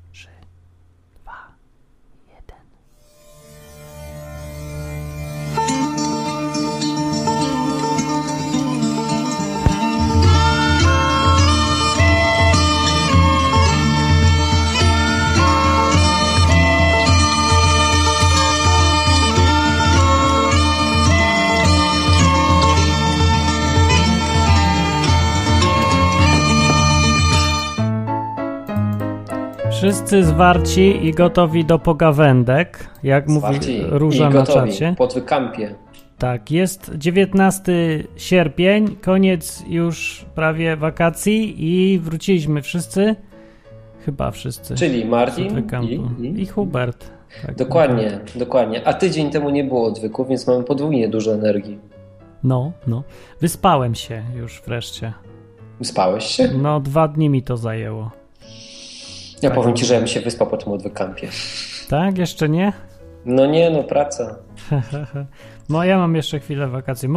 3, 2, 1. Wszyscy zwarci i gotowi do pogawędek, jak mówi Róża na czacie. Po odwykampie. Tak, jest 19 sierpień, koniec już prawie wakacji i wróciliśmy wszyscy, chyba wszyscy. Czyli Martin i Hubert. Tak, dokładnie. A tydzień temu nie było odwyku, więc mamy podwójnie dużo energii. No. Wyspałem się już wreszcie. Wyspałeś się? No, 2 dni mi to zajęło. Ja powiem ci, że ja bym się wyspał po tym odwykampie. Tak? Jeszcze nie? No nie, praca. No ja mam jeszcze chwilę wakacji.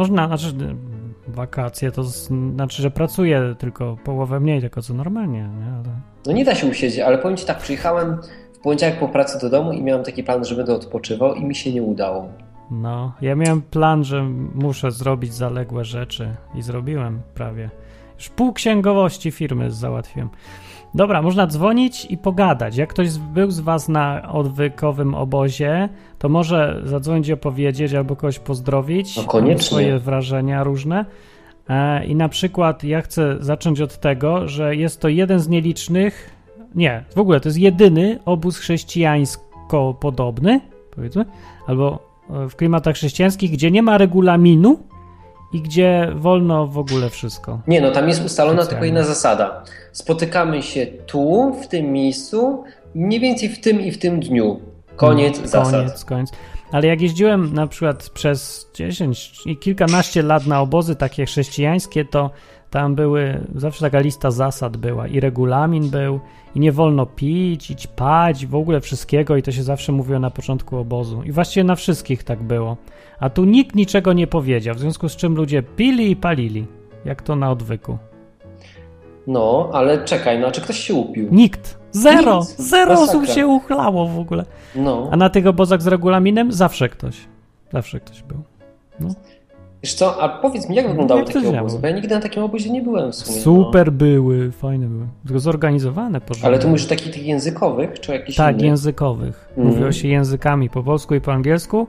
Wakacje to znaczy, że pracuję tylko połowę mniej, tylko co normalnie. Nie? Ale... No nie da się usiedzieć, ale powiem ci tak, przyjechałem w poniedziałek po pracy do domu i miałem taki plan, że będę odpoczywał i mi się nie udało. No, ja miałem plan, że muszę zrobić zaległe rzeczy i zrobiłem prawie. Już pół księgowości firmy załatwiłem. Dobra, można dzwonić i pogadać. Jak ktoś był z was na odwykowym obozie, to może zadzwonić i opowiedzieć albo kogoś pozdrowić. No koniecznie. Swoje wrażenia różne. I na przykład ja chcę zacząć od tego, że jest to jeden z nielicznych, nie, w ogóle to jest jedyny obóz chrześcijańsko podobny, powiedzmy, albo w klimatach chrześcijańskich, gdzie nie ma regulaminu i gdzie wolno w ogóle wszystko. Nie, tam jest ustalona tylko jedna zasada. Spotykamy się tu, w tym miejscu, mniej więcej w tym i w tym dniu. Koniec zasad. Koniec. Ale jak jeździłem na przykład przez 10 i kilkanaście lat na obozy takie chrześcijańskie, to tam były, zawsze taka lista zasad była i regulamin był i nie wolno pić i ćpać, w ogóle wszystkiego i to się zawsze mówiło na początku obozu. I właściwie na wszystkich tak było. A tu nikt niczego nie powiedział, w związku z czym ludzie pili i palili, jak to na odwyku. No, ale czekaj, czy ktoś się upił? Nikt. Zero osób się uchlało w ogóle. No. A na tych obozach z regulaminem zawsze ktoś był. No. Wiesz co, a powiedz mi, jak wyglądały takie obozy? Bo ja nigdy na takim obozie nie byłem w sumie. Super były, fajne były. Tylko zorganizowane porządnie. Ale to mówisz takich językowych, czy jakichś tak, innych? Językowych. Mówiło się językami po polsku i po angielsku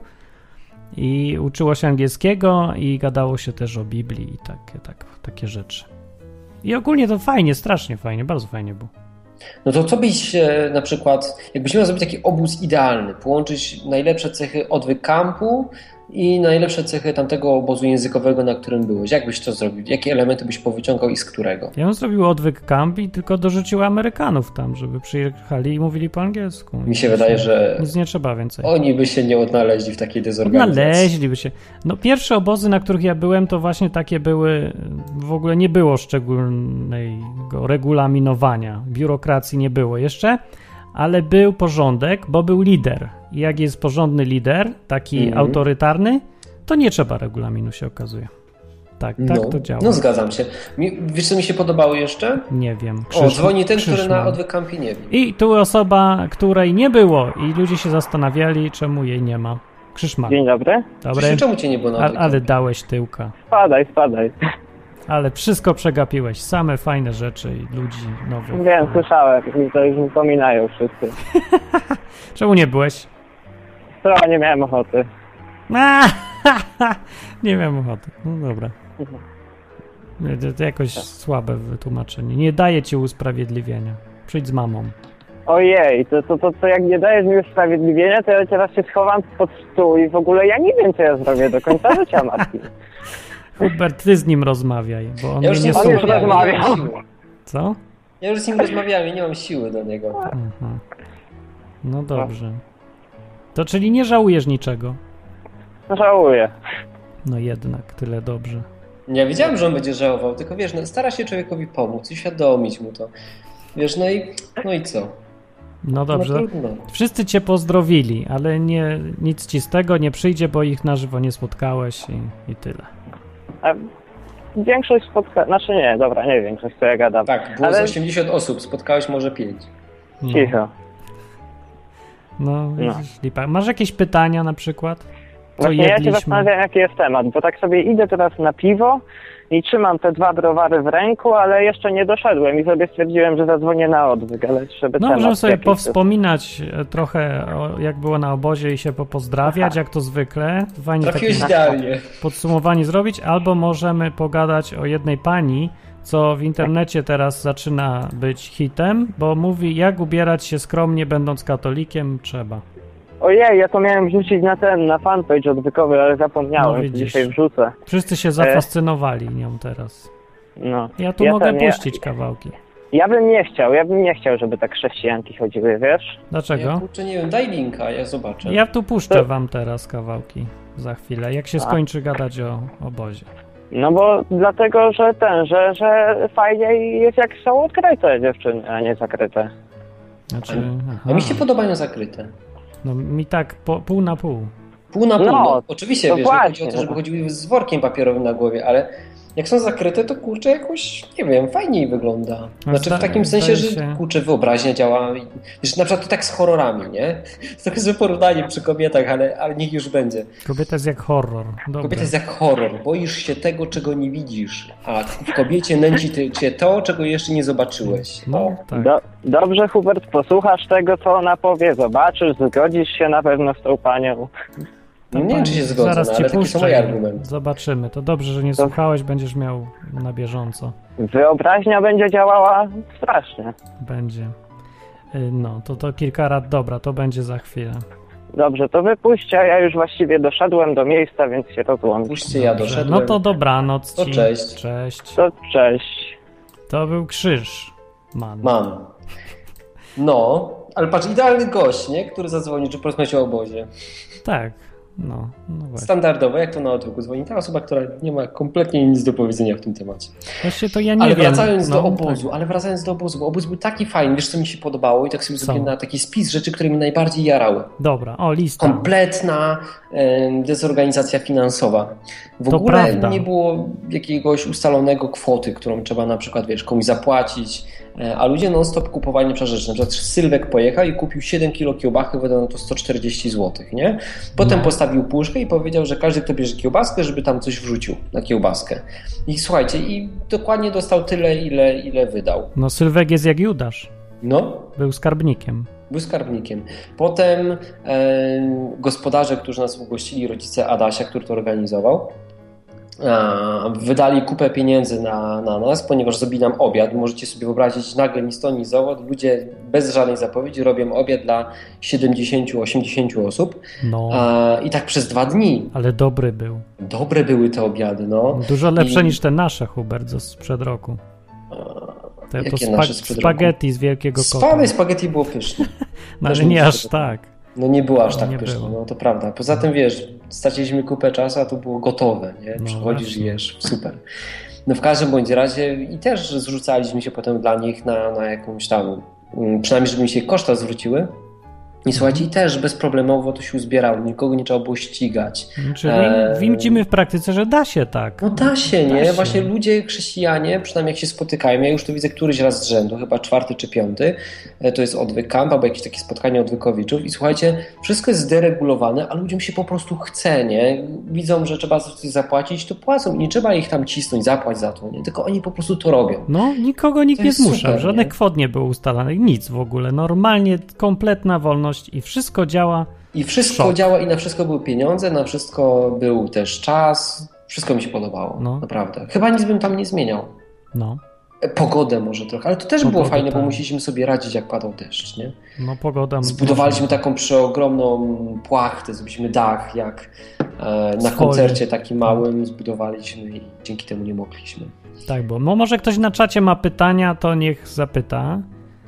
i uczyło się angielskiego i gadało się też o Biblii i takie rzeczy. I ogólnie to fajnie, strasznie fajnie, bardzo fajnie było. No to co byś na przykład, jakbyś miał zrobić taki obóz idealny, połączyć najlepsze cechy odwykampu i najlepsze cechy tamtego obozu językowego, na którym byłeś. Jak byś to zrobił? Jakie elementy byś powyciągał i z którego? Ja bym zrobił odwyk camp i tylko dorzucił Amerykanów tam, żeby przyjechali i mówili po angielsku. Mi się wydaje, że nic nie trzeba więcej. Oni by się nie odnaleźli w takiej dezorganizacji. Odnaleźliby się. No pierwsze obozy, na których ja byłem, to właśnie takie były, w ogóle nie było szczególnego regulaminowania, biurokracji nie było jeszcze, ale był porządek, bo był lider. I jak jest porządny lider, taki autorytarny, to nie trzeba regulaminu, się okazuje. Tak to działa. No zgadzam się. Wiesz, co mi się podobało jeszcze? Nie wiem. Dzwoni ten, który na odwykampie nie był. I tu osoba, której nie było i ludzie się zastanawiali, czemu jej nie ma. Krzyszman. Dzień dobry. Krzyszman, czemu cię nie było na odwykampie? Ale dałeś tyłka. Spadaj. Ale wszystko przegapiłeś. Same fajne rzeczy i ludzi nowych. Wiem, słyszałem. To już mi pominają wszyscy. Czemu nie byłeś? Trochę nie miałem ochoty. Nie miałem ochoty. No dobra. To jakoś słabe wytłumaczenie. Nie daje ci usprawiedliwienia. Przyjdź z mamą. Ojej, to jak nie dajesz mi usprawiedliwienia, to ja teraz się schowam pod stół i w ogóle ja nie wiem, co ja zrobię do końca życia, Martin. Hubert, ty z nim rozmawiaj, bo on ja już nie rozmawiał. Co? Ja już z nim rozmawiałem i nie mam siły do niego. Aha. No dobrze. To czyli nie żałujesz niczego? Żałuję. No jednak, tyle dobrze. Ja wiedziałem, że on będzie żałował, tylko wiesz, stara się człowiekowi pomóc, uświadomić mu to. Wiesz, no i co? No dobrze. No, wszyscy cię pozdrowili, ale nic ci z tego nie przyjdzie, bo ich na żywo nie spotkałeś i tyle. A większość znaczy nie, dobra, nie większość, co ja gadam. Tak, było z 80 osób, spotkałeś może 5. Cicho. No, widzisz, lipa. Masz jakieś pytania na przykład? Co Właśnie ja się jedliśmy? zastanawiam, jaki jest temat, bo tak sobie idę teraz na piwo i trzymam te 2 browary w ręku, ale jeszcze nie doszedłem i sobie stwierdziłem, że zadzwonię na odwyk, ale żeby No, temat możemy sobie jakiś powspominać trochę, jak było na obozie i się popozdrawiać, jak to zwykle. Fajnie takie Trafiłeś idealnie. podsumowanie zrobić, albo możemy pogadać o jednej pani, co w internecie teraz zaczyna być hitem, bo mówi, jak ubierać się skromnie, będąc katolikiem, trzeba. Ojej, ja to miałem wrzucić na fanpage odwykowy, ale zapomniałem, No, widzisz. dzisiaj wrzucę. Wszyscy się zafascynowali nią teraz. No. Ja tu mogę puścić kawałki. Ja bym nie chciał, żeby tak chrześcijanki chodziły, wiesz? Dlaczego? Ja kurczę, nie wiem, daj linka, ja zobaczę. Ja tu puszczę wam teraz kawałki za chwilę, jak się skończy gadać o obozie. No bo dlatego, że że fajniej jest jak są odkryte dziewczyny, a nie zakryte. Znaczy, A mi się podobają zakryte. No mi tak pół na pół. Pół na pół. No, No, oczywiście, to wiesz, nie chodzi o właśnie. to, żeby chodziły z workiem papierowym na głowie, ale jak są zakryte, to kurczę jakoś, nie wiem, fajniej wygląda. Znaczy w takim sensie, że kurczę, wyobraźnia działa. Wiesz, na przykład to tak z horrorami, nie? To trochę złe porównanie przy kobietach, ale niech już będzie. Kobieta jest jak horror. Dobra. Kobieta jest jak horror. Boisz się tego, czego nie widzisz, a w kobiecie nęci cię to, czego jeszcze nie zobaczyłeś. No, tak. Dobrze, Hubert, posłuchasz tego, co ona powie, zobaczysz, zgodzisz się na pewno z tą panią. No nie wiem, czy się zgodzę, Zaraz no, ci ale taki są moje argumenty. Zobaczymy. To dobrze, że nie słuchałeś, będziesz miał na bieżąco. Wyobraźnia będzie działała strasznie. Będzie. No, to kilka rad. Dobra, to będzie za chwilę. Dobrze, to wypuśćcie, ja już właściwie doszedłem do miejsca, więc się rozłączę. Puśćcie, ja doszedłem. No to dobranoc ci. To cześć. Cześć. To cześć. To był Krzyż. Mam. No, ale patrz, idealny gość, nie? Który zadzwoni, czy porozmawiać o obozie. Tak. No właśnie. Standardowo, jak to na odwyku dzwoni ta osoba, która nie ma kompletnie nic do powiedzenia w tym temacie. Właściwie to ja nie ale wiem. wracając do obozu, bo obóz był taki fajny, wiesz co mi się podobało i tak sobie zrobiłem na taki spis rzeczy, które mi najbardziej jarały. Dobra, lista. Kompletna dezorganizacja finansowa. W to ogóle prawda. Nie było jakiegoś ustalonego kwoty, którą trzeba na przykład, wiesz, komuś zapłacić, a ludzie non-stop kupowali na przykład rzeczy. Na przykład Sylwek pojechał i kupił 7 kilo kiełbachy, wydał na to 140 zł, nie? Potem postawił puszkę i powiedział, że każdy, kto bierze kiełbaskę, żeby tam coś wrzucił na kiełbaskę. I słuchajcie, i dokładnie dostał tyle, ile wydał. No Sylwek jest jak Judasz. No. Był skarbnikiem. Był skarbnikiem. Potem gospodarze, którzy nas ugościli, rodzice Adasia, który to organizował, wydali kupę pieniędzy na nas, ponieważ zrobili nam obiad. Możecie sobie wyobrazić, nagle ni stąd, ni zowąd, ludzie bez żadnej zapowiedzi robią obiad dla 70-80 osób. No. I tak przez 2 dni. Ale dobry był. Dobre były te obiady, no. Dużo lepsze niż te nasze, Hubert, sprzed roku. Jakie nasze sprzed roku? Spaghetti z Wielkiego Kota. Spaghetti było pyszne. No, ale nie aż tak. No nie było aż tak nie pyszne, było. no to prawda. Poza tym wiesz, straciliśmy kupę czasu, a to było gotowe, nie? No Przychodzisz właśnie. i jesz, super. No w każdym bądź razie i też zrzucaliśmy się potem dla nich na jakąś tam, przynajmniej żeby mi się koszta zwróciły. I słuchajcie, i też bezproblemowo to się uzbierało, nikogo nie trzeba było ścigać. Czyli widzimy w praktyce, że da się tak. No da się, nie? Właśnie ludzie, chrześcijanie, przynajmniej jak się spotykają, ja już to widzę któryś raz z rzędu, chyba 4. czy 5, to jest odwyk camp, albo jakieś takie spotkanie odwykowiczów i słuchajcie, wszystko jest zderegulowane, a ludziom się po prostu chce, nie? Widzą, że trzeba coś zapłacić, to płacą i nie trzeba ich tam cisnąć, zapłać za to, nie? Tylko oni po prostu to robią. No, nikogo nikt nie zmuszał, super, żadnych nie? kwot nie było ustalanych, nic w ogóle. Normalnie kompletna wolność i wszystko działa. I wszystko działa i na wszystko były pieniądze, na wszystko był też czas, wszystko mi się podobało, naprawdę. Chyba nic bym tam nie zmieniał. No. Pogodę może trochę, ale to też było fajne, bo musieliśmy sobie radzić, jak padał deszcz, nie? No pogoda. Zbudowaliśmy taką przeogromną płachtę, zrobiliśmy dach, jak na koncercie takim małym zbudowaliśmy i dzięki temu nie mogliśmy. Tak, bo może ktoś na czacie ma pytania, to niech zapyta.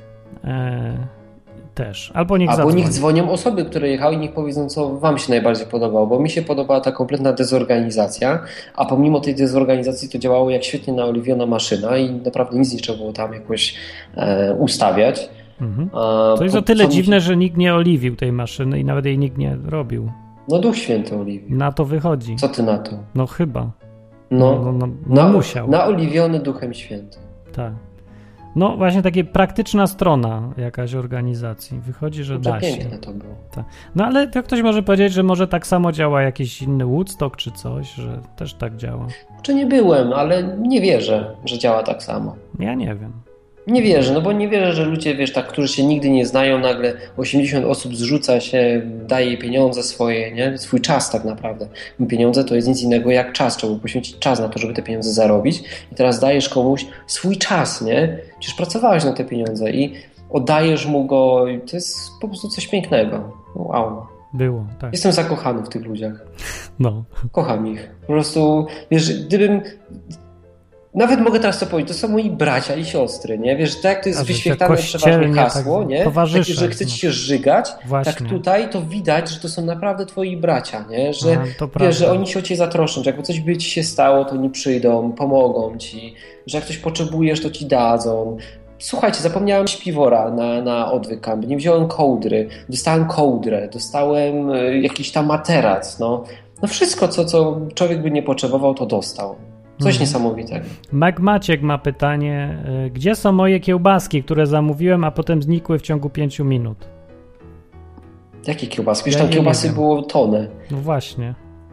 Też. Albo niech dzwonią osoby, które jechały i niech powiedzą, co wam się najbardziej podobało, bo mi się podobała ta kompletna dezorganizacja, a pomimo tej dezorganizacji to działało jak świetnie naoliwiona maszyna i naprawdę nic nie trzeba było tam jakoś ustawiać. Mhm. To jest o tyle dziwne, że nikt nie oliwił tej maszyny i nawet jej nikt nie robił. No Duch Święty oliwił. Na to wychodzi. Co ty na to? No chyba. No musiał. Naoliwiony Duchem Świętym. Tak. No właśnie takie praktyczna strona jakaś organizacji. Wychodzi, że To da się. piękne to było. No ale to ktoś może powiedzieć, że może tak samo działa jakiś inny Woodstock czy coś, że też tak działa. Czy nie byłem, ale nie wierzę, że działa tak samo. Ja nie wiem. Nie wierzę, no bo nie wierzę, że ludzie, wiesz, tak, którzy się nigdy nie znają, nagle 80 osób zrzuca się, daje pieniądze swoje, nie? Swój czas tak naprawdę. Pieniądze to jest nic innego jak czas. Trzeba było poświęcić czas na to, żeby te pieniądze zarobić i teraz dajesz komuś swój czas, nie? Przecież pracowałeś na te pieniądze i oddajesz mu go i to jest po prostu coś pięknego. Wow. Było, tak. Jestem zakochany w tych ludziach. No. Kocham ich. Po prostu, wiesz, gdybym... Nawet mogę teraz to powiedzieć, to są moi bracia i siostry, nie? Wiesz, tak jak to jest wyświetlane przeważnie hasło, tak, nie? Towarzysze. Takie, że chce ci się żygać, Właśnie. tak tutaj to widać, że to są naprawdę twoi bracia, nie? Że, wiesz, że oni się o ciebie zatroszczą, że jakby coś by ci się stało, to oni przyjdą, pomogą ci, że jak coś potrzebujesz, to ci dadzą. Słuchajcie, zapomniałem śpiwora na odwyk camp, nie wziąłem kołdry, dostałem kołdrę, dostałem jakiś tam materac, no wszystko, co człowiek by nie potrzebował, to dostał. Coś niesamowitego. Maciek ma pytanie, gdzie są moje kiełbaski, które zamówiłem, a potem znikły w ciągu 5 minut? Jakie kiełbaski? Wiesz, tam kiełbasy było tonę. No właśnie.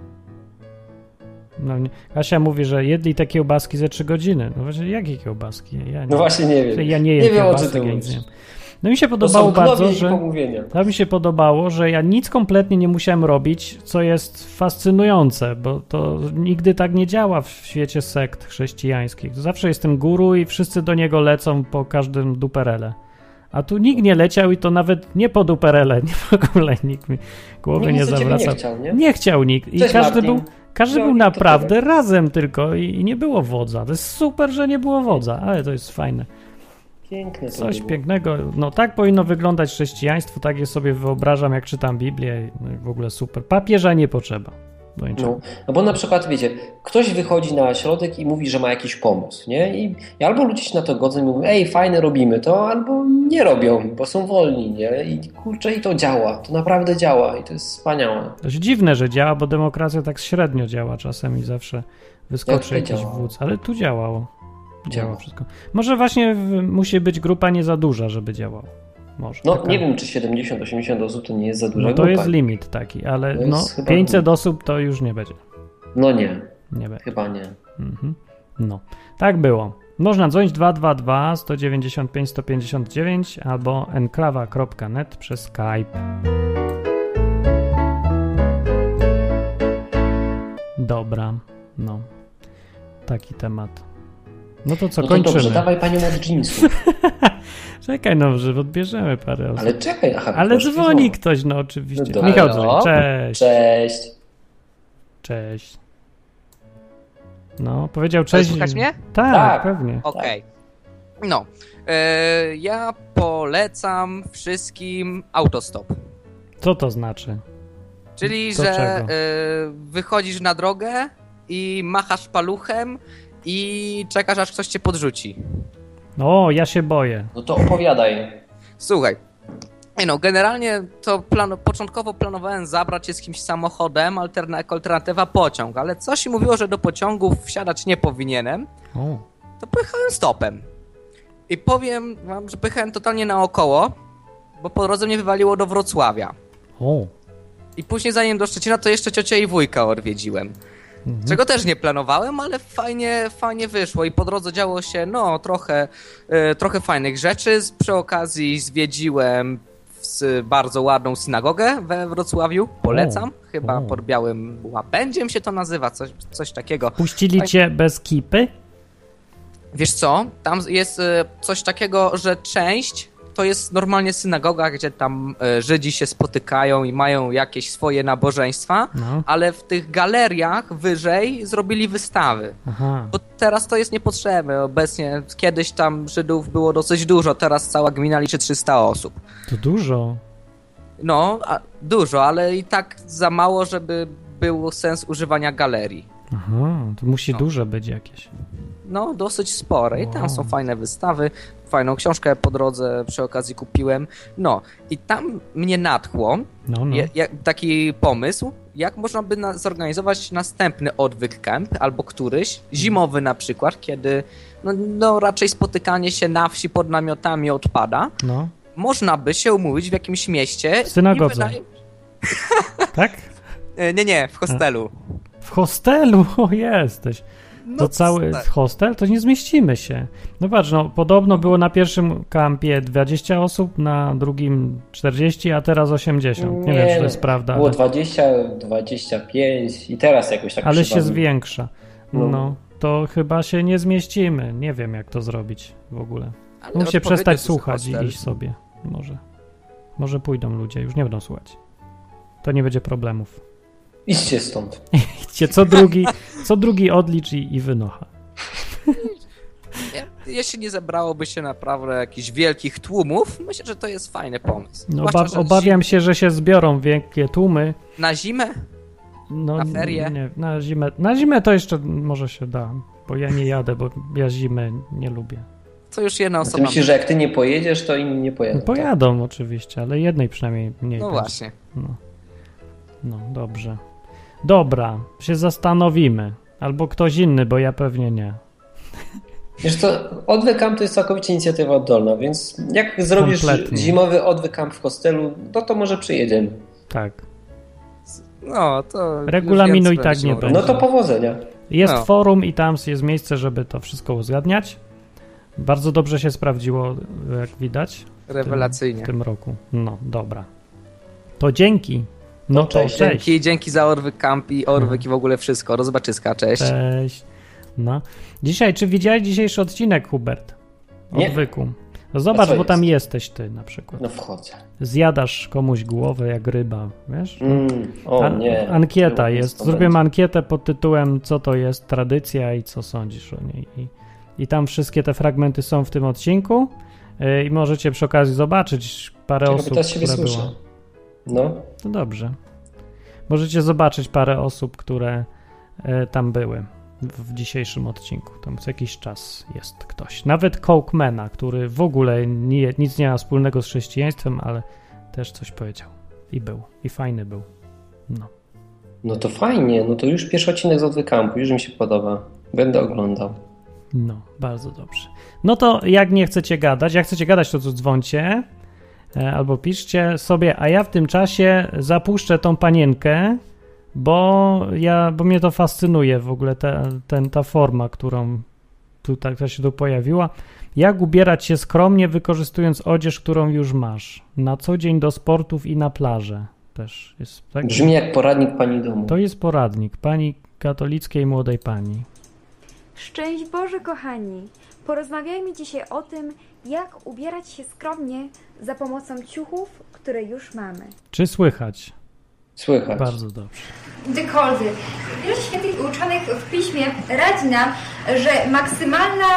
No, Kasia mówi, że jedli te kiełbaski ze 3 godziny. No właśnie, jakie kiełbaski? Ja no właśnie nie wiem. Ja nie jem kiełbasek, ja nic nie wiem. No mi się podobało bardzo, że że ja nic kompletnie nie musiałem robić, co jest fascynujące, bo to nigdy tak nie działa w świecie sekt chrześcijańskich. Zawsze jest ten guru i wszyscy do niego lecą po każdym duperele. A tu nikt nie leciał i to nawet nie po duperele, nie w ogóle nikt mi głowy nie zawracał. Nie chciał nikt. I Cześć, każdy był naprawdę razem tylko i nie było wodza. To jest super, że nie było wodza, ale to jest fajne. Piękne to Coś było. pięknego. No tak powinno wyglądać chrześcijaństwo, tak je sobie wyobrażam, jak czytam Biblię. No i w ogóle super. Papieża nie potrzeba. No bo na przykład, wiecie, ktoś wychodzi na środek i mówi, że ma jakiś pomysł, nie? I albo ludzie się na to godzą i mówią, ej, fajne, robimy to, albo nie robią, bo są wolni, nie? I kurczę, i to działa. To naprawdę działa i to jest wspaniałe. To jest dziwne, że działa, bo demokracja tak średnio działa czasem i zawsze wyskoczy jakiś wódz, ale tu działało. Działa wszystko. Może właśnie musi być grupa nie za duża, żeby działało. Może. No nie wiem, czy 70-80 osób to nie jest za duża grupa. To jest limit taki, ale 500 osób to już nie będzie. No nie. Nie będzie. Chyba nie. No, tak było. Można dzwonić 222 195 159 albo enklawa.net przez Skype. Dobra, no. Taki temat. No to co, no to kończymy. Dobrze, dawaj panią od jeansów. Czekaj, no, że odbierzemy parę osób. Ale czekaj, ale dzwoni ktoś, no oczywiście. No Michał dzwoni. Cześć. Cześć. Cześć. No, powiedział cześć. Słychać mnie? Tak, pewnie. Okej. No, ja polecam wszystkim autostop. Co to znaczy? Czyli, że wychodzisz na drogę i machasz paluchem i czekasz, aż ktoś cię podrzuci. O, ja się boję. No to opowiadaj. Słuchaj, no generalnie to początkowo planowałem zabrać się z kimś samochodem, alternatywa pociąg, ale coś mi mówiło, że do pociągów wsiadać nie powinienem, to pojechałem stopem. I powiem wam, że pojechałem totalnie naokoło, bo po drodze mnie wywaliło do Wrocławia. I później zanim do Szczecina, to jeszcze ciocię i wujka odwiedziłem. Czego też nie planowałem, ale fajnie wyszło i po drodze działo się trochę fajnych rzeczy. Przy okazji zwiedziłem bardzo ładną synagogę we Wrocławiu, polecam, chyba pod Białym Łabędziem się to nazywa, coś takiego. Puścili cię bez kipy? Wiesz co, tam jest coś takiego, że część to jest normalnie synagoga, gdzie tam Żydzi się spotykają i mają jakieś swoje nabożeństwa, ale w tych galeriach wyżej zrobili wystawy. Aha. Bo teraz to jest niepotrzebne. Obecnie kiedyś tam Żydów było dosyć dużo, teraz cała gmina liczy 300 osób. To dużo. No, dużo, ale i tak za mało, żeby był sens używania galerii. Aha, to musi duże być jakieś. No, dosyć spore i tam są fajne wystawy. fajną książkę po drodze przy okazji kupiłem. No i tam mnie natchło taki pomysł, jak można by zorganizować następny odwyk camp, albo któryś, zimowy na przykład, kiedy no raczej spotykanie się na wsi pod namiotami odpada. No. Można by się umówić w jakimś mieście. W synagodze. Tak? Nie, w hostelu. W hostelu? O, jesteś. To cały hostel? To nie zmieścimy się. No patrz, podobno było na pierwszym kampie 20 osób, na drugim 40, a teraz 80. Nie wiem, czy to jest prawda. Było 20, 25 i teraz jakoś tak ale się zwiększa. No, to chyba się nie zmieścimy. Nie wiem, jak to zrobić w ogóle. Muszę przestać słuchać i iść sobie. Może pójdą ludzie, już nie będą słuchać. To nie będzie problemów. Idźcie stąd. Idźcie, co drugi odlicz i wynocha. Jeśli nie zebrałoby się naprawdę jakichś wielkich tłumów, myślę, że to jest fajny pomysł. No, obawiam się, że się zbiorą wielkie tłumy. Na zimę? Na ferie? Nie, na zimę to jeszcze może się da, bo ja nie jadę, bo ja zimy nie lubię. To już jedna osoba. Ty myślisz, że jak ty nie pojedziesz, to inni nie pojadą? Pojadą oczywiście, ale jednej przynajmniej mniej. No właśnie. No, dobrze. Dobra, się zastanowimy. Albo ktoś inny, bo ja pewnie nie. Wiesz co, odwyk camp to jest całkowicie inicjatywa oddolna, więc jak zrobisz zimowy odwyk camp w hostelu, to może przyjedziemy. Tak. No, to... Regulaminu i tak nie będzie. No to powodzenia. Jest forum i tam jest miejsce, żeby to wszystko uzgadniać. Bardzo dobrze się sprawdziło, jak widać. Rewelacyjnie. W tym roku. No, dobra. To dzięki. No to cześć. Dzięki za Orwyk Camp i Orwyk i w ogóle wszystko. Do zobaczyska, cześć. Cześć. No. Czy widziałeś dzisiejszy odcinek, Hubert? Odwyku. No zobacz, bo tam jesteś ty na przykład. No wchodzę. Zjadasz komuś głowę jak ryba, wiesz? Nie. Ankieta jest. Zrobiłem ankietę pod tytułem co to jest tradycja i co sądzisz o niej. I tam wszystkie te fragmenty są w tym odcinku i możecie przy okazji zobaczyć parę osób, które było. No dobrze. Możecie zobaczyć parę osób, które tam były w dzisiejszym odcinku. Tam co jakiś czas jest ktoś. Nawet Coke-mana, który w ogóle nic nie ma wspólnego z chrześcijaństwem, ale też coś powiedział. I był. I fajny był. No to fajnie. No to już pierwszy odcinek z Odwyk Campu. Już mi się podoba. Będę oglądał. No, bardzo dobrze. No to jak nie chcecie gadać, to dzwońcie albo piszcie sobie, a ja w tym czasie zapuszczę tą panienkę, bo mnie to fascynuje w ogóle ta forma, która się tu pojawiła. Jak ubierać się skromnie, wykorzystując odzież, którą już masz. Na co dzień do sportów i na plażę też jest. Tak? Brzmi jak poradnik pani domu. To jest poradnik pani katolickiej młodej pani. Szczęść Boże, kochani! Porozmawiajmy dzisiaj o tym, jak ubierać się skromnie za pomocą ciuchów, które już mamy. Czy słychać? Słychać. Bardzo dobrze. Dekolty. Wielu świętych uczonych w piśmie radzi nam, że maksymalna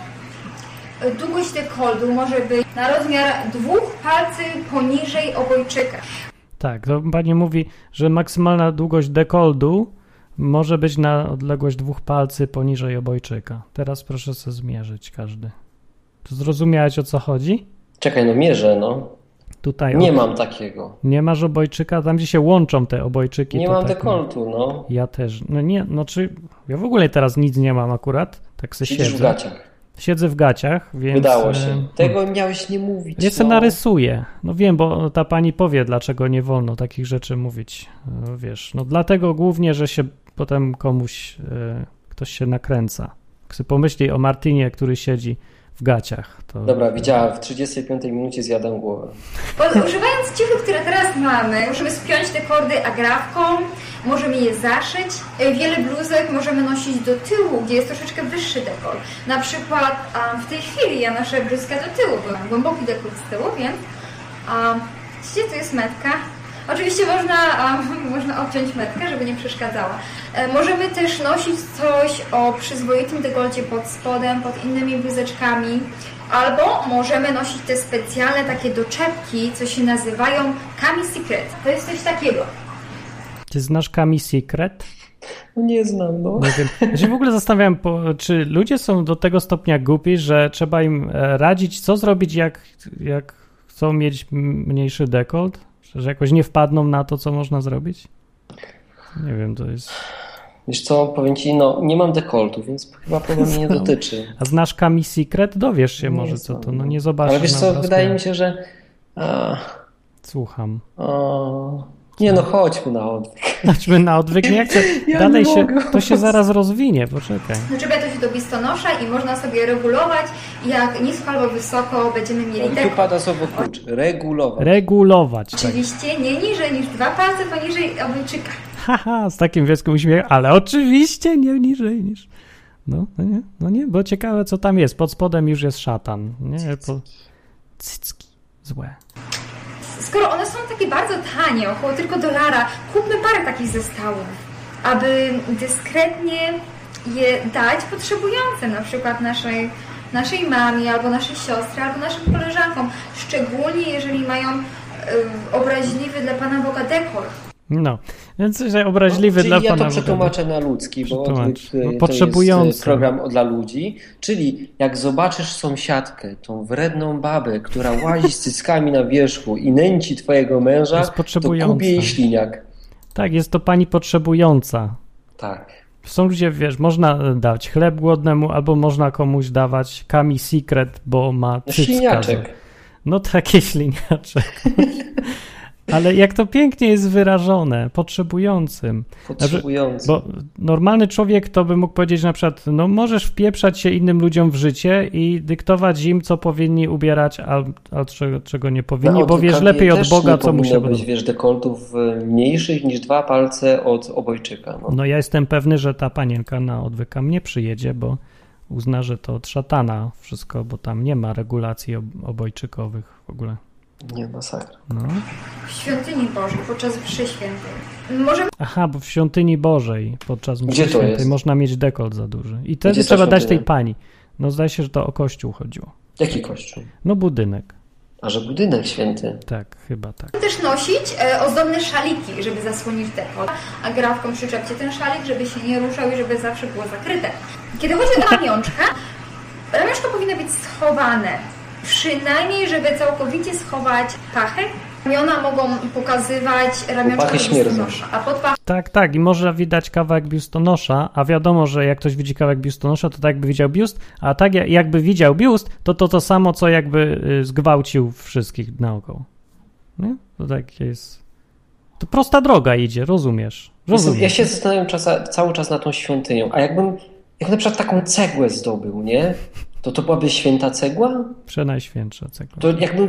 długość dekoltu może być na rozmiar 2 palcy poniżej obojczyka. Tak, to pani mówi, że maksymalna długość dekoltu może być na odległość 2 palcy poniżej obojczyka. Teraz proszę sobie zmierzyć każdy. To zrozumiałeś, o co chodzi? Czekaj, mierzę, Tutaj nie mam takiego. Nie masz obojczyka? Tam, gdzie się łączą te obojczyki. Nie mam dekoltu, Ja też. Ja w ogóle teraz nic nie mam akurat. Tak se siedzę. W gaciach. Siedzę w gaciach, więc... Wydało się. Tego miałeś nie mówić. Ja se narysuję. Wiem, bo ta pani powie, dlaczego nie wolno takich rzeczy mówić. Wiesz, dlatego głównie, że się potem ktoś się nakręca. Jak sobie pomyśli o Martinie, który siedzi w gaciach. To... Dobra, widziałem, w 35 minucie zjadam głowę. Używając ciuchy, które teraz mamy, możemy spiąć te kordy agrafką, możemy je zaszyć. Wiele bluzek możemy nosić do tyłu, gdzie jest troszeczkę wyższy dekolt. Na przykład w tej chwili ja noszę bluzkę do tyłu, bo mam głęboki dekolt z tyłu, więc widzicie, tu jest metka. Oczywiście można obciąć metkę, żeby nie przeszkadzała. Możemy też nosić coś o przyzwoitym dekolcie pod spodem, pod innymi bluzeczkami. Albo możemy nosić te specjalne takie doczepki, co się nazywają Kami Secret. To jest coś takiego. Ty znasz Kami Secret? No nie znam, no. Nie wiem. Ja się w ogóle zastanawiam, czy ludzie są do tego stopnia głupi, że trzeba im radzić, co zrobić, jak chcą mieć mniejszy dekolt? Że jakoś nie wpadną na to, co można zrobić? Nie wiem, to jest... Wiesz co, powiem ci, no nie mam dekoltu, więc chyba problem mnie nie dotyczy. A znasz Kami Secret? Dowiesz się Nie może, znam, co to. No nie zobaczysz. Ale wiesz co, wydaje mi się, że... Słucham. Nie no, chodźmy na odwyk. Chodźmy na odwyk. Nie chcę. Ja Dalej nie się, mogę. to się zaraz rozwinie, poczekaj. Naczepia to się do biustonosza i można sobie regulować, jak nisko albo wysoko będziemy mieli Tu dekolt. pada słowo klucz. Regulować. Regulować. Tak. Oczywiście nie niżej niż 2 palce poniżej obojczyka. Haha, z takim wielkim uśmiechem, ale oczywiście nie niżej niż... No nie, bo ciekawe, co tam jest. Pod spodem już jest szatan. Nie, cycki. Złe. Skoro one są takie bardzo tanie, około tylko $1, kupmy parę takich zestawów, aby dyskretnie je dać potrzebującym, na przykład naszej mamie, albo naszej siostry, albo naszym koleżankom, szczególnie jeżeli mają obraźliwy dla Pana Boga dekolt. No, więc że obraźliwy czyli dla ja Pana to przetłumaczę na ludzki, bo odwyk potrzebujący. To jest program dla ludzi. Czyli jak zobaczysz sąsiadkę, tą wredną babę, która łazi z cyckami na wierzchu i nęci twojego męża, to kup jej śliniak. Tak, jest to pani potrzebująca. Tak. Są ludzie, wiesz, można dać chleb głodnemu, albo można komuś dawać Kami Secret, bo ma cycka. Śliniaczek. No takie śliniaczek. Ale jak to pięknie jest wyrażone, potrzebującym. Potrzebującym. Bo normalny człowiek to by mógł powiedzieć na przykład, no możesz wpieprzać się innym ludziom w życie i dyktować im, co powinni ubierać, a czego nie powinni, bo wiesz lepiej od Boga, co mu się podoba. Wiesz, dekoltów mniejszych niż 2 palce od obojczyka. No ja jestem pewny, że ta panienka na odwyka mnie przyjedzie, bo uzna, że to od szatana wszystko, bo tam nie ma regulacji obojczykowych w ogóle. Nie, masakra. No. W świątyni Bożej, podczas mszy świętej. Aha, bo w świątyni Bożej podczas mszy świętej można mieć dekolt za duży. I wtedy trzeba dać tej pani. No zdaje się, że to o kościół chodziło. Jaki kościół? No budynek. A że budynek święty? Tak, chyba tak. Też nosić ozdobne szaliki, żeby zasłonić dekolt. A grafką przyczepcie ten szalik, żeby się nie ruszał i żeby zawsze było zakryte. Kiedy chodzi o ramionczka powinno być schowane. Przynajmniej, żeby całkowicie schować pachę. Ramiona mogą pokazywać ramionczka biustonosza, a pod pachą... Tak, i można widać kawałek biustonosza, a wiadomo, że jak ktoś widzi kawałek biustonosza, to tak jakby widział biust, a tak jakby widział biust, to samo, co jakby zgwałcił wszystkich naokoło. Nie? To tak jest... To prosta droga idzie, rozumiesz? Ja się zastanawiam cały czas nad tą świątynią, a jak na przykład taką cegłę zdobył, nie? To byłaby święta cegła? Przenajświętsza cegła. To jakbym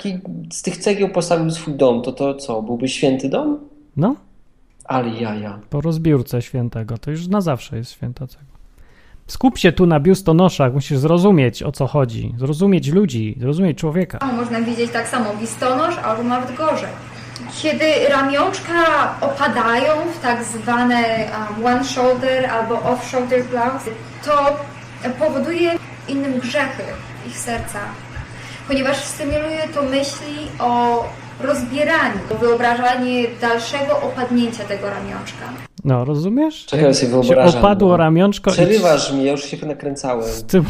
z tych cegieł postawił swój dom, to co? Byłby święty dom? No. Ale jaja. Po rozbiórce świętego, to już na zawsze jest święta cegła. Skup się tu na biustonoszach, musisz zrozumieć, o co chodzi. Zrozumieć ludzi, zrozumieć człowieka. Można widzieć tak samo biustonosz, albo nawet gorzej. Kiedy ramionczka opadają w tak zwane one shoulder albo off shoulder blouse, to powoduje innym grzechy w ich sercach, ponieważ stymuluje to myśli o rozbieraniu, wyobrażanie dalszego opadnięcia tego ramionczka. No, rozumiesz? Czekaj, ja sobie wyobrażam. Opadło ramionczko. Przerywasz mi, ja już się nakręcałem.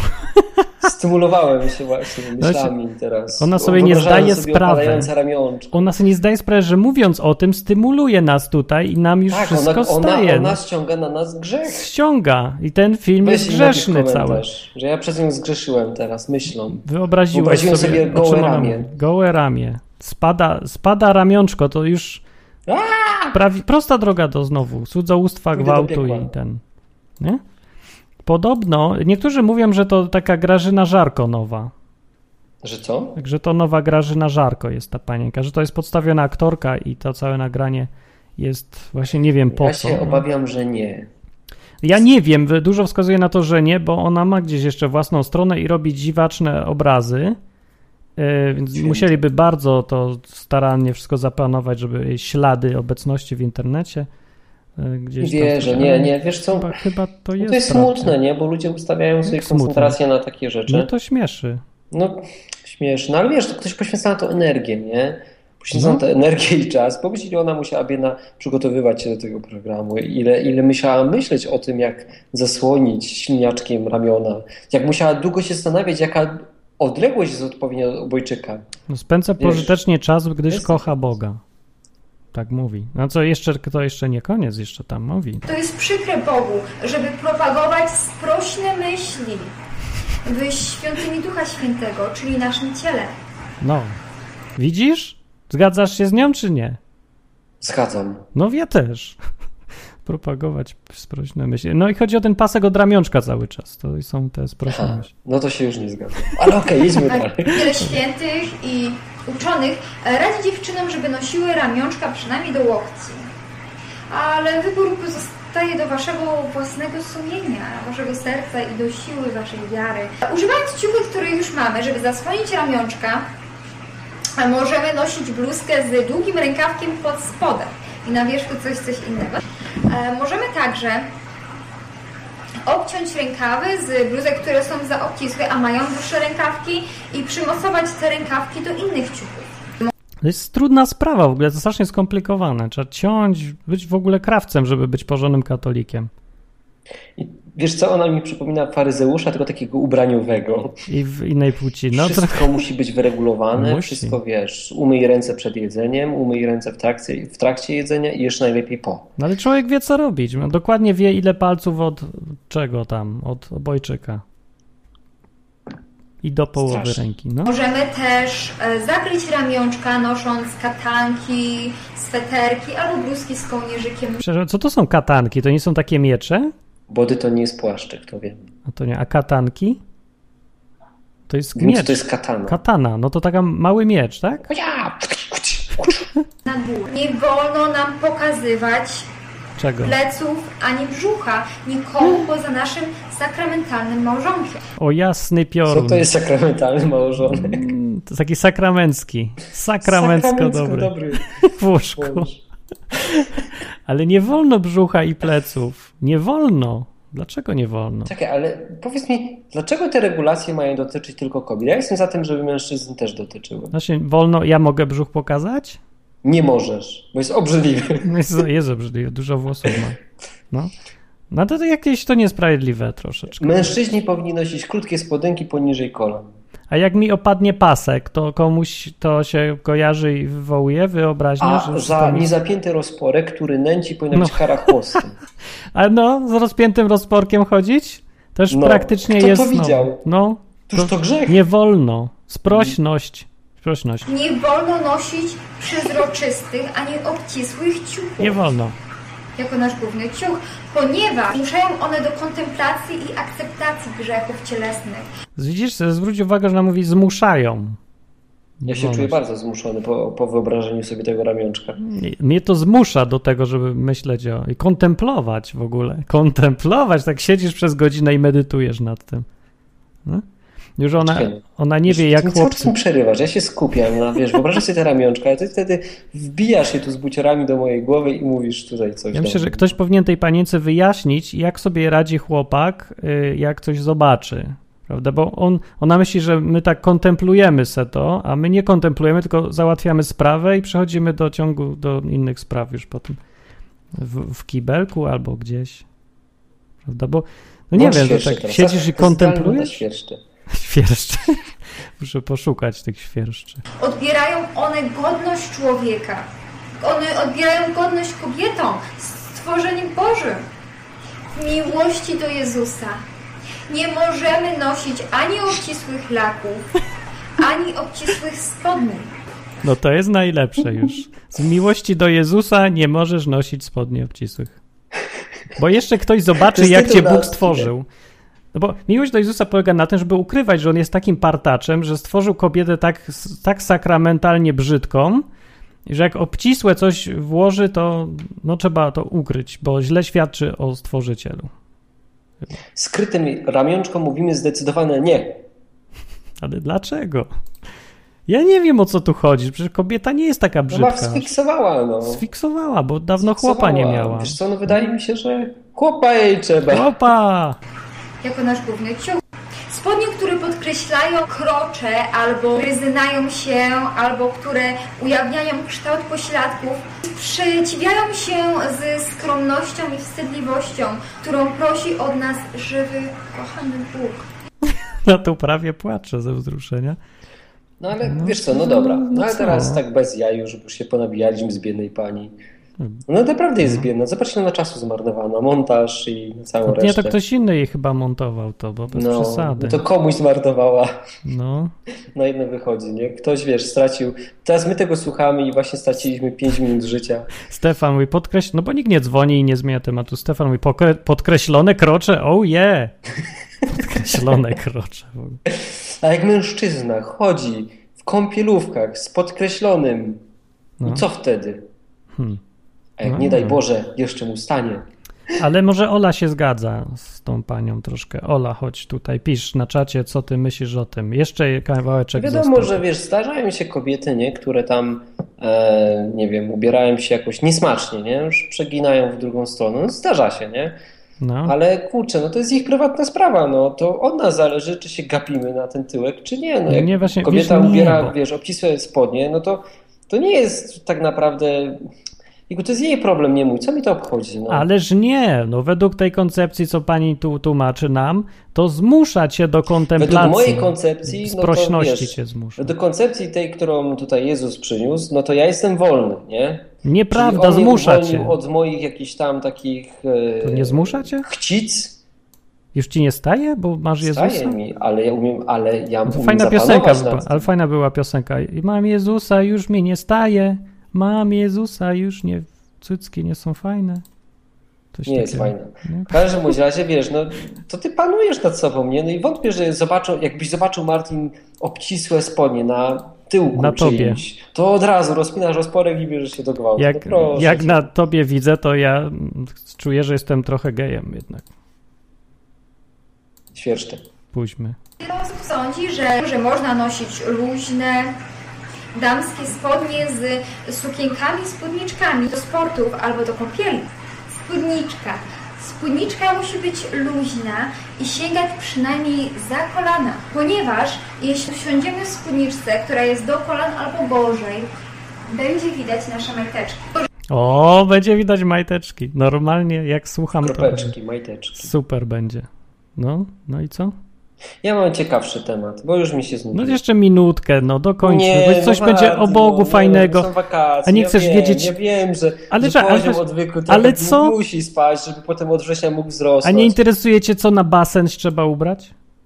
Stymulowałem się właśnie myślami teraz. Ona sobie nie zdaje sprawy. Ona sobie nie zdaje sprawy, że mówiąc o tym stymuluje nas tutaj i nam już wszystko staje. Ona ściąga na nas grzech. Ściąga i ten film jest grzeszny cały. Że ja przez nią zgrzeszyłem teraz myślą. Wyobraziłem sobie gołe ramię. Gołe ramię. Spada ramionczko, to już prosta droga do znowu cudzołóstwa, gwałtu i ten. Nie? Podobno, niektórzy mówią, że to taka Grażyna Żarko nowa. Że co? Także to nowa Grażyna Żarko jest ta panienka, że to jest podstawiona aktorka i to całe nagranie jest właśnie nie wiem po co. Ja się obawiam, że nie. Ja nie wiem, dużo wskazuje na to, że nie, bo ona ma gdzieś jeszcze własną stronę i robi dziwaczne obrazy, więc musieliby bardzo to starannie wszystko zaplanować, żeby ślady obecności w internecie gdzieś wierzę, nie, wiesz co? Chyba to jest. To jest smutne, nie? Bo ludzie ustawiają sobie koncentrację na takie rzeczy. Mnie to śmieszy. No, śmieszne, ale wiesz, to ktoś poświęca na to energię, nie? Poświęcono tę energię i czas. Pomyśl, ile ona musiała biedna przygotowywać się do tego programu. Ile musiała myśleć o tym, jak zasłonić silniaczkiem ramiona. Jak musiała długo się zastanawiać, jaka odległość jest odpowiednia od obojczyka. No, spędza pożytecznie czas, gdyż kocha Boga. Tak mówi. No co jeszcze, to jeszcze nie koniec, jeszcze tam mówi. To jest przykre Bogu, żeby propagować sprośne myśli w świątyni Ducha Świętego, czyli naszym ciele. No. Widzisz? Zgadzasz się z nią, czy nie? Zgadzam. No ja też. Propagować sprośne myśli. No i chodzi o ten pasek od ramionczka cały czas. To są te sprośne myśli. No to się już nie zgadzam. Ale okej, jedźmy dalej. Wiele świętych i uczonych radzi dziewczynom, żeby nosiły ramionczka przynajmniej do łokci. Ale wybór pozostaje do waszego własnego sumienia, waszego serca i do siły waszej wiary. Używając ciuchy, które już mamy, żeby zasłonić ramionczka, możemy nosić bluzkę z długim rękawkiem pod spodem i na wierzchu coś innego. Możemy także obciąć rękawy z bluzek, które są za obcisłe, a mają dłuższe rękawki i przymocować te rękawki do innych ciuchów. To jest trudna sprawa, w ogóle to strasznie skomplikowane. Trzeba ciąć, być w ogóle krawcem, żeby być porządnym katolikiem. I wiesz co, ona mi przypomina faryzeusza, tylko takiego ubraniowego. I w innej płci. No, wszystko musi być wyregulowane, wszystko wiesz, umyj ręce przed jedzeniem, umyj ręce w trakcie jedzenia i jeszcze najlepiej po. No ale człowiek wie, co robić. No, dokładnie wie, ile palców od czego tam, od obojczyka. I do połowy ręki. No. Możemy też zakryć ramionczka, nosząc katanki, sweterki albo bluzki z kołnierzykiem. Co to są katanki? To nie są takie miecze? Body to nie jest płaszczyk, to wiem. A to nie. A katanki? To jest miecz. To jest katana. Katana, no to taka mały miecz, tak? Na górę. Nie wolno nam pokazywać pleców ani brzucha nikomu poza naszym sakramentalnym małżonkiem. O jasny piorun. Co to jest sakramentalny małżonek? To jest taki sakramencki. Sakramencko dobry. W łóżku. Ale nie wolno brzucha i pleców. Nie wolno. Dlaczego nie wolno? Czekaj, ale powiedz mi, dlaczego te regulacje mają dotyczyć tylko kobiet? Ja jestem za tym, żeby mężczyzn też dotyczyły. Znaczy, wolno, ja mogę brzuch pokazać? Nie możesz, bo jest obrzydliwy. Jest obrzydliwy, dużo włosów ma. No to jakieś to niesprawiedliwe troszeczkę. Mężczyźni powinni nosić krótkie spodenki poniżej kolan. A jak mi opadnie pasek, to komuś to się kojarzy i wywołuje wyobraźnię? A za niezapięty rozporek, który nęci, powinna być kara chłostem. A z rozpiętym rozporkiem chodzić? Też praktycznie kto jest... to widział? To grzech. Nie wolno. Sprośność. Nie wolno nosić przezroczystych ani obcisłych ciuchów. Nie wolno. Jako nasz główny ciuch, ponieważ zmuszają one do kontemplacji i akceptacji grzechów cielesnych. Widzisz, zwróć uwagę, że ona mówi zmuszają. Ja się czuję bardzo zmuszony po wyobrażeniu sobie tego ramionczka. Mnie to zmusza do tego, żeby myśleć i kontemplować w ogóle. Kontemplować, tak siedzisz przez godzinę i medytujesz nad tym. No? Już ona nie wie, jak chłopcy... Co mi przerywasz? Ja się skupiam, wyobrażasz sobie te ramionczka, a ty wtedy wbijasz się tu z buciorami do mojej głowy i mówisz tutaj coś. Ja myślę, że ktoś powinien tej panience wyjaśnić, jak sobie radzi chłopak, jak coś zobaczy. Prawda? Bo ona myśli, że my tak kontemplujemy to, a my nie kontemplujemy, tylko załatwiamy sprawę i przechodzimy do innych spraw już potem. W kibelku albo gdzieś. Prawda? Bo nie wiem, że tak siedzisz i kontemplujesz. Świerszcze. Muszę poszukać tych świerszczy. Odbierają one godność człowieka. One odbierają godność kobietom, stworzeniem Bożym. W miłości do Jezusa nie możemy nosić ani obcisłych laków, ani obcisłych spodni. No to jest najlepsze już. Z miłości do Jezusa nie możesz nosić spodni obcisłych. Bo jeszcze ktoś zobaczy, jak cię Bóg stworzył. No bo miłość do Jezusa polega na tym, żeby ukrywać, że On jest takim partaczem, że stworzył kobietę tak sakramentalnie brzydką, że jak obcisłe coś włoży, to trzeba to ukryć, bo źle świadczy o Stworzycielu. Skrytym ramionczkom mówimy zdecydowane nie. Ale dlaczego? Ja nie wiem, o co tu chodzi. Przecież kobieta nie jest taka brzydka. Sfiksowała, Sfiksowała, bo dawno chłopa nie miała. Wiesz co, wydaje mi się, że chłopa jej trzeba. Chłopa! Jako nasz główny ciuch. Z Spodnie, które podkreślają krocze, albo ryzynają się, albo które ujawniają kształt pośladków, sprzeciwiają się z skromnością i wstydliwością, którą prosi od nas żywy, kochany Bóg. No to prawie płaczę ze wzruszenia. No ale wiesz co, no dobra. No ale teraz tak bez jaj, już się ponabijaliśmy z biednej pani. No naprawdę jest biedna. Zobacz, ile na czasu zmarnowano. Montaż i całą resztę. Nie, to ktoś inny jej chyba montował to, bo bez przesady. No to komuś zmarnowała. No. Na jedno wychodzi, nie? Ktoś, wiesz, stracił... Teraz my tego słuchamy i właśnie straciliśmy 5 minut życia. Stefan mówi, no bo nikt nie dzwoni i nie zmienia tematu. Stefan mówi, podkreślone krocze, oh yeah. Podkreślone krocze. W ogóle. A jak mężczyzna chodzi w kąpielówkach z podkreślonym, no co wtedy? A jak nie daj Boże, jeszcze mu stanie. Ale może Ola się zgadza z tą panią troszkę. Ola, chodź tutaj, pisz na czacie, co ty myślisz o tym. Jeszcze kawałeczek Wiadomo, że wiesz, zdarzają się kobiety, nie, które tam, nie wiem, ubierają się jakoś niesmacznie, nie? Już przeginają w drugą stronę. No, zdarza się, nie? No. Ale kurczę, no to jest ich prywatna sprawa, no to od nas zależy, czy się gapimy na ten tyłek, czy nie. No jak nie, właśnie, kobieta ubiera, wiesz, obcisłe spodnie, no to nie jest tak naprawdę... To jest jej problem, nie mój. Co mi to obchodzi? No? Ależ nie. No według tej koncepcji, co pani tu tłumaczy nam, to zmusza cię do kontemplacji. Według mojej koncepcji... Sprośności cię zmusza. Do koncepcji tej, którą tutaj Jezus przyniósł, no to ja jestem wolny, nie? Nieprawda, zmusza cię. Od moich jakichś tam takich... To nie zmusza cię? Chcic. Już ci nie staje, bo masz Jezusa? Staje mi, ale ja umiem fajna piosenka była, ale fajna była piosenka. Mam Jezusa, już mi nie staje. Mam Jezusa, już nie, cycki nie są fajne. Coś nie takiego. Jest fajne. W każdym razie, wiesz, no to ty panujesz nad sobą, nie? No i wątpię, że jakbyś zobaczył, Martin, obcisłe spodnie na tyłku na tobie, to od razu rozpinasz rozporek i bierzesz się do gwałtu. Jak na tobie widzę, to ja czuję, że jestem trochę gejem jednak. Świerszczę. Pójdźmy. Wiele osób sądzi, że można nosić luźne, damskie spodnie z sukienkami, spódniczkami do sportów albo do kąpieli. Spódniczka musi być luźna i sięgać przynajmniej za kolana, ponieważ jeśli usiądziemy w spódniczce, która jest do kolan albo gorzej, będzie widać nasze majteczki. O, będzie widać majteczki. Normalnie jak słucham kropeczki, majteczki. Super będzie. No i co? Ja mam ciekawszy temat, bo już mi się znudziło. No jeszcze minutkę, dokończmy, bo coś będzie o Bogu fajnego. Są wakacje, a nie chcesz wiedzieć... Ja wiem, że poziom odwyku musi spać, żeby potem od września mógł wzrosnąć. A nie interesuje cię, co na basen trzeba ubrać?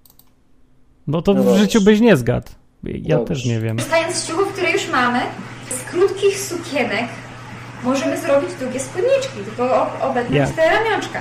Bo to w życiu byś nie zgadł. Ja też nie wiem. Korzystając z ciuchów, które już mamy, z krótkich sukienek możemy zrobić długie spódniczki, tylko obetnąć te ramionczka.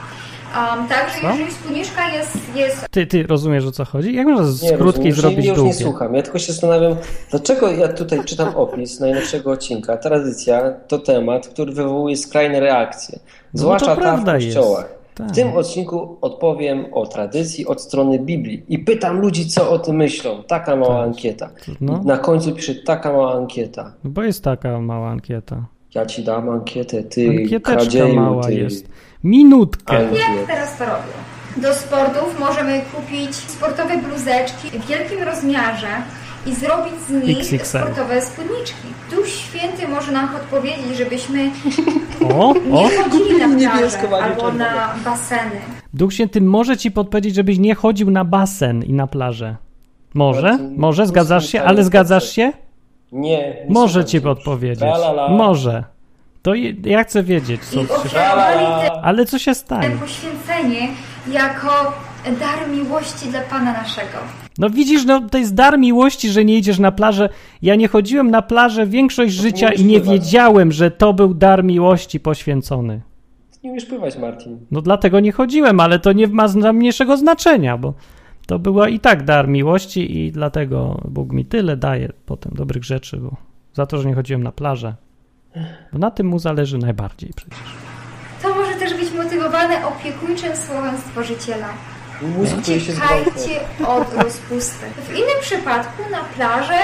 Także jeżeli spódniczka jest... Ty rozumiesz, o co chodzi? Jak można z krótkiej zrobić długie? Ja już nie słucham. Ja tylko się zastanawiam, dlaczego ja tutaj czytam opis najnowszego odcinka. Tradycja to temat, który wywołuje skrajne reakcje. Zwłaszcza ta w kościołach. Tak. W tym odcinku odpowiem o tradycji od strony Biblii. I pytam ludzi, co o tym myślą. Taka mała ankieta. Na końcu piszę taka mała ankieta. Bo jest taka mała ankieta. Ja ci dam ankietę, ty Ankieteczka kradzieju, mała ty... jest. Minutkę. Jak teraz to robię? Do sportów możemy kupić sportowe bluzeczki w wielkim rozmiarze i zrobić z nich XXL. Sportowe spódniczki. Duch Święty może nam podpowiedzieć, żebyśmy nie chodzili na plażę albo na baseny. Duch Święty może ci podpowiedzieć, żebyś nie chodził na basen i na plażę. Może, zgadzasz się? Ale zgadzasz się? Nie. Może ci podpowiedzieć. Może. To ja chcę wiedzieć, co ale co się stanie? Poświęcenie jako dar miłości dla Pana naszego. No widzisz, to jest dar miłości, że nie idziesz na plażę. Ja nie chodziłem na plażę większość życia i nie wiedziałem, że to był dar miłości poświęcony. Nie umiesz pływać, Martin. No dlatego nie chodziłem, ale to nie ma mniejszego znaczenia, bo to była i tak dar miłości i dlatego Bóg mi tyle daje potem dobrych rzeczy, bo za to, że nie chodziłem na plażę. Bo na tym mu zależy najbardziej przecież. To może też być motywowane opiekuńczym słowem Stworzyciela. Uciekajcie od rozpusty. W innym przypadku na plażę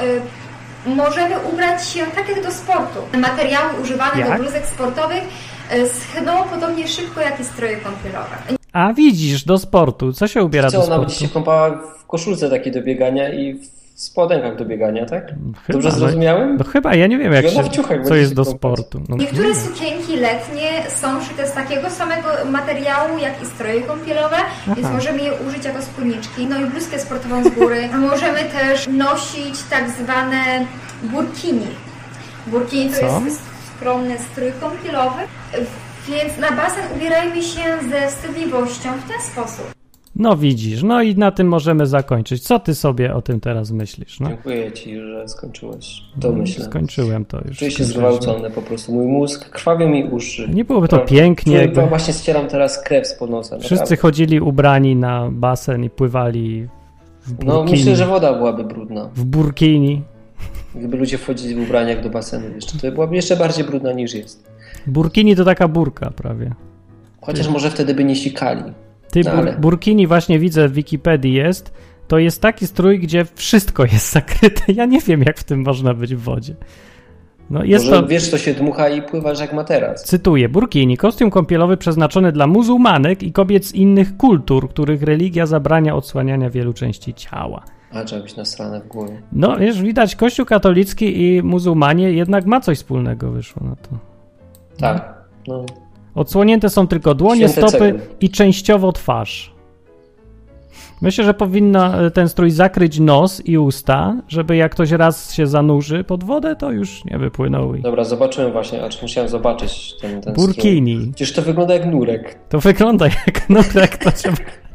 możemy ubrać się tak jak do sportu. Materiały używane do bluzek sportowych schną podobnie szybko jak i stroje kąpielowe. A widzisz, do sportu. Co się ubiera do Ona sportu? będzie się kąpała w koszulce takiej do biegania i w spodenkach do biegania, tak? Chyba, Dobrze zrozumiałem? No chyba, ja nie wiem, jak Ona się, w ciuchach co będzie jest się do kąpać. sportu. No, Niektóre sukienki letnie są szyte z takiego samego materiału, jak i stroje kąpielowe, więc możemy je użyć jako spódniczki. No i bluzkę sportową z góry. Możemy też nosić tak zwane burkini. Burkini to jest skromny strój kąpielowy, więc na basen ubierajmy się ze wstydliwością w ten sposób. No widzisz, no i na tym możemy zakończyć. Co ty sobie o tym teraz myślisz? No? Dziękuję ci, że skończyłeś. To myślę. Skończyłem to już. Czuję się zgwałcony po prostu. Mój mózg, krwawią mi uszy. Nie byłoby to pięknie. Właśnie ścieram teraz krew spod nosa. Wszyscy naprawdę. chodzili ubrani na basen i pływali w burkini. No myślę, że woda byłaby brudna. W burkini. Gdyby ludzie wchodzili w ubraniach do basenu jeszcze, to byłaby jeszcze bardziej brudna niż jest. Burkini to taka burka prawie. Chociaż może wtedy by nie sikali. Burkini właśnie widzę w Wikipedii jest. To jest taki strój, gdzie wszystko jest zakryte. Ja nie wiem, jak w tym można być w wodzie. No jest może to... wiesz, to się dmucha i pływasz jak materac. Cytuję. Burkini. Kostium kąpielowy przeznaczony dla muzułmanek i kobiet z innych kultur, których religia zabrania odsłaniania wielu części ciała. A trzeba być nasrane w głowie. No, wiesz, widać, Kościół katolicki i muzułmanie jednak ma coś wspólnego, wyszło na to. Tak, no. Odsłonięte są tylko dłonie, Święte stopy cegły. i częściowo twarz. Myślę, że powinna ten strój zakryć nos i usta, żeby jak ktoś raz się zanurzy pod wodę, to już nie wypłynął. Dobra, zobaczyłem właśnie, acz musiałem zobaczyć ten Burkini. strój. Przecież to wygląda jak nurek. To wygląda jak nurek, to trzeba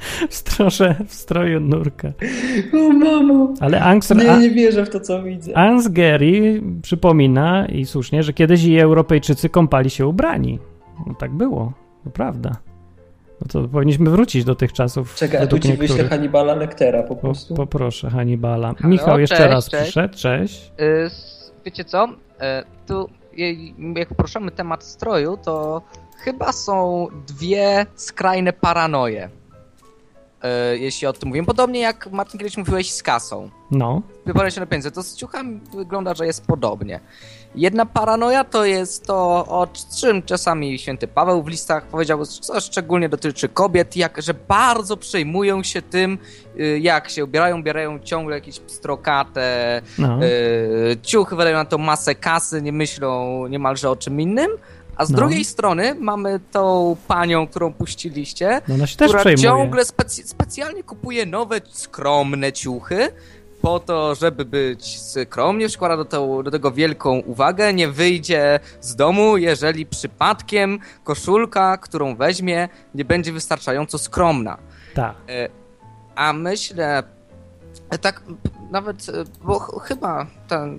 w stroju nurka. O mamo! Ale nie wierzę w to, co widzę. Ans Gehry przypomina i słusznie, że kiedyś i Europejczycy kąpali się ubrani. No tak było, to prawda. No to powinniśmy wrócić do tych czasów. Czekaj, a tu ci wyślę Hannibala Lectera po prostu. Poproszę Hannibala. Michał jeszcze raz przyszedł, cześć. Wiecie co? Tu jak poruszamy temat stroju, to chyba są dwie skrajne paranoje. Jeśli o tym mówię. Podobnie jak Martin kiedyś mówiłeś z kasą. No. Wybrałem się na pieniądze. To z ciuchami wygląda, że jest podobnie. Jedna paranoja to jest to, o czym czasami święty Paweł w listach powiedział, co szczególnie dotyczy kobiet, że bardzo przejmują się tym, jak się ubierają ciągle jakieś pstrokate ciuchy, wydają na to masę kasy, nie myślą niemalże o czym innym. A z drugiej strony mamy tą panią, którą puściliście, która ciągle specjalnie kupuje nowe, skromne ciuchy, po to, żeby być skromnie, przykłada do tego wielką uwagę, nie wyjdzie z domu, jeżeli przypadkiem koszulka, którą weźmie, nie będzie wystarczająco skromna. Tak. A myślę, tak nawet, bo chyba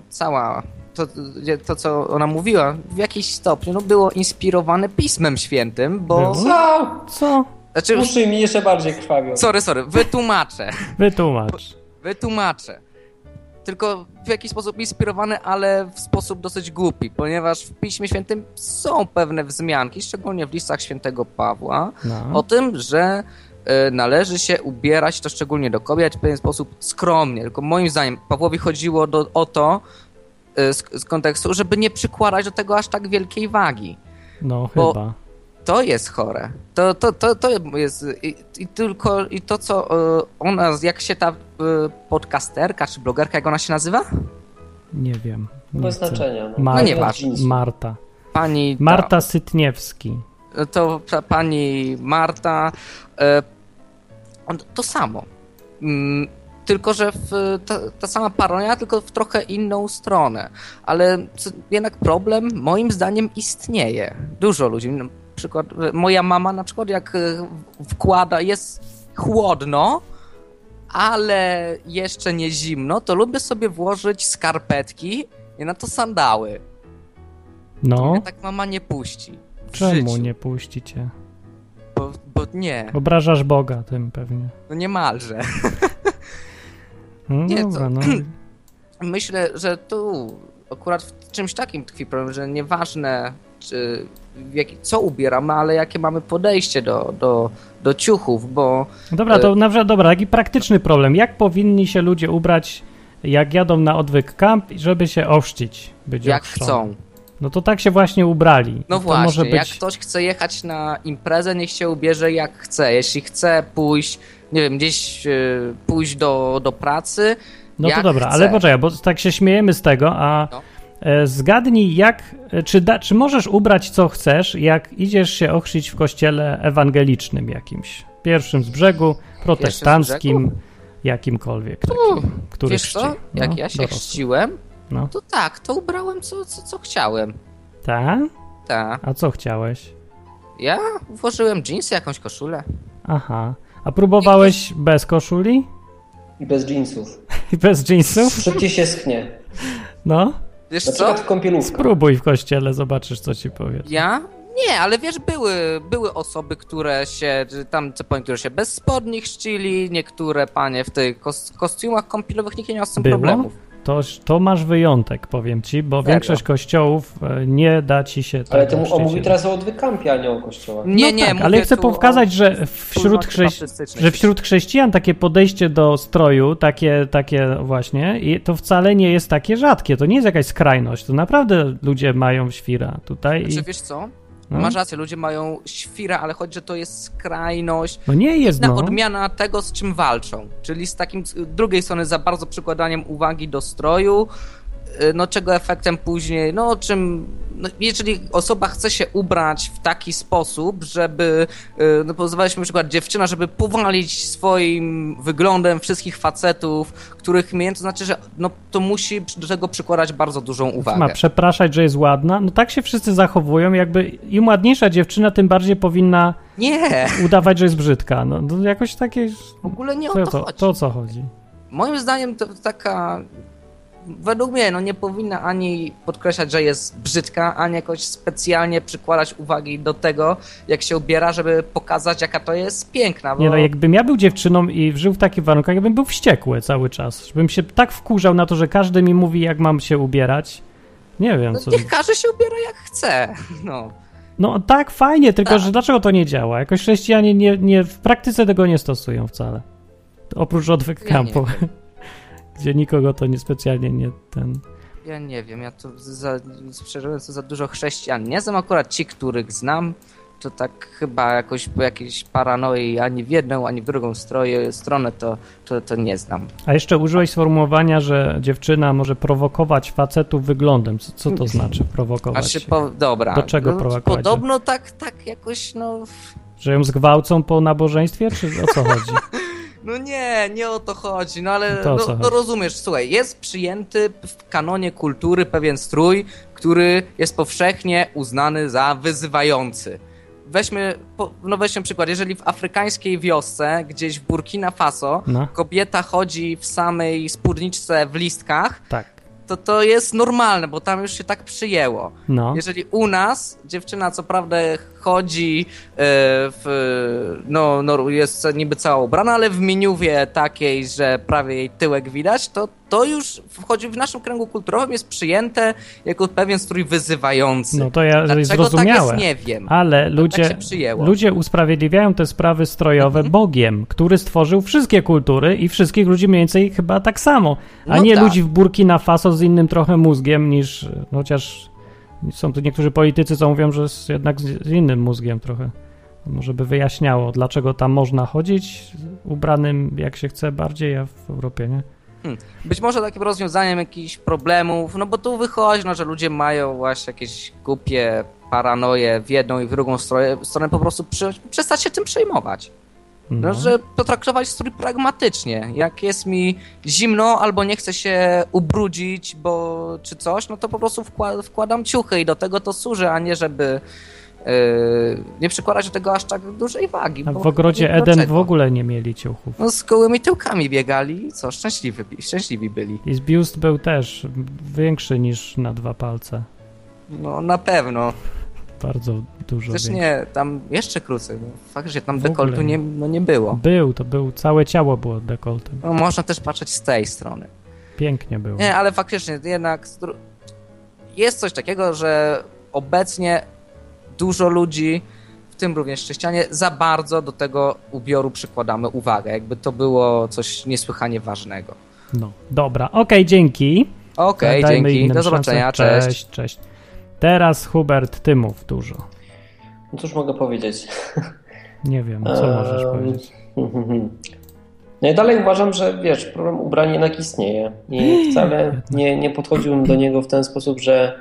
to, co ona mówiła, w jakiś stopniu było inspirowane Pismem Świętym, bo... Co? Znaczy, uszy mi jeszcze bardziej krwawią. Sorry, wytłumaczę. Wytłumaczę. Tylko w jakiś sposób inspirowane, ale w sposób dosyć głupi, ponieważ w Piśmie Świętym są pewne wzmianki, szczególnie w listach świętego Pawła, o tym, że należy się ubierać, to szczególnie do kobiet, w pewien sposób skromnie. Tylko moim zdaniem Pawłowi chodziło o to, z kontekstu, żeby nie przykładać do tego aż tak wielkiej wagi. No, chyba. To jest chore. To jest... I to, co ona... Jak się ta podcasterka czy blogerka, jak ona się nazywa? Nie wiem. Bez znaczenia. Marta. Marta Sytniewski. To pani Marta... To samo. Tylko, że ta sama paranoja, tylko w trochę inną stronę. Ale jednak problem moim zdaniem istnieje. Dużo ludzi, na przykład moja mama na przykład jak wkłada, jest chłodno, ale jeszcze nie zimno, to lubię sobie włożyć skarpetki i na to sandały. No. Mnie tak mama nie puści. Czemu nie puści cię? Bo nie. Obrażasz Boga tym pewnie. No niemalże. No nie, dobra, no. Myślę, że tu akurat w czymś takim tkwi problem, że nieważne co ubieramy, ale jakie mamy podejście do ciuchów, bo... Dobra, to na przykład, taki praktyczny problem. Jak powinni się ludzie ubrać, jak jadą na odwyk camp, żeby się ochrzcić? Jak chcą. No to tak się właśnie ubrali. No to właśnie, może być... jak ktoś chce jechać na imprezę, niech się ubierze jak chce. Jeśli chce pójść, nie wiem, gdzieś pójść do pracy, no jak to dobra, chce. ale poczekaj, bo tak się śmiejemy z tego, a zgadnij czy możesz ubrać co chcesz, jak idziesz się ochrzcić w kościele ewangelicznym jakimś, pierwszym z brzegu, protestanckim, jakimkolwiek takim, który wiesz co, jak ja się chrzciłem, no. to tak, to ubrałem co chciałem. Tak? Tak. A co chciałeś? Ja włożyłem dżinsy, jakąś koszulę. Aha. A próbowałeś bez koszuli? I bez dżinsów. I bez dżinsów? Szybciej się schnie. No. Wiesz na co? przykład w kąpielówkę. Spróbuj w kościele, zobaczysz, co ci powie. Ja? Nie, ale wiesz, były osoby, które się, które się bez spodni chrzcili, niektóre panie w tych kostiumach kąpielowych, nikt nie miał z tym problemów. To masz wyjątek, powiem ci, bo większość kościołów nie da ci się tak. Ale on mówi teraz o odwykampie, a nie o kościołach. Nie, tak, ale chcę pokazać, że wśród chrześcijan takie podejście do stroju, takie właśnie, i to wcale nie jest takie rzadkie. To nie jest jakaś skrajność. To naprawdę ludzie mają świra tutaj. Znaczy, wiesz co? No. Masz rację, ludzie mają świra, ale chodzi, że to jest skrajność. No nie jest, odmiana tego, z czym walczą. Czyli z takim, z drugiej strony, za bardzo przykładaniem uwagi do stroju, no czego efektem później, jeżeli osoba chce się ubrać w taki sposób, żeby, pozwaliśmy na przykład dziewczyna, żeby powalić swoim wyglądem wszystkich facetów, których miałem, to znaczy, że to musi do tego przykładać bardzo dużą uwagę. Ma przepraszać, że jest ładna? No tak się wszyscy zachowują, jakby im ładniejsza dziewczyna, tym bardziej powinna udawać, że jest brzydka. No to jakoś takie... W ogóle nie o to chodzi. To o co chodzi? Moim zdaniem to taka... Według mnie nie powinna ani podkreślać, że jest brzydka, ani jakoś specjalnie przykładać uwagi do tego, jak się ubiera, żeby pokazać, jaka to jest piękna. Bo... Nie, jakbym ja był dziewczyną i żył w takich warunkach, ja bym był wściekły cały czas. Żebym się tak wkurzał na to, że każdy mi mówi, jak mam się ubierać. Nie wiem, co... Niech każdy się ubiera jak chce, No tak, fajnie, tylko że dlaczego to nie działa? Jakoś chrześcijanie nie w praktyce tego nie stosują wcale. Oprócz odwykampu. Gdzie nikogo to niespecjalnie nie Ja nie wiem, ja to szczerze mówiąc za dużo chrześcijan nie znam, akurat ci, których znam, to tak chyba jakoś po jakiejś paranoi ani w jedną, ani w drugą stronę to nie znam. A jeszcze użyłeś sformułowania, że dziewczyna może prowokować facetów wyglądem. Co to znaczy prowokować? Dobra. Do czego prowokować? Podobno tak jakoś Że ją zgwałcą po nabożeństwie, czy o co chodzi? No nie o to chodzi, ale chodzi? Rozumiesz, słuchaj, jest przyjęty w kanonie kultury pewien strój, który jest powszechnie uznany za wyzywający. Weźmy przykład, jeżeli w afrykańskiej wiosce, gdzieś w Burkina Faso, kobieta chodzi w samej spódniczce w listkach, to jest normalne, bo tam już się tak przyjęło. Jeżeli u nas dziewczyna co prawda chodzi jest niby cała ubrana, ale w miniuwie takiej, że prawie jej tyłek widać, to już wchodzi w naszym kręgu kulturowym, jest przyjęte jako pewien strój wyzywający. No to ja zrozumiałem. Tak jest, nie wiem. Ale ludzie usprawiedliwiają te sprawy strojowe Bogiem, który stworzył wszystkie kultury i wszystkich ludzi mniej więcej chyba tak samo, a nie ludzi w Burkina Faso z innym trochę mózgiem niż, chociaż są tu niektórzy politycy, co mówią, że jest jednak z innym mózgiem trochę. Może by wyjaśniało, dlaczego tam można chodzić ubranym jak się chce bardziej, a w Europie nie. Być może takim rozwiązaniem jakichś problemów, bo tu wychodzi, że ludzie mają właśnie jakieś głupie paranoje w jedną i w drugą stronę, po prostu przestać się tym przejmować. Że potraktować strój pragmatycznie. Jak jest mi zimno albo nie chcę się ubrudzić, czy coś, to po prostu wkładam ciuchy i do tego to służy, a nie żeby nie przykładać do tego aż tak dużej wagi. A w ogrodzie Eden w ogóle nie mieli ciuchów. Z gołymi tyłkami biegali i co? Szczęśliwi byli. I biust był też większy niż na 2 palce. Na pewno. Bardzo dużo. Też nie, tam jeszcze krócej. Faktycznie tam dekoltu nie było. To całe ciało było dekoltem. Można też patrzeć z tej strony. Pięknie było. Nie, ale faktycznie jednak jest coś takiego, że obecnie dużo ludzi, w tym również chrześcijanie, za bardzo do tego ubioru przykładamy uwagę. Jakby to było coś niesłychanie ważnego. Dobra. Okej, dzięki. Dzięki. Do zobaczenia. Cześć. Teraz Hubert, ty mów dużo. No cóż mogę powiedzieć? Nie wiem, co możesz powiedzieć. No i dalej uważam, że wiesz, problem ubrań jednak istnieje i wcale nie podchodziłbym do niego w ten sposób, że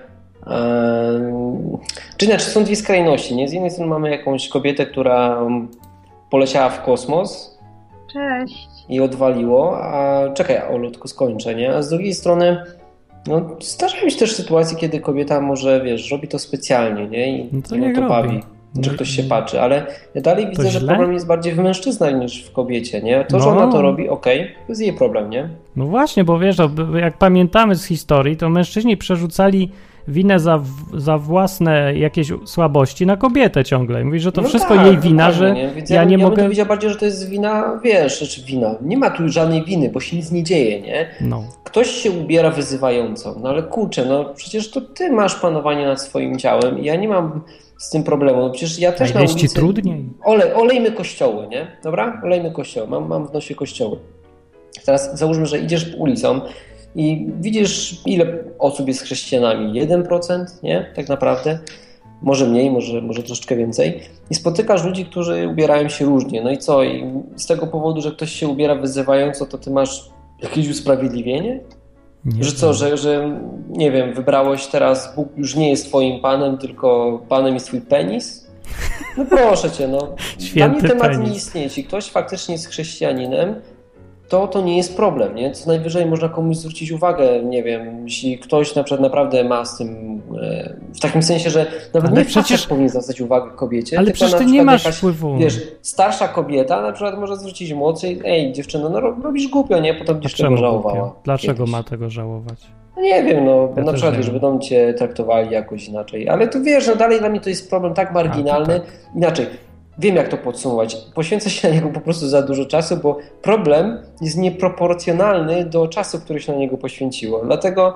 czy inaczej, są dwie skrajności, nie? Z jednej strony mamy jakąś kobietę, która poleciała w kosmos. Cześć. I odwaliło, a czekaj, Olu, tylko skończę, nie? A z drugiej strony no, zdarzają się też sytuacje, kiedy kobieta może, wiesz, robi to specjalnie, nie? I to bawi. Czy ktoś się patrzy, ale ja dalej widzę, że problem jest bardziej w mężczyznach niż w kobiecie, nie? To, że ona to robi, okej, to jest jej problem, nie? No właśnie, bo wiesz, jak pamiętamy z historii, to mężczyźni przerzucali winę za własne jakieś słabości na kobietę ciągle. Mówi, że to wszystko jej wina, że ja nie mogę... Ja bym powiedział bardziej, że to jest wina, wiesz, znaczy wina. Nie ma tu żadnej winy, bo się nic nie dzieje, nie? No. Ktoś się ubiera wyzywająco, no ale kurczę, no przecież to ty masz panowanie nad swoim ciałem i ja nie mam z tym problemu. No przecież ja też na ulicy... ci trudniej? Olejmy kościoły, nie? Dobra? Olejmy kościoły. Mam w nosie kościoły. Teraz załóżmy, że idziesz ulicą i widzisz, ile osób jest chrześcijanami. 1%, nie? Tak naprawdę. Może mniej, może troszeczkę więcej. I spotykasz ludzi, którzy ubierają się różnie. No i co? I z tego powodu, że ktoś się ubiera wyzywająco, to ty masz jakieś usprawiedliwienie? Nie że co, że nie wiem, wybrałeś teraz, Bóg już nie jest twoim panem, tylko panem jest twój penis? No proszę cię, no. Dla mnie temat penis nie istnieje. Jeśli ktoś faktycznie jest chrześcijaninem, to nie jest problem, nie? Co najwyżej można komuś zwrócić uwagę, nie wiem, jeśli ktoś na przykład naprawdę ma z tym, w takim sensie, że nawet nie facet powinien zwracać uwagę kobiecie, ale tylko przecież ty nie masz wpływu. Wiesz, starsza kobieta na przykład może zwrócić młodszej, ej dziewczyno, no robisz głupio, nie? Potem gdzieś tego żałowała. Głupio? Dlaczego ma tego żałować? No nie wiem, no ja na przykład, wiesz, będą cię traktowali jakoś inaczej, ale to wiesz, no dalej dla mnie to jest problem tak marginalny, inaczej. Wiem, jak to podsumować. Poświęcę się na niego po prostu za dużo czasu, bo problem jest nieproporcjonalny do czasu, który się na niego poświęciło. Dlatego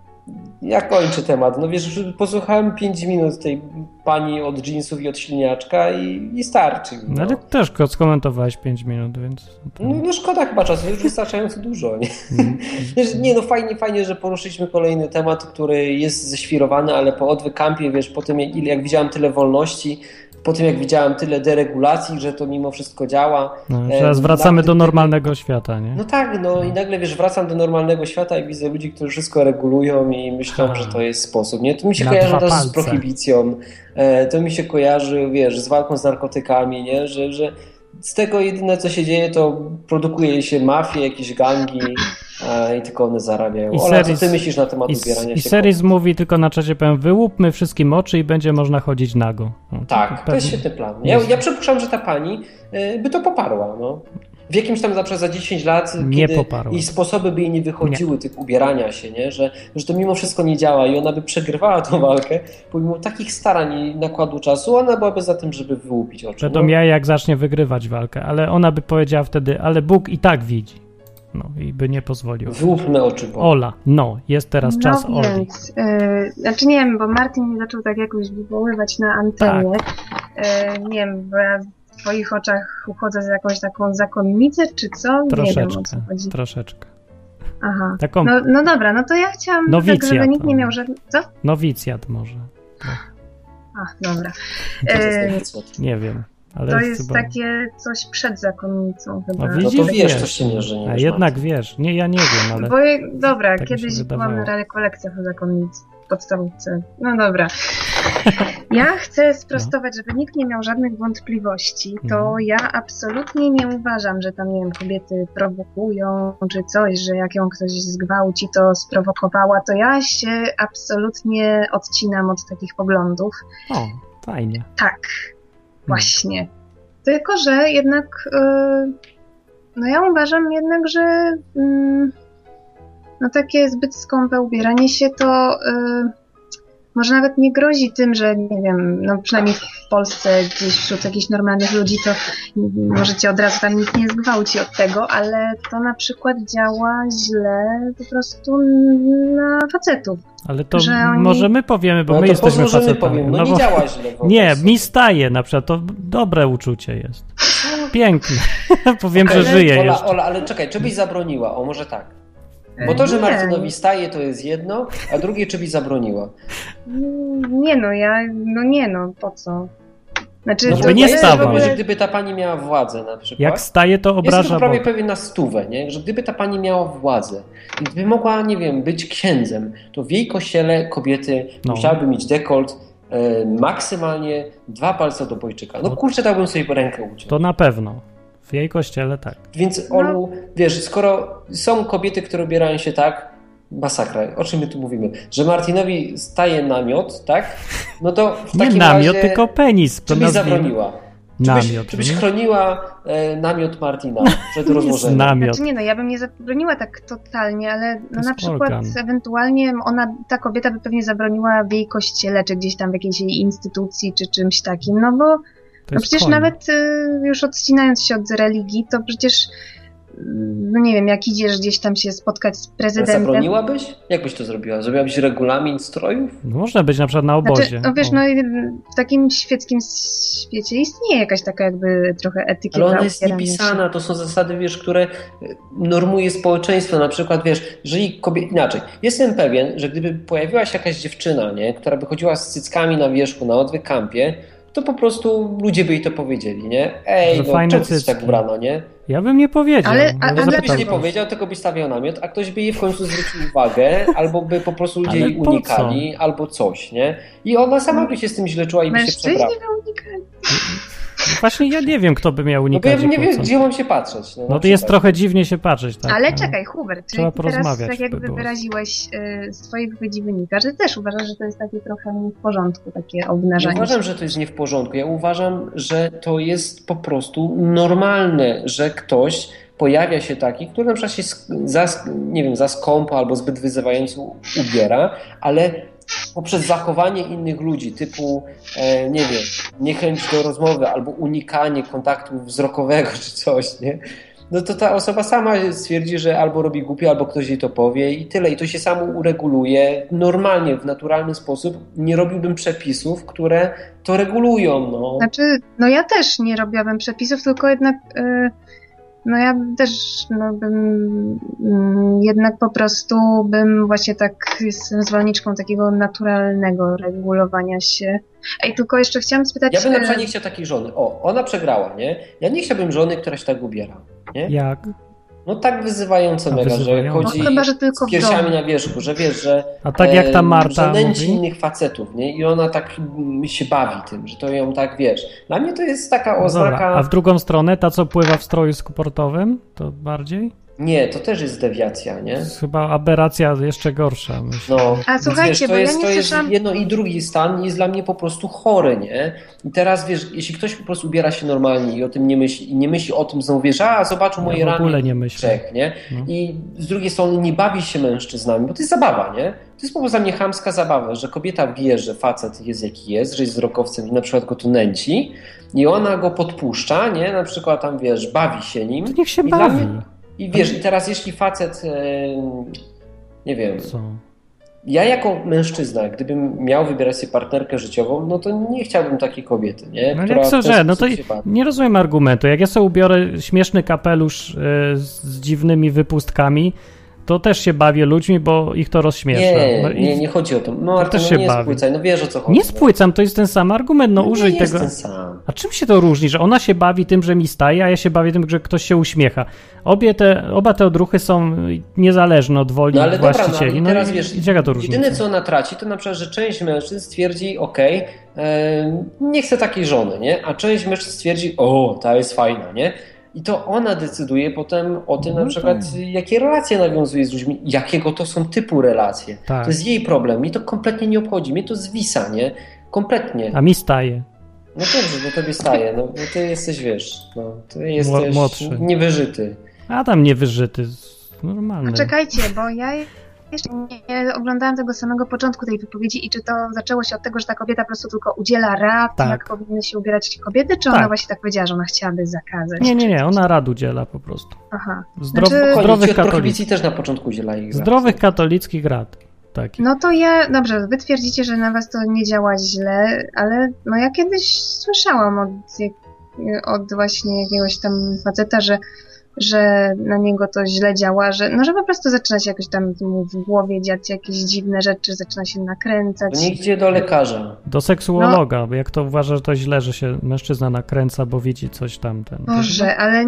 ja kończę temat. No wiesz, posłuchałem 5 minut tej pani od jeansów i od silniaczka i starczy. No. No ale też skomentowałeś 5 minut, więc... No szkoda chyba czasu, już wystarczająco dużo. Nie, nie no fajnie, że poruszyliśmy kolejny temat, który jest ześwirowany, ale po odwyk kampie, wiesz, po tym jak widziałem tyle wolności, po tym jak widziałem tyle deregulacji, że to mimo wszystko działa. No, teraz wracamy do normalnego świata, nie? No tak, no i nagle wiesz, wracam do normalnego świata i widzę ludzi, którzy wszystko regulują i myślą, że to jest sposób, nie? To mi się kojarzy od razu z prohibicją, to mi się kojarzy, wiesz, z walką z narkotykami, nie? Że z tego jedyne co się dzieje, to produkuje się mafie, jakieś gangi i tylko one zarabiają. Ola, co ty myślisz na temat ubierania się? I Series mówi tylko na czacie, powiem, wyłupmy wszystkim oczy i będzie można chodzić nago. No, tak, to jest świetny plan. Ja przypuszczam, że ta pani by to poparła, no. W jakimś tam za 10 lat, kiedy jej sposoby by jej nie wychodziły, tych ubierania się, nie? Że to mimo wszystko nie działa i ona by przegrywała tą walkę, pomimo takich starań i nakładu czasu, ona byłaby za tym, żeby wyłupić oczy. Będą ja jak zacznie wygrywać walkę, ale ona by powiedziała wtedy, ale Bóg i tak widzi. No i by nie pozwolił. Wyłupmy oczy Boga. Ola, jest teraz czas Oli. Więc, znaczy nie wiem, bo Martin mnie zaczął tak jakoś wywoływać na antenie. Tak. Nie wiem, bo ja w twoich oczach uchodzę za jakąś taką zakonnicę, czy co? Troszeczkę, nie wiem, o co chodzi. Troszeczkę. Aha. Taką... No dobra, no to ja chciałam, tak, żeby nikt nie miał żadnych... Co? Nowicjat może. Dobra. Nie wiem. Ale to jest chyba takie coś przed zakonnicą chyba. No widzisz, to wiesz, coś się nie, że nie. A jednak wiesz. Nie, ja nie wiem, ale... Dobra, tak kiedyś byłam na rekolekcjach o zakonnicy. Podstawówce. No dobra. Ja chcę sprostować, żeby nikt nie miał żadnych wątpliwości. To ja absolutnie nie uważam, że tam, nie wiem, kobiety prowokują czy coś, że jak ją ktoś zgwałci, to sprowokowała, to ja się absolutnie odcinam od takich poglądów. O, fajnie. Tak, właśnie. Tylko, że jednak no ja uważam jednak, że no takie zbyt skąpe ubieranie się to może nawet nie grozi tym, że nie wiem, no przynajmniej w Polsce gdzieś wśród jakichś normalnych ludzi to może cię od razu tam nikt nie zgwałci od tego, ale to na przykład działa źle po prostu na facetów. Ale to może my powiemy, bo my jesteśmy facetami. No nie działa źle. Nie, mi staje na przykład, to dobre uczucie jest. Piękne. Powiem, że żyję jeszcze. Ola, ale czekaj, czy byś zabroniła? O, może tak. Bo to, że Martinowi staje, to jest jedno, a drugie, czy byś zabroniła? Po co? Znaczy, No żeby nie stawał. Że gdyby ta pani miała władzę na przykład. Jak staje, to obraża Jestem prawie Boga. pewien na 100, nie? Że gdyby ta pani miała władzę i gdyby mogła, nie wiem, być księdzem, to w jej kościele kobiety musiałyby mieć dekolt maksymalnie 2 palce do bojczyka. No kurczę, dałbym sobie rękę uciąć. To na pewno. W jej kościele tak. Więc Olu, wiesz, skoro są kobiety, które ubierają się tak, masakra, o czym my tu mówimy? Że Martinowi staje namiot, tak? No to w takim Nie namiot, razie, tylko penis. Czy byś zabroniła? Namiot. Czy byś chroniła namiot Martina przed rozłożeniem? Namiot. Znaczy ja bym nie zabroniła tak totalnie, ale na przykład organ. ewentualnie ta kobieta by pewnie zabroniła w jej kościele, czy gdzieś tam w jakiejś jej instytucji, czy czymś takim, no bo przecież nawet już odcinając się od religii, to przecież no nie wiem, jak idziesz gdzieś tam się spotkać z prezydentem. Zabroniłabyś? Jak byś to zrobiła? Zrobiłabyś regulamin strojów? No, można być na przykład na obozie. Znaczy, no wiesz, w takim świeckim świecie istnieje jakaś taka jakby trochę etykieta. Ale ona jest niepisana, to są zasady, wiesz, które normuje społeczeństwo. Na przykład, wiesz, jeżeli inaczej. Jestem pewien, że gdyby pojawiła się jakaś dziewczyna, nie, która by chodziła z cyckami na wierzchu na odwyk kampie, to po prostu ludzie by jej to powiedzieli, nie? Ej, no czemu jesteś tak ubrana, nie? Ja bym nie powiedział. Ale byś nie powiedział, tylko byś stawiał namiot, a ktoś by jej w końcu zwrócił uwagę, albo by po prostu ludzie jej unikali, albo coś, nie? I ona sama by się z tym źle czuła i by się przebrała. Mężczyźni by unikali. Właśnie ja nie wiem, kto by miał unikać. No bo ja nie wiem, gdzie mam się patrzeć. No to jest trochę dziwnie się patrzeć. Tak, ale czekaj, Hubert, czy teraz tak jakby było. wyraziłeś z twojej wypowiedzi wynika, że też uważasz, że to jest takie trochę nie w porządku, takie obnażanie. Ja uważam, że to jest nie w porządku. Ja uważam, że to jest po prostu normalne, że ktoś pojawia się taki, który na przykład się za skąpo albo zbyt wyzywająco ubiera, ale poprzez zachowanie innych ludzi, typu, nie wiem, niechęć do rozmowy albo unikanie kontaktu wzrokowego czy coś, nie? No to ta osoba sama stwierdzi, że albo robi głupio, albo ktoś jej to powie i tyle. I to się samo ureguluje normalnie, w naturalny sposób. Nie robiłbym przepisów, które to regulują. No. Znaczy, no ja też nie robiłabym przepisów, tylko jednak... No ja też bym jednak po prostu bym właśnie tak jestem zwolenniczką takiego naturalnego regulowania się. Ej, tylko jeszcze chciałam spytać... Ja bym na przykład nie chciał takiej żony. O, ona przegrała, nie? Ja nie chciałbym żony, która się tak ubiera. Nie? Jak? No tak wyzywająco mega, że chodzi chyba, że tylko z piersiami na wierzchu, że wiesz, że a tak jak ta Marta że nęci mówi? innych facetów, nie? I ona tak się bawi tym, że to ją tak, wiesz. Dla mnie to jest taka oznaka... Dobra, a w drugą stronę, ta co pływa w stroju sportowym, to bardziej? Nie, to też jest dewiacja, nie? To jest chyba aberracja jeszcze gorsza, myślę. No, a słuchajcie, wiesz, bo ja nie to jest słyszałam... jedno i drugi stan jest dla mnie po prostu chory, nie? I teraz, wiesz, jeśli ktoś po prostu ubiera się normalnie i o tym nie myśli, i nie myśli o tym znowu, wiesz, zobaczył moje ramię, w ogóle nie myślę. nie? No. I z drugiej strony nie bawi się mężczyznami, bo to jest zabawa, nie? To jest po prostu dla mnie chamska zabawa, że kobieta wie, że facet jest jaki jest, że jest wzrokowcem i na przykład go tu nęci i ona go podpuszcza, nie? Na przykład tam, wiesz, bawi się nim. To niech się bawi. I wiesz, i teraz jeśli facet, nie wiem, co? Ja jako mężczyzna, gdybym miał wybierać sobie partnerkę życiową, no to nie chciałbym takiej kobiety, nie? No jak co, że? No to nie rozumiem argumentu. Jak ja sobie ubiorę śmieszny kapelusz z dziwnymi wypustkami, to też się bawię ludźmi, bo ich to rozśmiesza. Nie chodzi o to. No to też się nie bawi. spłycaj, no wiesz o co chodzi. Nie spłycam, to jest ten sam argument, no użyj nie tego. Jest ten sam. A czym się to różni, że ona się bawi tym, że mi staje, a ja się bawię tym, że ktoś się uśmiecha? Oba te odruchy są niezależne od woli właścicieli. Dobra, teraz wiesz, jaka to różnica? jedyne co ona traci, to na przykład, że część mężczyzn stwierdzi, nie chcę takiej żony, nie? A część mężczyzn stwierdzi, ta jest fajna, nie? I to ona decyduje potem o tym, na przykład, jakie relacje nawiązuje z ludźmi, jakiego to są typu relacje. Tak. To jest jej problem. Mnie to kompletnie nie obchodzi. Mnie to zwisa, nie? Kompletnie. A mi staje. No dobrze, bo tobie staje. No, bo ty jesteś, wiesz, ty jesteś młodszy. Niewyżyty. A tam niewyżyty. Normalny. A czekajcie, bo ja jeszcze nie oglądałam tego samego początku tej wypowiedzi i czy to zaczęło się od tego, że ta kobieta po prostu tylko udziela rad, jak powinny się ubierać kobiety, czy ona właśnie tak powiedziała, że ona chciałaby zakazać? Nie, ona rad udziela po prostu. Aha. Zdrowych katolickich też na początku udzielali zdrowych katolickich rad. Tak. No to dobrze, wy twierdzicie, że na was to nie działa źle, ale ja kiedyś słyszałam od właśnie jakiegoś tam faceta, że że na niego to źle działa, że po prostu zaczyna się jakoś tam mu w głowie dziać jakieś dziwne rzeczy, zaczyna się nakręcać. To niech idzie do lekarza. Do seksuologa, bo jak to uważa, że to źle, że się mężczyzna nakręca, bo widzi coś tam. Boże, ale...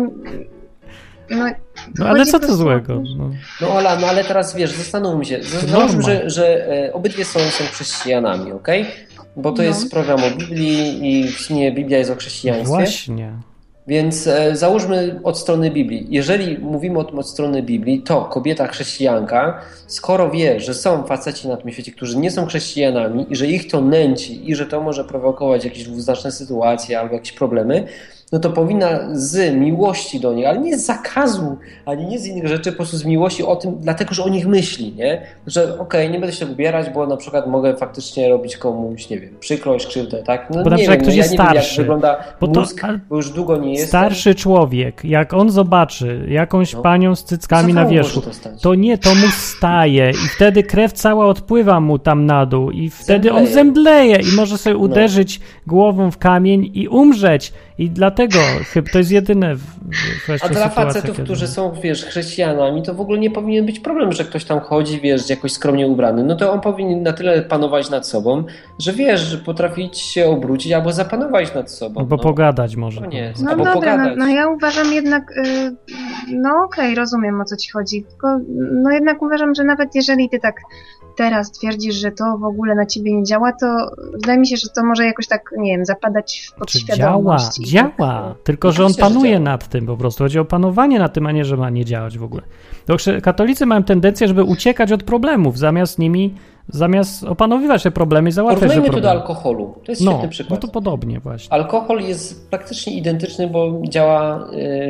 No ale co to złego? No Ola, ale teraz wiesz, zastanówmy się. Załóżmy, że obydwie są chrześcijanami, okej? Bo to jest program o Biblii i w sumie Biblia jest o chrześcijaństwie. Właśnie. Więc załóżmy od strony Biblii. Jeżeli mówimy o tym od strony Biblii, to kobieta chrześcijanka, skoro wie, że są faceci na tym świecie, którzy nie są chrześcijanami i że ich to nęci i że to może prowokować jakieś dwuznaczne sytuacje albo jakieś problemy, no to powinna z miłości do nich, ale nie z zakazu, ani nie z innych rzeczy, po prostu z miłości o tym, dlatego, że o nich myśli, nie? Że nie będę się tak ubierać, bo na przykład mogę faktycznie robić komuś, nie wiem, przykrość, krzywdę, tak? No bo na przykład ktoś jest starszy. Nie wiem, jak wygląda mózg, bo już długo nie jest. Starszy człowiek, jak on zobaczy jakąś panią z cyckami na wierzchu, to mu staje i wtedy krew cała odpływa mu tam na dół i wtedy on zemdleje i może sobie uderzyć głową w kamień i umrzeć. I dlatego chyba to jest jedyne A dla facetów, którzy są, chrześcijanami, to w ogóle nie powinien być problem, że ktoś tam chodzi, jakoś skromnie ubrany. No to on powinien na tyle panować nad sobą, że że potrafić się obrócić albo zapanować nad sobą. Albo pogadać może. Albo pogadać. Ja uważam jednak, rozumiem, o co ci chodzi, tylko jednak uważam, że nawet jeżeli ty tak teraz twierdzisz, że to w ogóle na ciebie nie działa, to wydaje mi się, że to może jakoś tak, nie wiem, zapadać w podświadomość. Działa, tylko że on panuje nad tym po prostu. Chodzi o panowanie nad tym, a nie, że ma nie działać w ogóle. Katolicy mają tendencję, żeby uciekać od problemów, zamiast opanowywać te problemy i załatwiać te problemy. Porównajmy to do alkoholu. To jest świetny przykład. No to podobnie właśnie. Alkohol jest praktycznie identyczny, bo działa...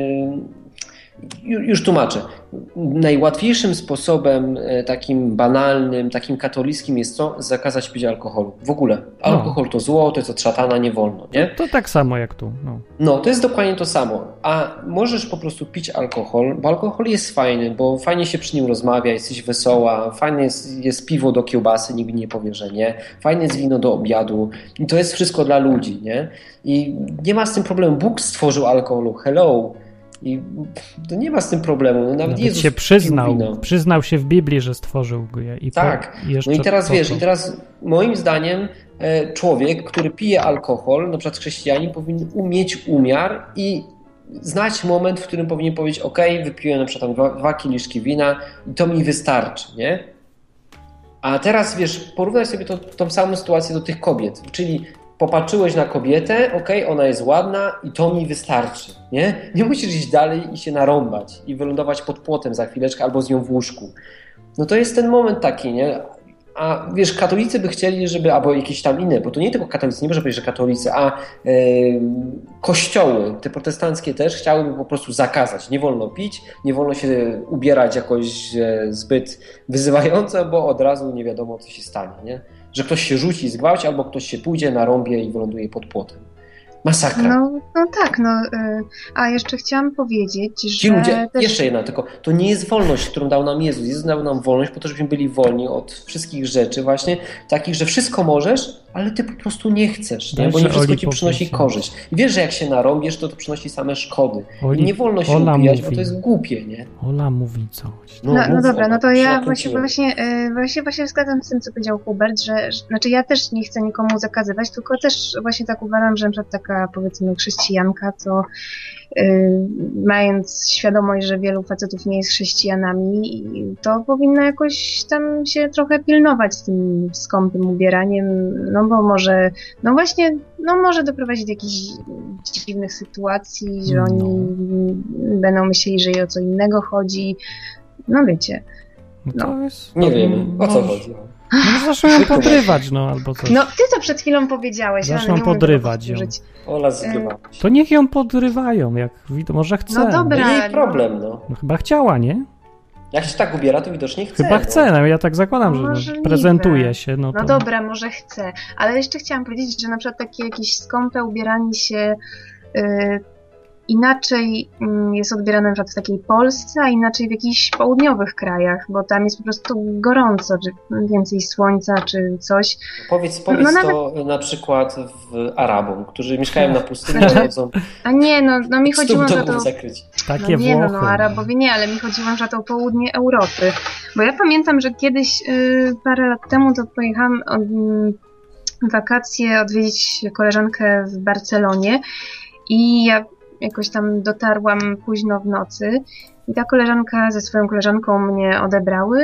Już tłumaczę. Najłatwiejszym sposobem, takim banalnym, takim katolickim jest zakazać pić alkoholu. W ogóle. Alkohol to zło, to jest od szatana, nie wolno, nie? To tak samo jak tu. No, to jest dokładnie to samo. A możesz po prostu pić alkohol, bo alkohol jest fajny, bo fajnie się przy nim rozmawia, jesteś wesoła, fajne jest piwo do kiełbasy, nikt nie powie, że nie. Fajne jest wino do obiadu i to jest wszystko dla ludzi, nie? I nie ma z tym problemu. Bóg stworzył alkoholu. Hello! I to nie ma z tym problemu. Nawet Jezus się przyznał się w Biblii, że stworzył je. No i teraz teraz moim zdaniem człowiek, który pije alkohol, na przykład chrześcijanin, powinien umieć umiar i znać moment, w którym powinien powiedzieć: wypiłem na przykład 2 kieliszki wina i to mi wystarczy, nie? A teraz porównaj sobie tą samą sytuację do tych kobiet, czyli popatrzyłeś na kobietę, ona jest ładna i to mi wystarczy, nie? Nie musisz iść dalej i się narąbać i wylądować pod płotem za chwileczkę albo z nią w łóżku. No to jest ten moment taki, nie? A katolicy by chcieli, żeby, albo jakieś tam inne, bo to nie tylko katolicy, nie może powiedzieć, że katolicy, a kościoły, te protestanckie też chciałyby po prostu zakazać. Nie wolno pić, nie wolno się ubierać jakoś zbyt wyzywająco, bo od razu nie wiadomo, co się stanie, nie? Że ktoś się rzuci, zgwałci, albo ktoś się pójdzie, narąbie i wyląduje pod płotem. Masakra. A jeszcze chciałam powiedzieć, że... Ci ludzie, jeszcze jedna, tylko to nie jest wolność, którą dał nam Jezus. Jezus dał nam wolność po to, żebyśmy byli wolni od wszystkich rzeczy właśnie, takich, że wszystko możesz, ale ty po prostu nie chcesz, nie? Bo nie wszystko ci przynosi korzyść. I wiesz, że jak się narąbiesz, to przynosi same szkody. I nie wolno się upijać, bo to jest głupie, nie? Ola mówi coś. No dobra, to ja właśnie zgadzam z tym, co powiedział Hubert, że ja też nie chcę nikomu zakazywać, tylko też właśnie tak uważam, że taka, powiedzmy, chrześcijanka, to mając świadomość, że wielu facetów nie jest chrześcijanami, to powinna jakoś tam się trochę pilnować z tym skąpym ubieraniem, bo może, może doprowadzić do jakichś dziwnych sytuacji, że oni będą myśleli, że jej o co innego chodzi. No wiecie. Nie wiemy, o co chodzi. Zaczną ją podrywać, albo coś. Ty to przed chwilą powiedziałeś. Zaczną podrywać ją. Ola zgrywa. To niech ją podrywają, jak może chce. No dobra. Nie jej problem, chyba chciała, nie? Jak się tak ubiera, to widocznie chce. Chyba chce, ja tak zakładam, że prezentuje się. No dobra, może chce. Ale jeszcze chciałam powiedzieć, że na przykład takie jakieś skąpe ubieranie się inaczej jest odbierane na przykład w takiej Polsce, a inaczej w jakichś południowych krajach, bo tam jest po prostu gorąco, czy więcej słońca, czy coś. Powiedz No nawet... to na przykład Arabom, którzy mieszkają na pustyni, chodzą. A nie, no mi chodziło, że to... zakryć. Takie no nie, Włochy. no Arabowie nie, ale mi chodziło, że to południe Europy. Bo ja pamiętam, że kiedyś, parę lat temu, to pojechałam wakacje odwiedzić koleżankę w Barcelonie i ja jakoś tam dotarłam późno w nocy i ta koleżanka ze swoją koleżanką mnie odebrały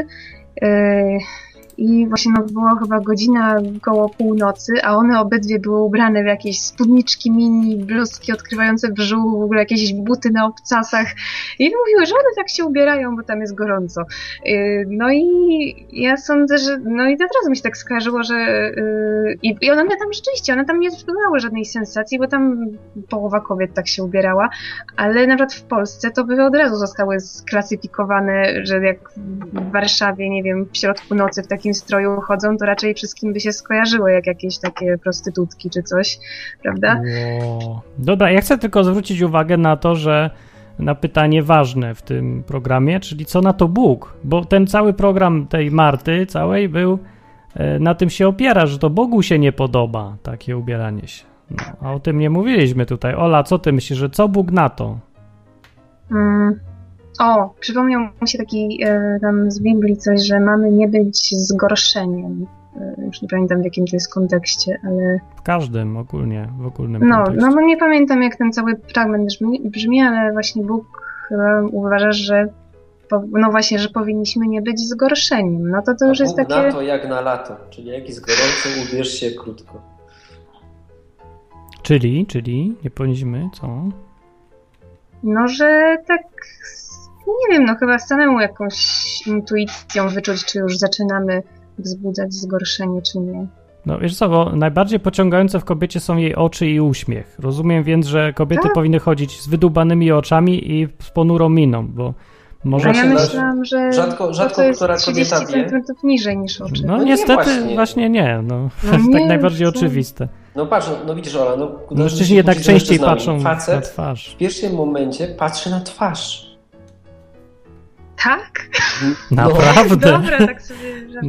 i właśnie było chyba godzina koło północy, a one obydwie były ubrane w jakieś spódniczki mini, bluzki odkrywające brzuch, w ogóle jakieś buty na obcasach i mówiły, że one tak się ubierają, bo tam jest gorąco. No i ja sądzę, że no i od razu mi się tak skojarzyło, że i one tam rzeczywiście, one tam nie wywołały żadnej sensacji, bo tam połowa kobiet tak się ubierała, ale na przykład w Polsce to by od razu zostały sklasyfikowane, że jak w Warszawie, nie wiem, w środku nocy w takim stroju chodzą, to raczej wszystkim by się skojarzyło jak jakieś takie prostytutki czy coś, prawda? Wow. Dobra, ja chcę tylko zwrócić uwagę na to, że na pytanie ważne w tym programie, czyli co na to Bóg, bo ten cały program tej Marty całej był, na tym się opiera, że to Bogu się nie podoba takie ubieranie się. No, a o tym nie mówiliśmy tutaj. Ola, co ty myślisz, że co Bóg na to? O, przypomniał mi się taki tam z Biblii coś, że mamy nie być zgorszeniem. Już nie pamiętam w jakim to jest kontekście, ale... W każdym, ogólnie, w ogólnym kontekście. No nie pamiętam jak ten cały fragment brzmi, ale właśnie Bóg chyba uważa, że no właśnie, że powinniśmy nie być zgorszeniem. No to już jest Bóg takie... na to jak na lato, czyli jak jest gorąco, ubierz się krótko. Czyli nie powinniśmy, co? No, że tak... Nie wiem, no chyba samemu jakąś intuicją wyczuć, czy już zaczynamy wzbudzać zgorszenie, czy nie. No wiesz co, bo najbardziej pociągające w kobiecie są jej oczy i uśmiech. Rozumiem więc, że kobiety powinny chodzić z wydłubanymi oczami i z ponurą miną, bo może... A ja myślałam, że rzadko to jest która 30 kobieta wie. centymetrów niżej niż oczy. No niestety właśnie nie, no. nie, tak najbardziej co? oczywiste. No patrz, no widzisz Ola, no... Mężczyźni jednak częściej patrzą Facet na twarz. w pierwszym momencie patrzy na twarz. Tak? Naprawdę? Dobra, tak sobie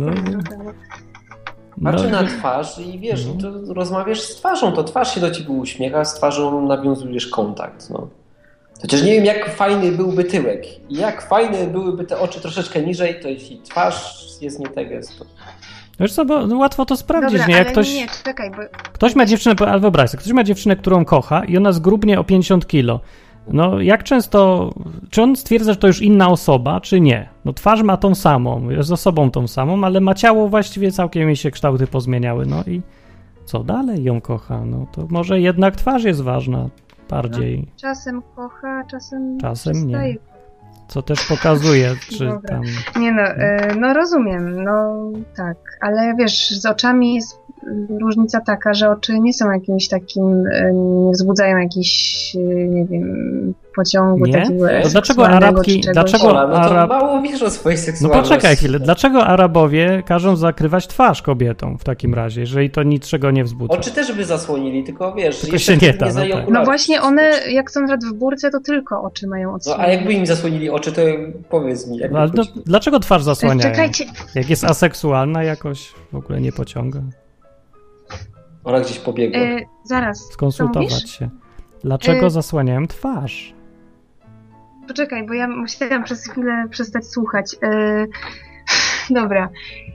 Patrzy na twarz i wiesz, to rozmawiasz z twarzą, to twarz się do ciebie uśmiecha, z twarzą nawiązujesz kontakt, no. Chociaż nie wiem, jak fajny byłby tyłek i jak fajne byłyby te oczy troszeczkę niżej, to jeśli twarz jest nie tego, jest to... Wiesz co, bo łatwo to sprawdzić, dobra, nie? Jak ale ktoś, nie, czekaj, bo... ktoś ma dziewczynę, ale wyobraź sobie, ktoś ma dziewczynę, którą kocha i ona zgrubnie o 50 kilo. No jak często, czy on stwierdza, że to już inna osoba, czy nie? No twarz ma tą samą, jest osobą tą samą, ale ma ciało właściwie całkiem jej się kształty pozmieniały, no i co dalej ją kocha? No to może jednak twarz jest ważna bardziej. No, czasem kocha, czasem nie. Co też pokazuje, czy tam... Nie no, no rozumiem, no tak, ale wiesz, z oczami jest różnica taka, że oczy nie są jakimś takim, nie wzbudzają jakichś, nie wiem, pociągu nie? takiego to dlaczego Arabki, mało wiesz o swojej seksualności. No poczekaj chwilę, dlaczego Arabowie każą zakrywać twarz kobietom w takim razie, jeżeli to niczego nie wzbudza? Oczy też by zasłonili, tylko wiesz... Tylko się nie da. No właśnie one, jak są w burce, to tylko oczy mają odsłonięte. No a jakby im zasłonili oczy, to powiedz mi. Dlaczego twarz zasłaniają? Czekajcie. Jak jest aseksualna jakoś, w ogóle nie pociąga. Ona gdzieś pobiegła. Zaraz. Skonsultować się. Dlaczego zasłaniają twarz? Poczekaj, bo ja musiałam przez chwilę przestać słuchać. Dobra.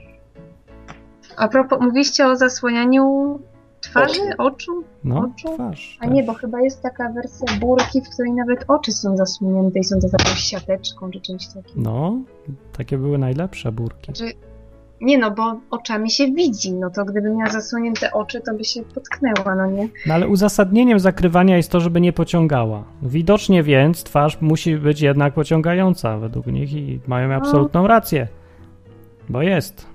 A propos, mówiliście o zasłanianiu twarzy, oczu? No, oczu? twarz. A nie, bo chyba jest taka wersja burki, w której nawet oczy są zasłonięte i są to taką siateczką czy czymś takim. No, takie były najlepsze burki. Nie no, bo oczami się widzi, no to gdyby miała zasłonięte oczy, to by się potknęła, no nie? No ale uzasadnieniem zakrywania jest to, żeby nie pociągała. Widocznie więc twarz musi być jednak pociągająca według nich i mają absolutną rację. Bo jest.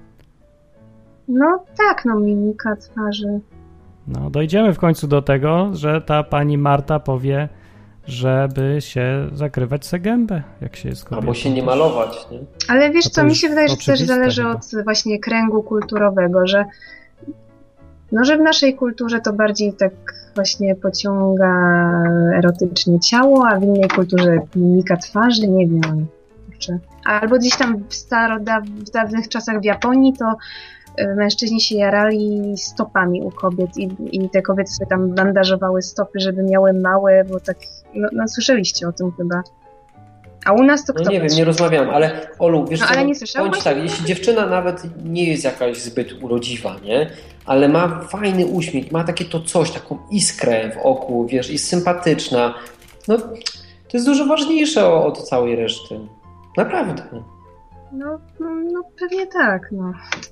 No tak, no mimika twarzy. No dojdziemy w końcu do tego, że ta pani Marta powie, żeby się zakrywać se gębę, jak się jest kobietą. Albo się nie malować, nie? Ale wiesz co, mi się wydaje, że też zależy od właśnie kręgu kulturowego, że no, że w naszej kulturze to bardziej tak właśnie pociąga erotycznie ciało, a w innej kulturze mimika twarzy, nie wiem. Kurczę. Albo gdzieś tam w dawnych czasach w Japonii to mężczyźni się jarali stopami u kobiet i te kobiety sobie tam bandażowały stopy, żeby miały małe, bo tak, no słyszeliście o tym chyba. A u nas to kto? No nie wiem, nie rozmawiam, ale Olu, wiesz co, ale nie słyszałam? bądź tak, jeśli dziewczyna nawet nie jest jakaś zbyt urodziwa, nie? Ale ma fajny uśmiech, ma takie to coś, taką iskrę w oku, wiesz, jest sympatyczna, no to jest dużo ważniejsze od całej reszty. Naprawdę. No pewnie tak, no.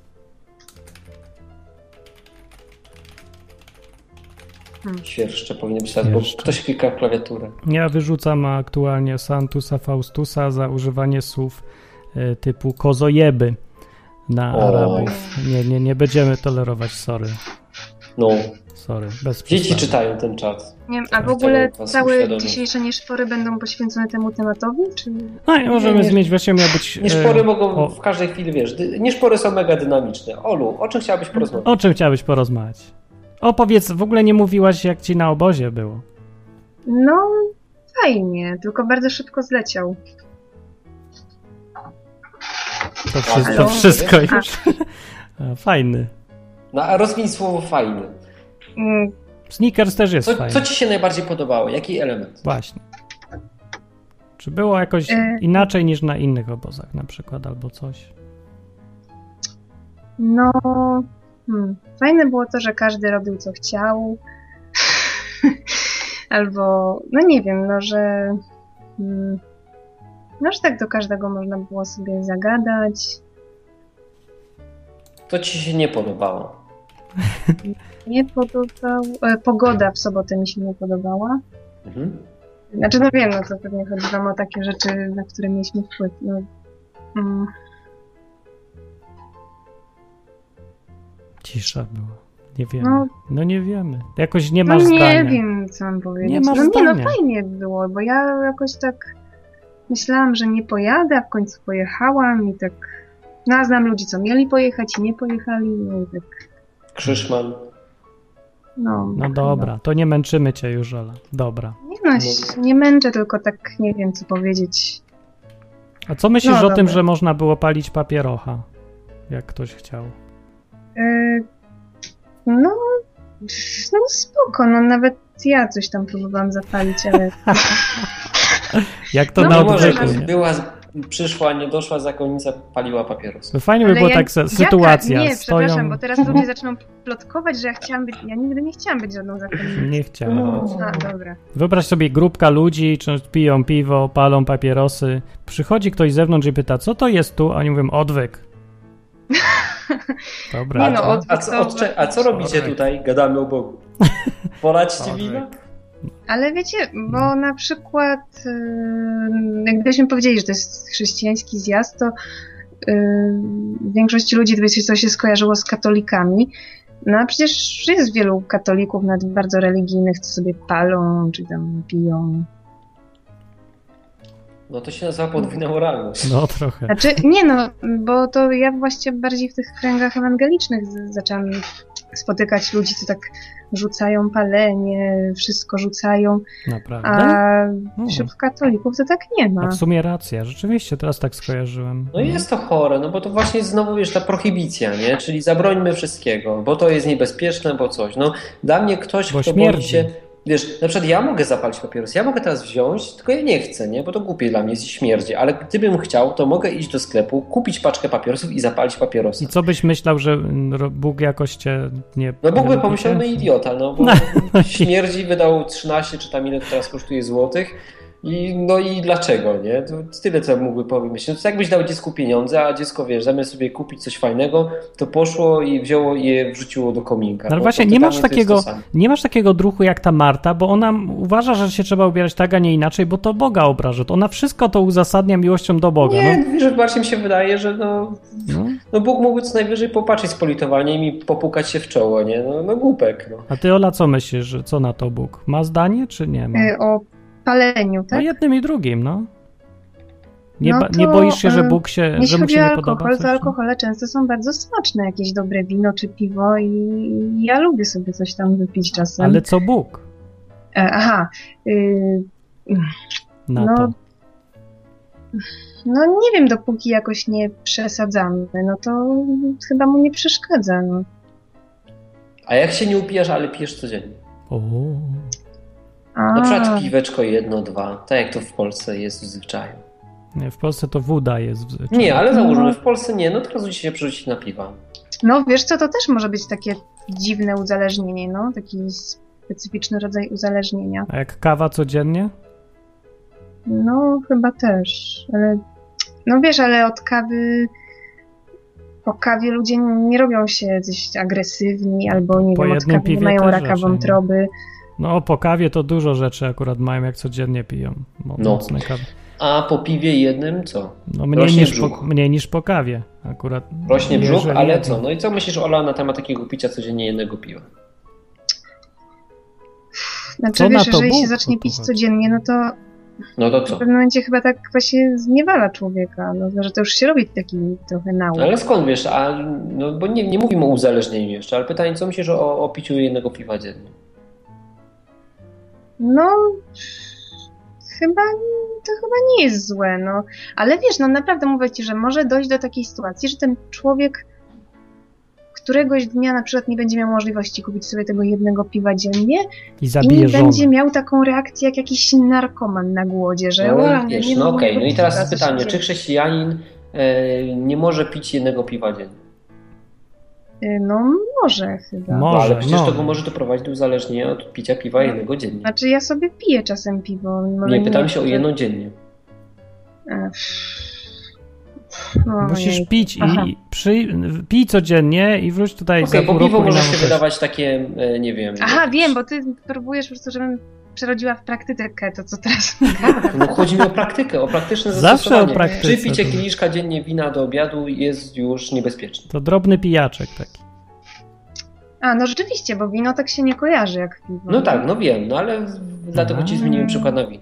Świerszcze powinien być teraz, bo ktoś klika w klawiaturę. Ja wyrzucam aktualnie Santusa Faustusa za używanie słów typu kozojeby na Arabów. Nie będziemy tolerować, sorry. No. Sorry, bez Dzieci przesady. czytają ten czat. Nie wiem, a w ogóle całe dzisiejsze nieszpory będą poświęcone temu tematowi, czy... No i możemy zmienić, właśnie miał być... Nieszpory mogą w każdej chwili, wiesz, nieszpory są mega dynamiczne. Olu, o czym chciałabyś porozmawiać? O czym chciałabyś porozmawiać? Opowiedz, w ogóle nie mówiłaś, jak ci na obozie było. No, fajnie, tylko bardzo szybko zleciał. To wszystko już. Fajny. No, a rozwiń słowo fajny. Snickers też jest fajny. Co ci się najbardziej podobało? Jaki element? Właśnie. Czy było jakoś inaczej niż na innych obozach na przykład, albo coś? No... Fajne było to, że każdy robił co chciał. Albo, no nie wiem, że tak do każdego można było sobie zagadać. To ci się nie podobało? Nie podobało. Pogoda w sobotę mi się nie podobała. Mhm. Znaczy, no wiem, to pewnie chodzi wam o takie rzeczy, na które mieliśmy wpływ. Cisza była. Nie wiemy. No nie wiemy. Jakoś nie masz nie zdania. Nie wiem, co mam powiedzieć. Nie masz zdania. Fajnie było, bo ja jakoś tak myślałam, że nie pojadę, a w końcu pojechałam i tak... No, znam ludzi, co mieli pojechać i nie pojechali. No i tak... Krzyszman. No dobra, to nie męczymy cię już, Ola. Dobra. Nie męczę, tylko tak nie wiem, co powiedzieć. A co myślisz o tym, że można było palić papierocha? Jak ktoś chciał. No spoko, nawet ja coś tam próbowałam zapalić, ale... Jak to na odwyku, przyszła, nie doszła zakonnica, paliła papieros. To fajnie by było tak sytuacja. Nie, przepraszam, bo teraz ludzie zaczną plotkować, że ja nigdy nie chciałam być żadną zakonnicą. Nie chciałam. Dobra. Wyobraź sobie grupka ludzi, piją piwo, palą papierosy. Przychodzi ktoś z zewnątrz i pyta, co to jest tu? A oni mówią, odwyk. Dobra. A co robicie tutaj? Gadamy o Bogu. Poradźcie wina? Ale wiecie, bo na przykład gdybyśmy powiedzieli, że to jest chrześcijański zjazd, to większość ludzi to się skojarzyło z katolikami. No a przecież jest wielu katolików, nawet bardzo religijnych, co sobie palą, czy tam piją. No to się nazywa podwójna moralność. No trochę. Znaczy, bo to ja właściwie bardziej w tych kręgach ewangelicznych zaczęłam spotykać ludzi, co tak rzucają palenie, wszystko rzucają. Naprawdę? A wśród katolików to tak nie ma. A w sumie racja, rzeczywiście, teraz tak skojarzyłem. No jest to chore, bo to właśnie jest znowu, ta prohibicja, nie? Czyli zabrońmy wszystkiego, bo to jest niebezpieczne, bo coś. No, dla mnie ktoś, kto boi się... Wiesz, na przykład ja mogę zapalić papieros, ja mogę teraz wziąć, tylko ja nie chcę, nie? Bo to głupie dla mnie jest i śmierdzi, ale gdybym chciał, to mogę iść do sklepu, kupić paczkę papierosów i zapalić papierosa. I co byś myślał, że Bóg jakoś cię nie... No Bóg by pomyślał, idiota, bo śmierdzi, wydał 13 czy tam ile to teraz kosztuje złotych. I dlaczego, nie? To tyle, co mógłby pomyśleć. No to jakbyś dał dziecku pieniądze, a dziecko, zamiast sobie kupić coś fajnego, to poszło i wzięło i je wrzuciło do kominka. Ale właśnie nie masz takiego druhu jak ta Marta, bo ona uważa, że się trzeba ubierać tak, a nie inaczej, bo to Boga obraża. To ona wszystko to uzasadnia miłością do Boga. Nie, że bardziej mi się wydaje, że Bóg mógłby co najwyżej popatrzeć z politowaniem i popukać się w czoło, nie? No głupek. No. A ty, Ola, co myślisz, że co na to Bóg? Ma zdanie, czy nie ma? O paleniu, tak? No jednym i drugim, Nie boisz się, że Bóg się, jeśli że mu chodzi się o nie alkohol, podoba? to alkohole często są bardzo smaczne, jakieś dobre wino czy piwo i ja lubię sobie coś tam wypić czasem. Ale co Bóg? To. No nie wiem, dopóki jakoś nie przesadzamy, no to chyba mu nie przeszkadza, no. A jak się nie upijasz, ale pijesz codziennie? A. Na przykład piweczko 1, 2, tak jak to w Polsce jest w zwyczaju. Nie, w Polsce to woda jest w zwyczaju. Nie, ale załóżmy, w Polsce nie, no to rozumie się przerzucić na piwa. No wiesz co, to też może być takie dziwne uzależnienie, no, taki specyficzny rodzaj uzależnienia. A jak kawa codziennie? No, chyba też, ale no wiesz, ale od kawy po kawie ludzie nie robią się coś agresywni albo nie wiem, od kawy nie mają raka wątroby. No, po kawie to dużo rzeczy akurat mają, jak codziennie piją. Mocne kawy. A po piwie jednym co? No mniej niż po kawie akurat. Rośnie brzuch, ale co? No i co myślisz, Ola, na temat takiego picia codziennie jednego piwa? Znaczy wiesz, jeżeli się zacznie pić codziennie, no to co? W pewnym momencie chyba tak właśnie zniewala człowieka, no, że to już się robi taki trochę nauk. Ale skąd wiesz, bo nie mówimy o uzależnieniu jeszcze, ale pytanie, co myślisz o piciu jednego piwa dziennie? No, to chyba nie jest złe, no. Ale wiesz, no naprawdę mówię ci, że może dojść do takiej sytuacji, że ten człowiek któregoś dnia na przykład nie będzie miał możliwości kupić sobie tego jednego piwa dziennie i będzie miał taką reakcję jak jakiś narkoman na głodzie, że wiesz, no okej. No i teraz pytanie, czy chrześcijanin nie może pić jednego piwa dziennie? No może chyba. No, ale przecież to go może doprowadzić do uzależnienia od picia piwa jednego dziennie. Znaczy ja sobie piję czasem piwo. Nie, pytam się o jedno dziennie. Musisz pić i pij codziennie i wróć tutaj za pół roku. Bo piwo może się wydawać takie, nie wiem. Wiem, bo ty próbujesz po prostu, żebym przerodziła w praktykę to, co teraz. No chodzi mi o praktykę, o praktyczne zastosowanie. Zawsze o praktyce. Czy picie kieliszka dziennie wina do obiadu jest już niebezpieczne? To drobny pijaczek taki. No rzeczywiście, bo wino tak się nie kojarzy jak piwo. No tak, no wiem, no ale dlatego ci zmieniłem przykład na wino.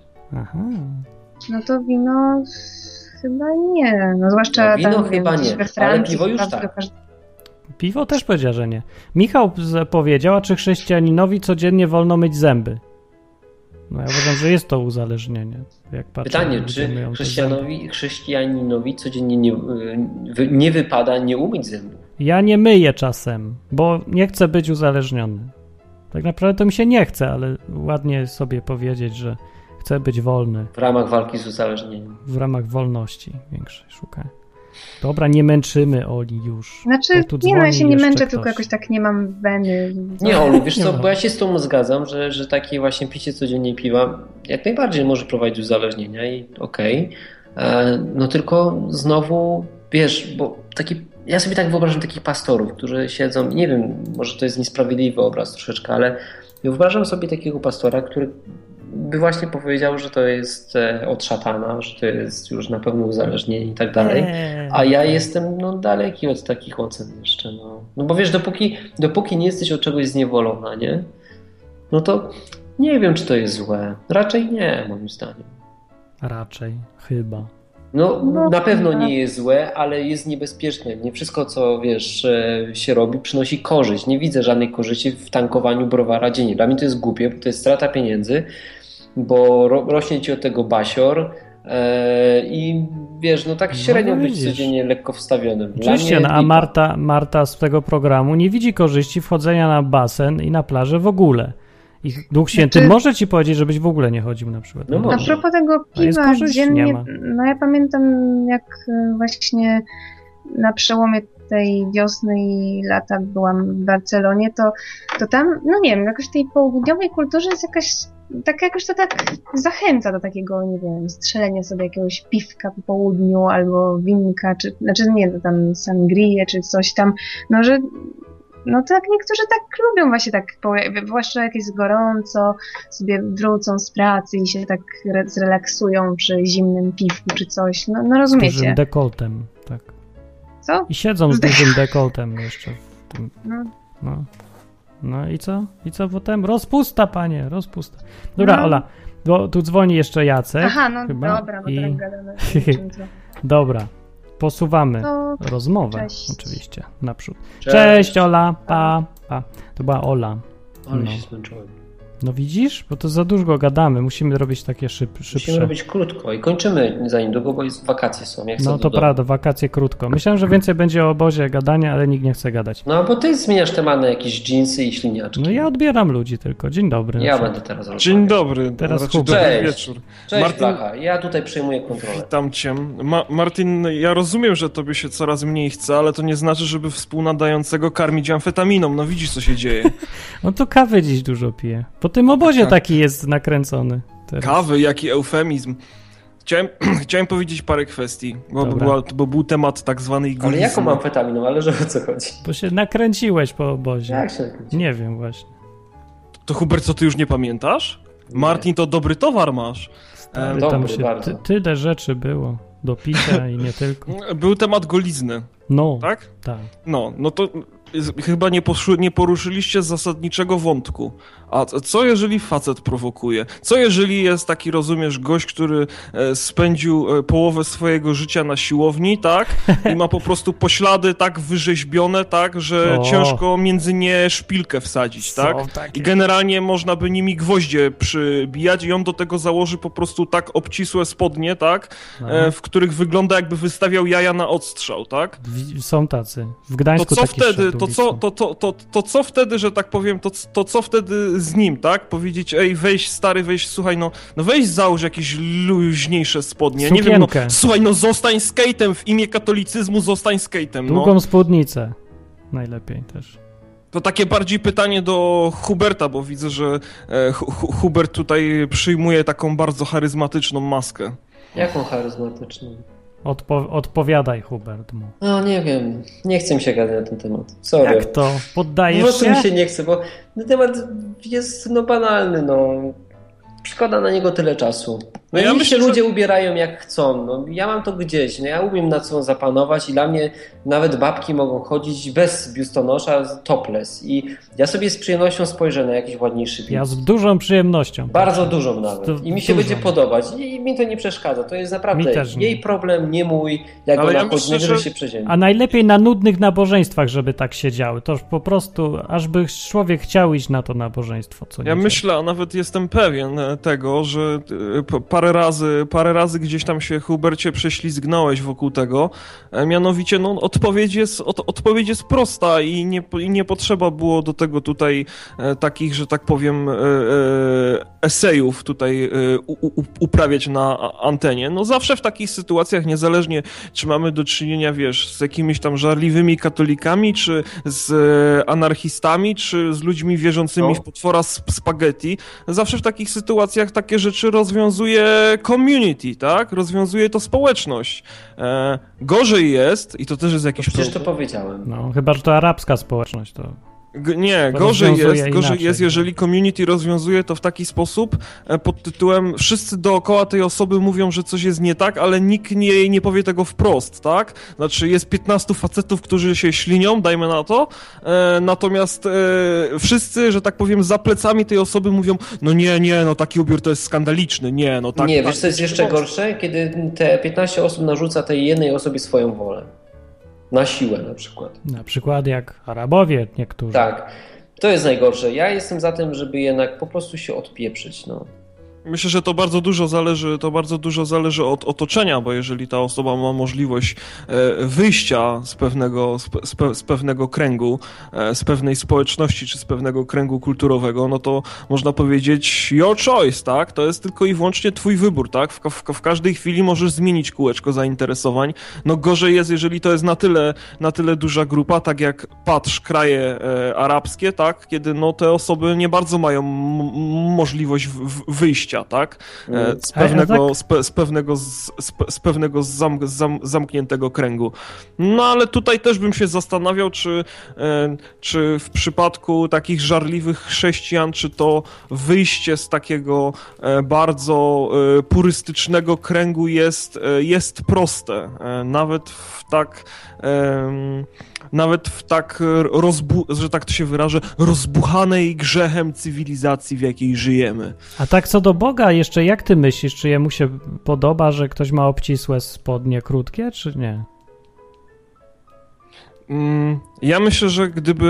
No to wino chyba nie, no zwłaszcza wino tam chyba nie, we Francji, ale piwo już tak. Piwo też powiedział, że nie. Michał powiedział, czy chrześcijaninowi codziennie wolno myć zęby? No ja uważam, że jest to uzależnienie. Jak pytanie, czy chrześcijaninowi codziennie nie wypada nie umyć zębów? Ja nie myję czasem, bo nie chcę być uzależniony. Tak naprawdę to mi się nie chce, ale ładnie sobie powiedzieć, że chcę być wolny. W ramach walki z uzależnieniem. W ramach wolności większej szukaj. Dobra, nie męczymy Oli już. Znaczy, ja się nie męczę, tylko jakoś tak nie mam weny. Nie, Olu, wiesz co, bo ja się z tą zgadzam, że takie właśnie picie codziennie piwa jak najbardziej może prowadzić do uzależnienia i okej. No tylko znowu, wiesz, bo ja sobie tak wyobrażam takich pastorów, którzy siedzą, nie wiem, może to jest niesprawiedliwy obraz troszeczkę, ale wyobrażam sobie takiego pastora, który by właśnie powiedział, że to jest od szatana, że to jest już na pewno uzależnienie i tak dalej, a ja jestem daleki od takich ocen jeszcze. No bo wiesz, dopóki nie jesteś od czegoś zniewolona, nie? No to nie wiem, czy to jest złe. Raczej nie, moim zdaniem. Raczej, chyba. No na pewno nie jest złe, ale jest niebezpieczne. Nie wszystko, co wiesz, się robi, przynosi korzyść. Nie widzę żadnej korzyści w tankowaniu browara dziennie. Dla mnie to jest głupie, bo to jest strata pieniędzy, bo rośnie ci od tego basior i wiesz, tak średnio być codziennie lekko wstawionym. Oczywiście, a Marta z tego programu nie widzi korzyści wchodzenia na basen i na plażę w ogóle. I Duch Święty może ci powiedzieć, żebyś w ogóle nie chodził na przykład. A propos tego piwa dziennie, ja pamiętam jak właśnie na przełomie tej wiosny i lata byłam w Barcelonie, to tam, nie wiem, jakoś w tej południowej kulturze jest jakoś to tak zachęca do takiego, nie wiem, strzelenia sobie jakiegoś piwka po południu albo winka, to tam sangrię, czy coś tam, że tak niektórzy tak lubią właśnie tak, zwłaszcza jak jest gorąco, sobie wrócą z pracy i się tak zrelaksują przy zimnym piwku czy coś, rozumiecie. Z dużym dekoltem, tak. Co? I siedzą z dużym dekoltem jeszcze w tym, No i co? I co potem? Rozpusta, panie, rozpusta. Dobra, No. Ola, bo tu dzwoni jeszcze Jacek. Aha, no chyba, dobra, bo i... tak gadamy. Dobra, posuwamy To rozmowę, cześć. oczywiście, naprzód. Cześć Ola, pa. To była Ola. Ale No. się zmęczyłem. No widzisz? Bo to za dużo gadamy, musimy robić takie szybsze. Musimy robić krótko i kończymy za niedługo, bo wakacje są. Ja chcę No to prawda, wakacje krótko. Myślałem, że więcej będzie o obozie gadania, ale nikt nie chce gadać. No bo ty zmieniasz temat na jakieś dżinsy i śliniaczki. No ja odbieram ludzi tylko. Dzień dobry. Ja będę teraz rozmawiał. Dzień dobry. Teraz raczej Hubert. dobry Cześć. wieczór. Cześć Martin, Blacha, ja tutaj przejmuję kontrolę. witam cię. Martin, ja rozumiem, że tobie się coraz mniej chce, ale to nie znaczy, żeby współnadającego karmić amfetaminą. No widzisz, co się dzieje. No to kawy dziś dużo piję. Po tym obozie Tak. taki jest nakręcony. Teraz. Kawy, jaki eufemizm. Chciałem powiedzieć parę kwestii, Dobra. bo był temat tak zwanej Ale golizny. jaką amfetaminą? Ale że o co chodzi? Bo się nakręciłeś po obozie. Jak się nakręci? Nie wiem właśnie. To Hubert, co ty już nie pamiętasz? Martin, to dobry towar masz. Stary, dobry tam się bardzo. tyle rzeczy było do picia i nie tylko. Był temat golizny, No, tak? tak. No to chyba nie poruszyliście zasadniczego wątku. A co jeżeli facet prowokuje? Co jeżeli jest taki, rozumiesz, gość, który spędził połowę swojego życia na siłowni, tak? I ma po prostu poślady tak wyrzeźbione, tak? Że O. ciężko między nie szpilkę wsadzić, tak? Są takie. I generalnie można by nimi gwoździe przybijać i on do tego założy po prostu tak obcisłe spodnie, tak? No. W których wygląda jakby wystawiał jaja na odstrzał, tak? Są tacy. W Gdańsku To co taki wtedy, szedł ulicą. to co wtedy, że tak powiem, to co wtedy z nim, tak? Powiedzieć, ej, weź stary, weź, słuchaj, no weź załóż jakieś luźniejsze spodnie. Nie wiem, no Sukienkę. słuchaj, no zostań skate'em, w imię katolicyzmu zostań skate'em, Długą no. spódnicę. Najlepiej też. To takie bardziej pytanie do Huberta, bo widzę, że Hubert tutaj przyjmuje taką bardzo charyzmatyczną maskę. Jaką charyzmatyczną? Odpowiadaj, Hubert mu. No nie wiem, nie chcę mi się gadać na ten temat. Sorry. Jak to? Po Poddajesz prostu się? mi się nie chce, bo ten temat jest banalny, no. Szkoda na niego tyle czasu. No Ja niech myślę, się że- ludzie ubierają jak chcą. No, ja mam to gdzieś, no, ja umiem nad sobą zapanować i dla mnie nawet babki mogą chodzić bez biustonosza, topless. I ja sobie z przyjemnością spojrzę na jakiś ładniejszy Ja film. z dużą przyjemnością. Bardzo dużą nawet. I mi się Dużą. będzie podobać. I mi to nie przeszkadza. To jest Mi naprawdę też nie. jej problem, nie mój. Jak Ale ona ja chodzi, myślę, najwyżej że- się przeziębi. A najlepiej na nudnych nabożeństwach, żeby tak się działy. To już po prostu, aż by człowiek chciał iść na to nabożeństwo. Co Ja niedzielę. myślę, a nawet jestem pewien tego, że parę razy gdzieś tam się, Hubercie, prześlizgnąłeś wokół tego. Mianowicie, no, odpowiedź jest prosta i nie potrzeba było do tego tutaj takich, że tak powiem, esejów tutaj uprawiać na antenie. No zawsze w takich sytuacjach, niezależnie czy mamy do czynienia, wiesz, z jakimiś tam żarliwymi katolikami, czy z anarchistami, czy z ludźmi wierzącymi No. w potwora spaghetti, zawsze w takich sytuacjach takie rzeczy rozwiązuje community, tak? Rozwiązuje to społeczność. Gorzej jest, i to też jest jakiś Przecież to problem. powiedziałem. No, chyba, że to arabska społeczność, to... Nie, To gorzej rozwiązuje jest, inaczej. jeżeli community rozwiązuje to w taki sposób pod tytułem wszyscy dookoła tej osoby mówią, że coś jest nie tak, ale nikt jej nie powie tego wprost, tak? Znaczy jest 15 facetów, którzy się ślinią, dajmy na to, natomiast wszyscy, że tak powiem, za plecami tej osoby mówią, no nie, no taki ubiór to jest skandaliczny, nie, no tak. Nie, tak, wiesz co jest jeszcze gorsze? Kiedy te 15 osób narzuca tej jednej osobie swoją wolę. Na siłę na przykład. Na przykład jak Arabowie niektórzy. Tak. To jest najgorsze. Ja jestem za tym, żeby jednak po prostu się odpieprzyć, no. Myślę, że to bardzo dużo zależy od otoczenia, bo jeżeli ta osoba ma możliwość wyjścia z pewnego kręgu, z pewnej społeczności, czy z pewnego kręgu kulturowego, no to można powiedzieć your choice, tak? To jest tylko i wyłącznie twój wybór, tak? W każdej chwili możesz zmienić kółeczko zainteresowań. No gorzej jest, jeżeli to jest na tyle duża grupa, tak jak patrz, kraje arabskie, tak? Kiedy no te osoby nie bardzo mają możliwość wyjścia, tak? Z pewnego zamkniętego kręgu. No ale tutaj też bym się zastanawiał, czy w przypadku takich żarliwych chrześcijan, czy to wyjście z takiego bardzo purystycznego kręgu jest proste. Nawet w nawet w tak, że tak to się wyrażę, rozbuchanej grzechem cywilizacji, w jakiej żyjemy. A tak co do Boga jeszcze, jak ty myślisz, czy jemu się podoba, że ktoś ma obcisłe spodnie krótkie, czy nie? Ja myślę, że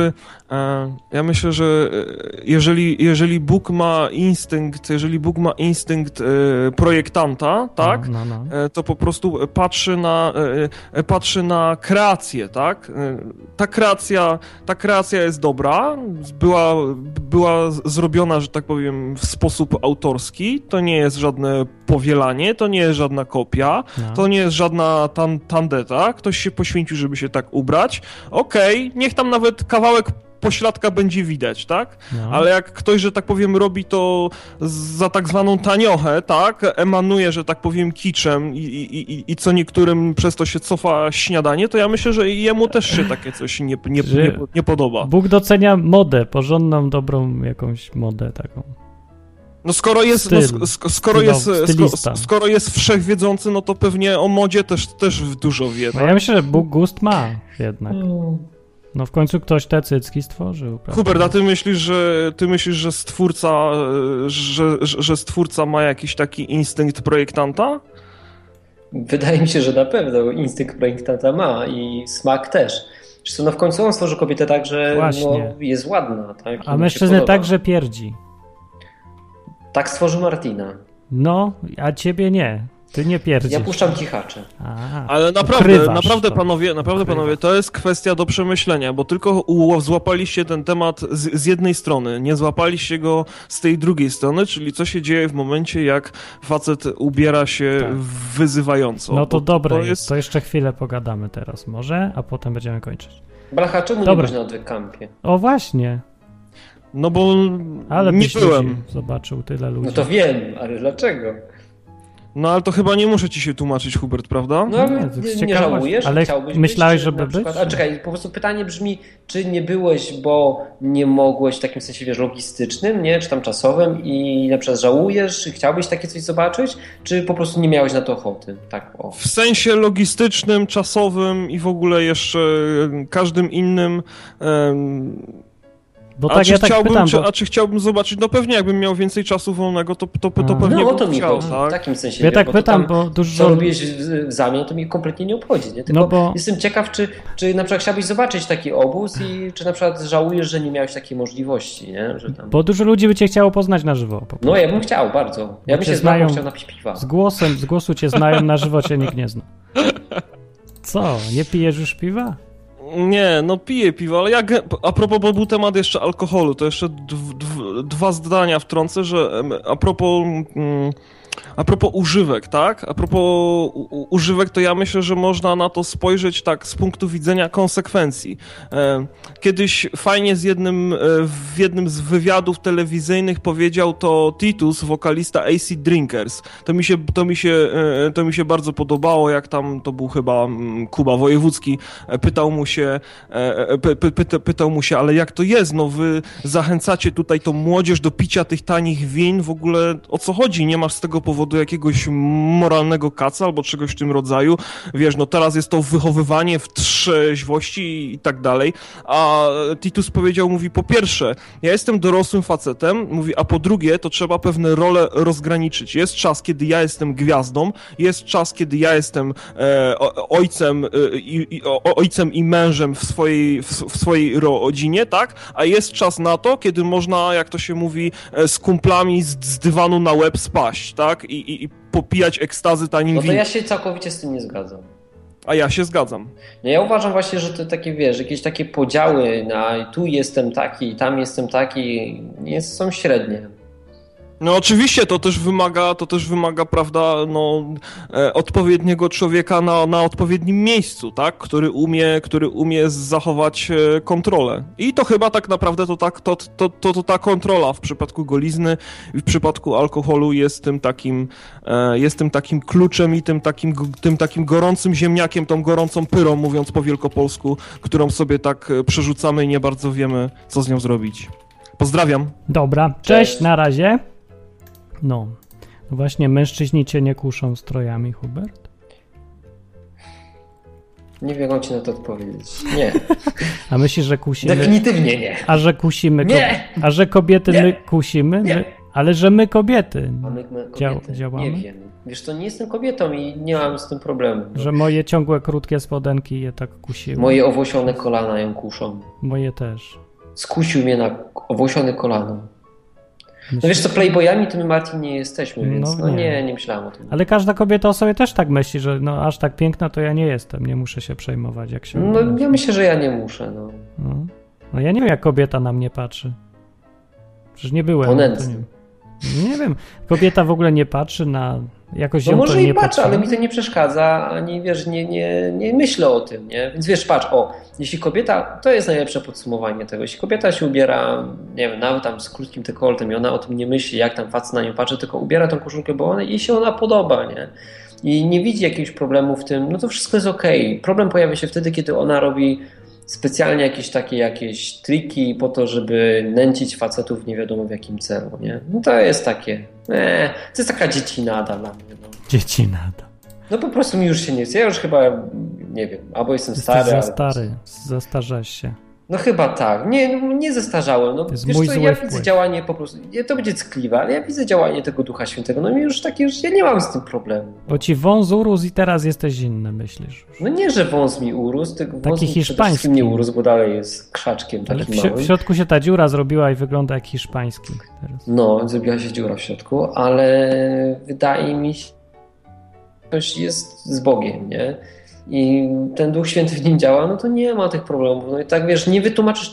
jeżeli Bóg ma instynkt projektanta, tak, to po prostu patrzy na kreację, tak? Ta kreacja jest dobra, była zrobiona, że tak powiem, w sposób autorski, to nie jest żadne powielanie, to nie jest żadna kopia, to nie jest żadna tandeta, ktoś się poświęcił, żeby się tak ubrać. Okej, niech tam nawet kawałek pośladka będzie widać, tak? Ale jak ktoś, że tak powiem, robi to za tak zwaną taniochę, tak? Emanuje, że tak powiem, kiczem i co niektórym przez to się cofa śniadanie, to ja myślę, że jemu też się takie coś nie podoba. Bóg docenia modę, porządną, dobrą jakąś modę taką. No skoro jest wszechwiedzący, no to pewnie o modzie też dużo wie. Tak? No ja myślę, że Bóg gust ma jednak. No w końcu ktoś te cycki stworzył. Prawda? Hubert, a ty myślisz, że stwórca ma jakiś taki instynkt projektanta? Wydaje mi się, że na pewno instynkt projektanta ma i smak też. Zresztą w końcu on stworzył kobietę tak, że jest ładna. Tak? A mężczyznę tak, że pierdzi. Tak stworzył Martina. No, a ciebie nie. Ty nie pierdzisz. Ja puszczam cichacze. Ale naprawdę panowie, to jest kwestia do przemyślenia, bo tylko złapaliście ten temat z jednej strony, nie złapaliście go z tej drugiej strony, czyli co się dzieje w momencie, jak facet ubiera się wyzywająco. No to dobre jest, to jeszcze chwilę pogadamy teraz może, a potem będziemy kończyć. Blacha, czemu nie byłeś na odwykampie? O właśnie. No bo ale nie byłem. Zobaczył tyle ludzi. No to wiem, ale dlaczego? No ale to chyba nie muszę ci się tłumaczyć, Hubert, prawda? No nie żałujesz? Ale myślałeś, żeby być? A czekaj, po prostu pytanie brzmi, czy nie byłeś, bo nie mogłeś w takim sensie, wiesz, logistycznym, nie? Czy tam czasowym i na przykład żałujesz, czy chciałbyś takie coś zobaczyć, czy po prostu nie miałeś na to ochoty? Tak, o. W sensie logistycznym, czasowym i w ogóle jeszcze każdym innym... Bo tak ja tak pytam, a czy chciałbym zobaczyć? No pewnie jakbym miał więcej czasu wolnego, to pewnie no, to bym chciał, tak? W takim sensie. Ja tak pytam, bo dużo... Co robiłeś w zamian, to mnie kompletnie nie obchodzi, nie? Tylko jestem ciekaw, czy na przykład chciałbyś zobaczyć taki obóz i czy na przykład żałujesz, że nie miałeś takiej możliwości, nie? Że tam... Bo dużo ludzi by cię chciało poznać na żywo. No ja bym chciał, bardzo. Ja bym się znał, chciał napić piwa. Z głosu cię znają, na żywo cię nikt nie zna. Co, nie pijesz już piwa? Nie, no piję piwo, ale a propos, bo był temat jeszcze alkoholu, to jeszcze dwa zdania wtrącę, że a propos używek, tak? A propos używek, to ja myślę, że można na to spojrzeć tak z punktu widzenia konsekwencji. Kiedyś fajnie w jednym z wywiadów telewizyjnych powiedział to Titus, wokalista AC Drinkers. To mi się bardzo podobało, jak tam, to był chyba Kuba Wojewódzki, pytał mu się, ale jak to jest? No wy zachęcacie tutaj tą młodzież do picia tych tanich win, w ogóle o co chodzi? Nie masz z tego powodu jakiegoś moralnego kaca albo czegoś w tym rodzaju. Wiesz, no teraz jest to wychowywanie w trzeźwości i tak dalej. A Titus mówi, po pierwsze, ja jestem dorosłym facetem, mówi, a po drugie, to trzeba pewne role rozgraniczyć. Jest czas, kiedy ja jestem gwiazdą, jest czas, kiedy ja jestem ojcem i mężem w swojej rodzinie, tak? A jest czas na to, kiedy można, jak to się mówi, z kumplami z dywanu na łeb spaść, tak? I popijać ekstazy tanim winem. No to ja się całkowicie z tym nie zgadzam. A ja się zgadzam. No ja uważam właśnie, że to takie, wiesz, jakieś takie podziały na tu jestem taki, tam jestem taki, są średnie. No oczywiście to też wymaga, prawda, no, odpowiedniego człowieka na odpowiednim miejscu, tak, który umie zachować kontrolę. I to chyba tak naprawdę to ta kontrola w przypadku golizny i w przypadku alkoholu jest tym takim kluczem i tym takim gorącym ziemniakiem, tą gorącą pyrą, mówiąc po wielkopolsku, którą sobie tak przerzucamy i nie bardzo wiemy, co z nią zrobić. Pozdrawiam. Dobra, cześć. Na razie. No właśnie, mężczyźni cię nie kuszą strojami, Hubert? Nie wiem, jak mam ci na to odpowiedzieć. Nie. A myślisz, że kusimy? Definitywnie nie. A że kusimy? Nie. A że kobiety Nie. my kusimy? Nie. Ale że my kobiety, A my kobiety? działamy? Nie wiem. Wiesz, to nie jestem kobietą i nie mam z tym problemu. Że moje ciągłe, krótkie spodenki je tak kusiły. Moje owłosione kolana ją kuszą. Moje też. Skusił mnie na owłosione kolano. No wiesz co, playboyami to my, Martin, nie jesteśmy, więc nie myślałem o tym. Ale każda kobieta o sobie też tak myśli, że no aż tak piękna to ja nie jestem, nie muszę się przejmować, jak się... No ja myślę, że ja nie muszę, no. No ja nie wiem, jak kobieta na mnie patrzy. Przecież nie byłem. Ponętny. Nie wiem, kobieta w ogóle nie patrzy na... Jakoś ją może to nie i patrzę, patrzy. ale mi to nie przeszkadza, ani wiesz, nie myślę o tym, nie? Więc wiesz, patrz, jeśli kobieta, to jest najlepsze podsumowanie tego, jeśli kobieta się ubiera, nie wiem, nawet tam z krótkim dekoltem i ona o tym nie myśli, jak tam facet na nią patrzy, tylko ubiera tą koszulkę, bo jej się ona podoba, nie? I nie widzi jakiegoś problemu w tym, no to wszystko jest okej. Problem pojawia się wtedy, kiedy ona robi specjalnie jakieś triki po to, żeby nęcić facetów nie wiadomo w jakim celu, nie? No to jest takie, to jest taka dziecinada dla mnie, no. Dziecinada. No po prostu mi już się nie chce. Ja już chyba, nie wiem, albo jestem Jesteś stary. za stary, zestarzałeś się. No chyba tak. Nie zestarzałem. No, jest wiesz mój co, zły ja wpływ. widzę działanie po prostu, to będzie ckliwe, ale ja widzę działanie tego Ducha Świętego. No mi już takie, że ja nie mam z tym problemu. Bo ci wąs urósł i teraz jesteś inny, myślisz. No nie, że wąs mi urósł, tylko taki wąs mi hiszpański nie urósł, bo dalej jest krzaczkiem ale takim małym. w środku się ta dziura zrobiła i wygląda jak hiszpański teraz. No, zrobiła się dziura w środku, ale wydaje mi się, że ktoś jest z Bogiem, nie? I ten Duch Święty w nim działa, no to nie ma tych problemów. No i tak wiesz, nie wytłumaczysz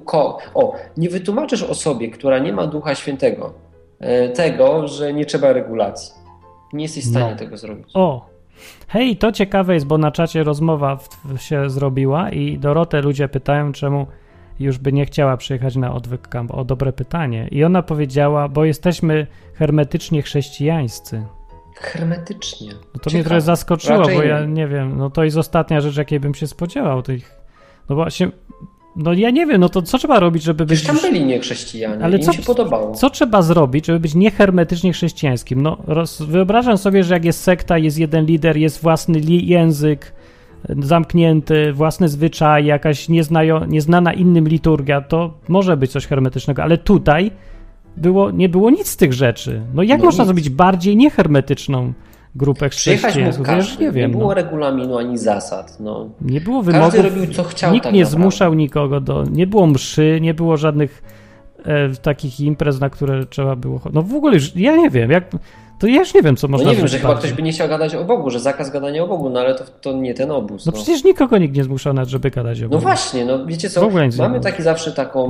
nie wytłumaczysz osobie, która nie ma Ducha Świętego, tego, że nie trzeba regulacji. Nie jesteś w stanie tego zrobić. Hej, to ciekawe jest, bo na czacie rozmowa się zrobiła i Dorotę ludzie pytają, czemu już by nie chciała przyjechać na odwyk camp. O, dobre pytanie. I ona powiedziała, bo jesteśmy hermetycznie chrześcijańscy. Hermetycznie. No to mnie trochę zaskoczyło, bo ja nie wiem, no to jest ostatnia rzecz, jakiej bym się spodziewał. No właśnie, no ja nie wiem, no to co trzeba robić, żeby być... Tam byli niechrześcijanie, ale im się podobało. Co trzeba zrobić, żeby być niehermetycznie chrześcijańskim? No wyobrażam sobie, że jak jest sekta, jest jeden lider, jest własny język zamknięty, własny zwyczaj, jakaś nieznana innym liturgia, to może być coś hermetycznego, ale tutaj nie było nic z tych rzeczy. No jak można zrobić bardziej niehermetyczną grupę chrześcijańską? Nie wiem. Nie było regulaminu ani zasad. No. Nie było wymogów. Każdy robił co chciał. Nikt nie zmuszał nikogo nie było mszy, nie było żadnych takich imprez, na które trzeba było... No w ogóle już, ja nie wiem, to ja już nie wiem, co można nie wiem, że chyba ktoś by nie chciał gadać o Bogu, że zakaz gadania o Bogu, no ale to nie ten obóz. No przecież nikogo nikt nie zmuszał nawet, żeby gadać o Bogu. No właśnie, no wiecie co, mamy zawsze taką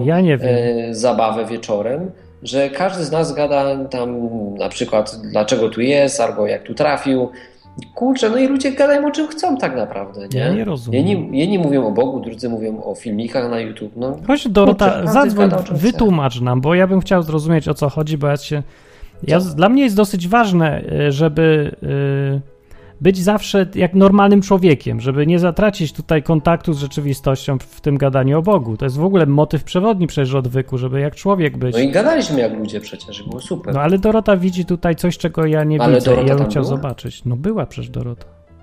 zabawę wieczorem, że każdy z nas gada tam na przykład dlaczego tu jest, albo jak tu trafił. Kurczę, no i ludzie gadają o czym chcą tak naprawdę, nie? Ja nie rozumiem. Jedni mówią o Bogu, drudzy mówią o filmikach na YouTube. No, chodź Dorota, zadzwoń, wytłumacz nam, bo ja bym chciał zrozumieć o co chodzi, bo dla mnie jest dosyć ważne, żeby być zawsze jak normalnym człowiekiem, żeby nie zatracić tutaj kontaktu z rzeczywistością w tym gadaniu o Bogu. To jest w ogóle motyw przewodni przecież odwyku, żeby jak człowiek być. No i gadaliśmy jak ludzie przecież, było super. No ale Dorota widzi tutaj coś, czego ja nie widzę i ja bym chciał zobaczyć. No była przecież Dorota.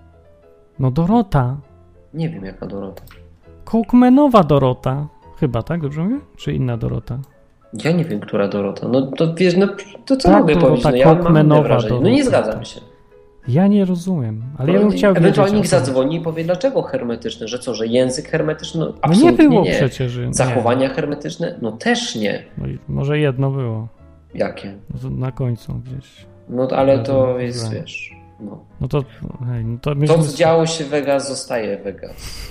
No Dorota. Nie wiem jaka Dorota. Kołkmenowa Dorota. Chyba, tak? Dobrze mówię? Czy inna Dorota? Ja nie wiem, która Dorota. No to wiesz, no to co mogę powiedzieć? No ja mam inne wrażenie. No nie zgadzam się. Ja nie rozumiem, ale ja bym chciał wiedzieć. Ewentualnie nikt zadzwoni i powie, dlaczego hermetyczne, że co, że język hermetyczny? No, absolutnie nie było przecież. Zachowania hermetyczne? No też nie. No może jedno było. Jakie? No na końcu gdzieś. No ale to jest, wiesz... No to co działo się w Vegas, zostaje w Vegas.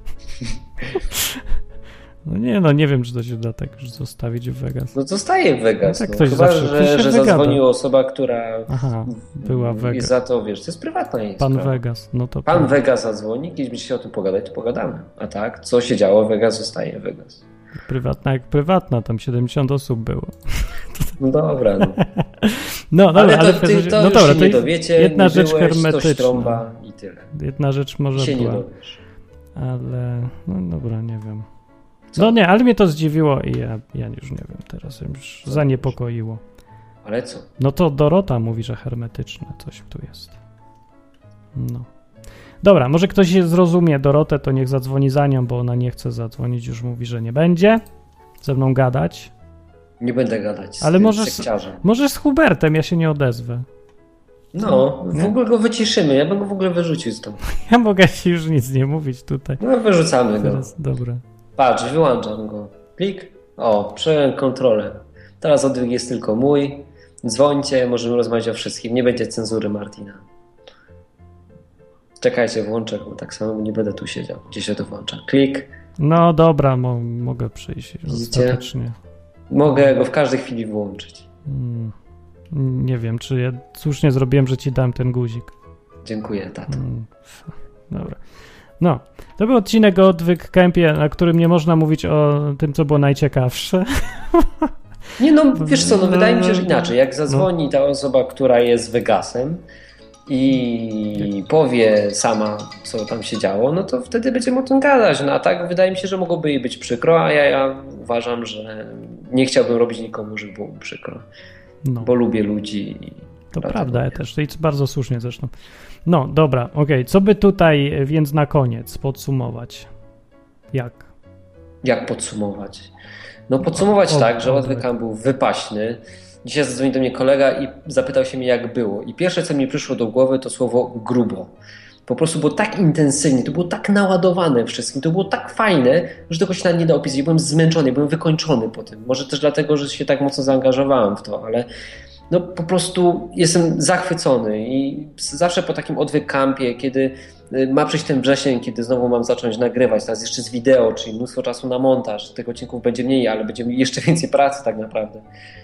No nie wiem, czy to się da tak zostawić w Vegas. No zostaje w Vegas. No tak ktoś chyba, zawsze, że zadzwoniła osoba, która była w Vegas. I za to, wiesz, to jest prywatna sprawa. Vegas. No to Pan Vegas zadzwoni, kiedyś byście o tym pogadać, to pogadamy. A tak, co się działo w Vegas, zostaje w Vegas. Prywatna jak prywatna, tam 70 osób było. No dobra. No dobra, ale to już się nie dowiecie, jedna rzecz hermetyczna. Trąba i tyle. Jedna rzecz może się była. Nie dowiesz. Ale, no dobra, nie wiem. Co? No nie, ale mnie to zdziwiło i ja już nie wiem, teraz już zaniepokoiło. Ale co? No to Dorota mówi, że hermetyczne coś tu jest. No. Dobra, może ktoś zrozumie Dorotę, to niech zadzwoni za nią, bo ona nie chce zadzwonić, już mówi, że nie będzie ze mną gadać. Nie będę gadać ale z sekciarzem. Możesz z Hubertem, ja się nie odezwę. No, w ogóle go wyciszymy, ja bym go w ogóle wyrzucił z domu. Ja mogę ci już nic nie mówić tutaj. No, wyrzucamy go. Dobra. Patrz, wyłączam go. Klik. O, przejąłem kontrolę. Teraz odwyk jest tylko mój. Dzwońcie, możemy rozmawiać o wszystkim. Nie będzie cenzury Martina. Czekajcie, włączę go. Tak samo nie będę tu siedział. Gdzie się to włącza? Klik. No dobra, mogę przyjść. Ostatecznie. Mogę go w każdej chwili włączyć. Nie wiem, czy ja słusznie zrobiłem, że ci dałem ten guzik. Dziękuję, tato. Dobra. No, to był odcinek o Odwyk Kempie, na którym nie można mówić o tym, co było najciekawsze. Nie no, wiesz co, no wydaje mi się, że inaczej. Jak zadzwoni ta osoba, która jest Vegasem i powie sama, co tam się działo, no to wtedy będziemy o tym gadać. No a tak wydaje mi się, że mogłoby jej być przykro, a ja uważam, że nie chciałbym robić nikomu, żeby było mu przykro. Bo lubię ludzi. To prawda, ja też. To jest bardzo słusznie zresztą. No, dobra, okej. Co by tutaj więc na koniec podsumować? Jak podsumować? No podsumować tak, że Odwyk Camp był wypaśny. Dzisiaj zadzwonił do mnie kolega i zapytał się mnie, jak było. I pierwsze, co mi przyszło do głowy, to słowo grubo. Po prostu było tak intensywnie, to było tak naładowane wszystkim, to było tak fajne, że tego się nie da opisać. Byłem zmęczony, byłem wykończony po tym. Może też dlatego, że się tak mocno zaangażowałem w to, ale no po prostu jestem zachwycony i zawsze po takim Odwyk Campie, kiedy ma przyjść ten wrzesień, kiedy znowu mam zacząć nagrywać, teraz jeszcze z wideo, czyli mnóstwo czasu na montaż, tych odcinków będzie mniej, ale będzie jeszcze więcej pracy tak naprawdę.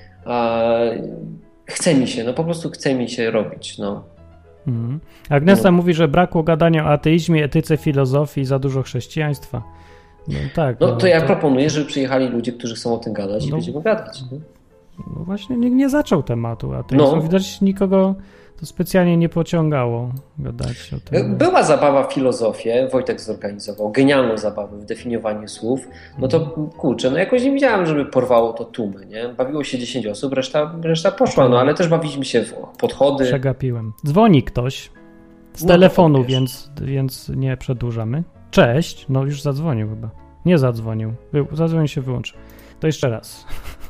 Chce mi się, no po prostu chce mi się robić, no. Agnesa mówi, że brakło gadania o ateizmie, etyce, filozofii, za dużo chrześcijaństwa. No tak. No to ja proponuję, żeby przyjechali ludzie, którzy chcą o tym gadać i będziemy gadać. No właśnie nikt nie zaczął tematu ateizmu. Widać nikogo to specjalnie nie pociągało gadać o tym. Była zabawa w filozofię, Wojtek zorganizował genialną zabawę w definiowaniu słów. No to kurczę, no jakoś nie widziałem, żeby porwało to tłumy, nie? Bawiło się 10 osób, reszta poszła, no ale też bawiliśmy się w podchody. Przegapiłem. Dzwoni ktoś z telefonu, więc nie przedłużamy. Cześć, no już zadzwonił chyba. Nie zadzwonił. Zadzwonił się, wyłączył. To jeszcze raz.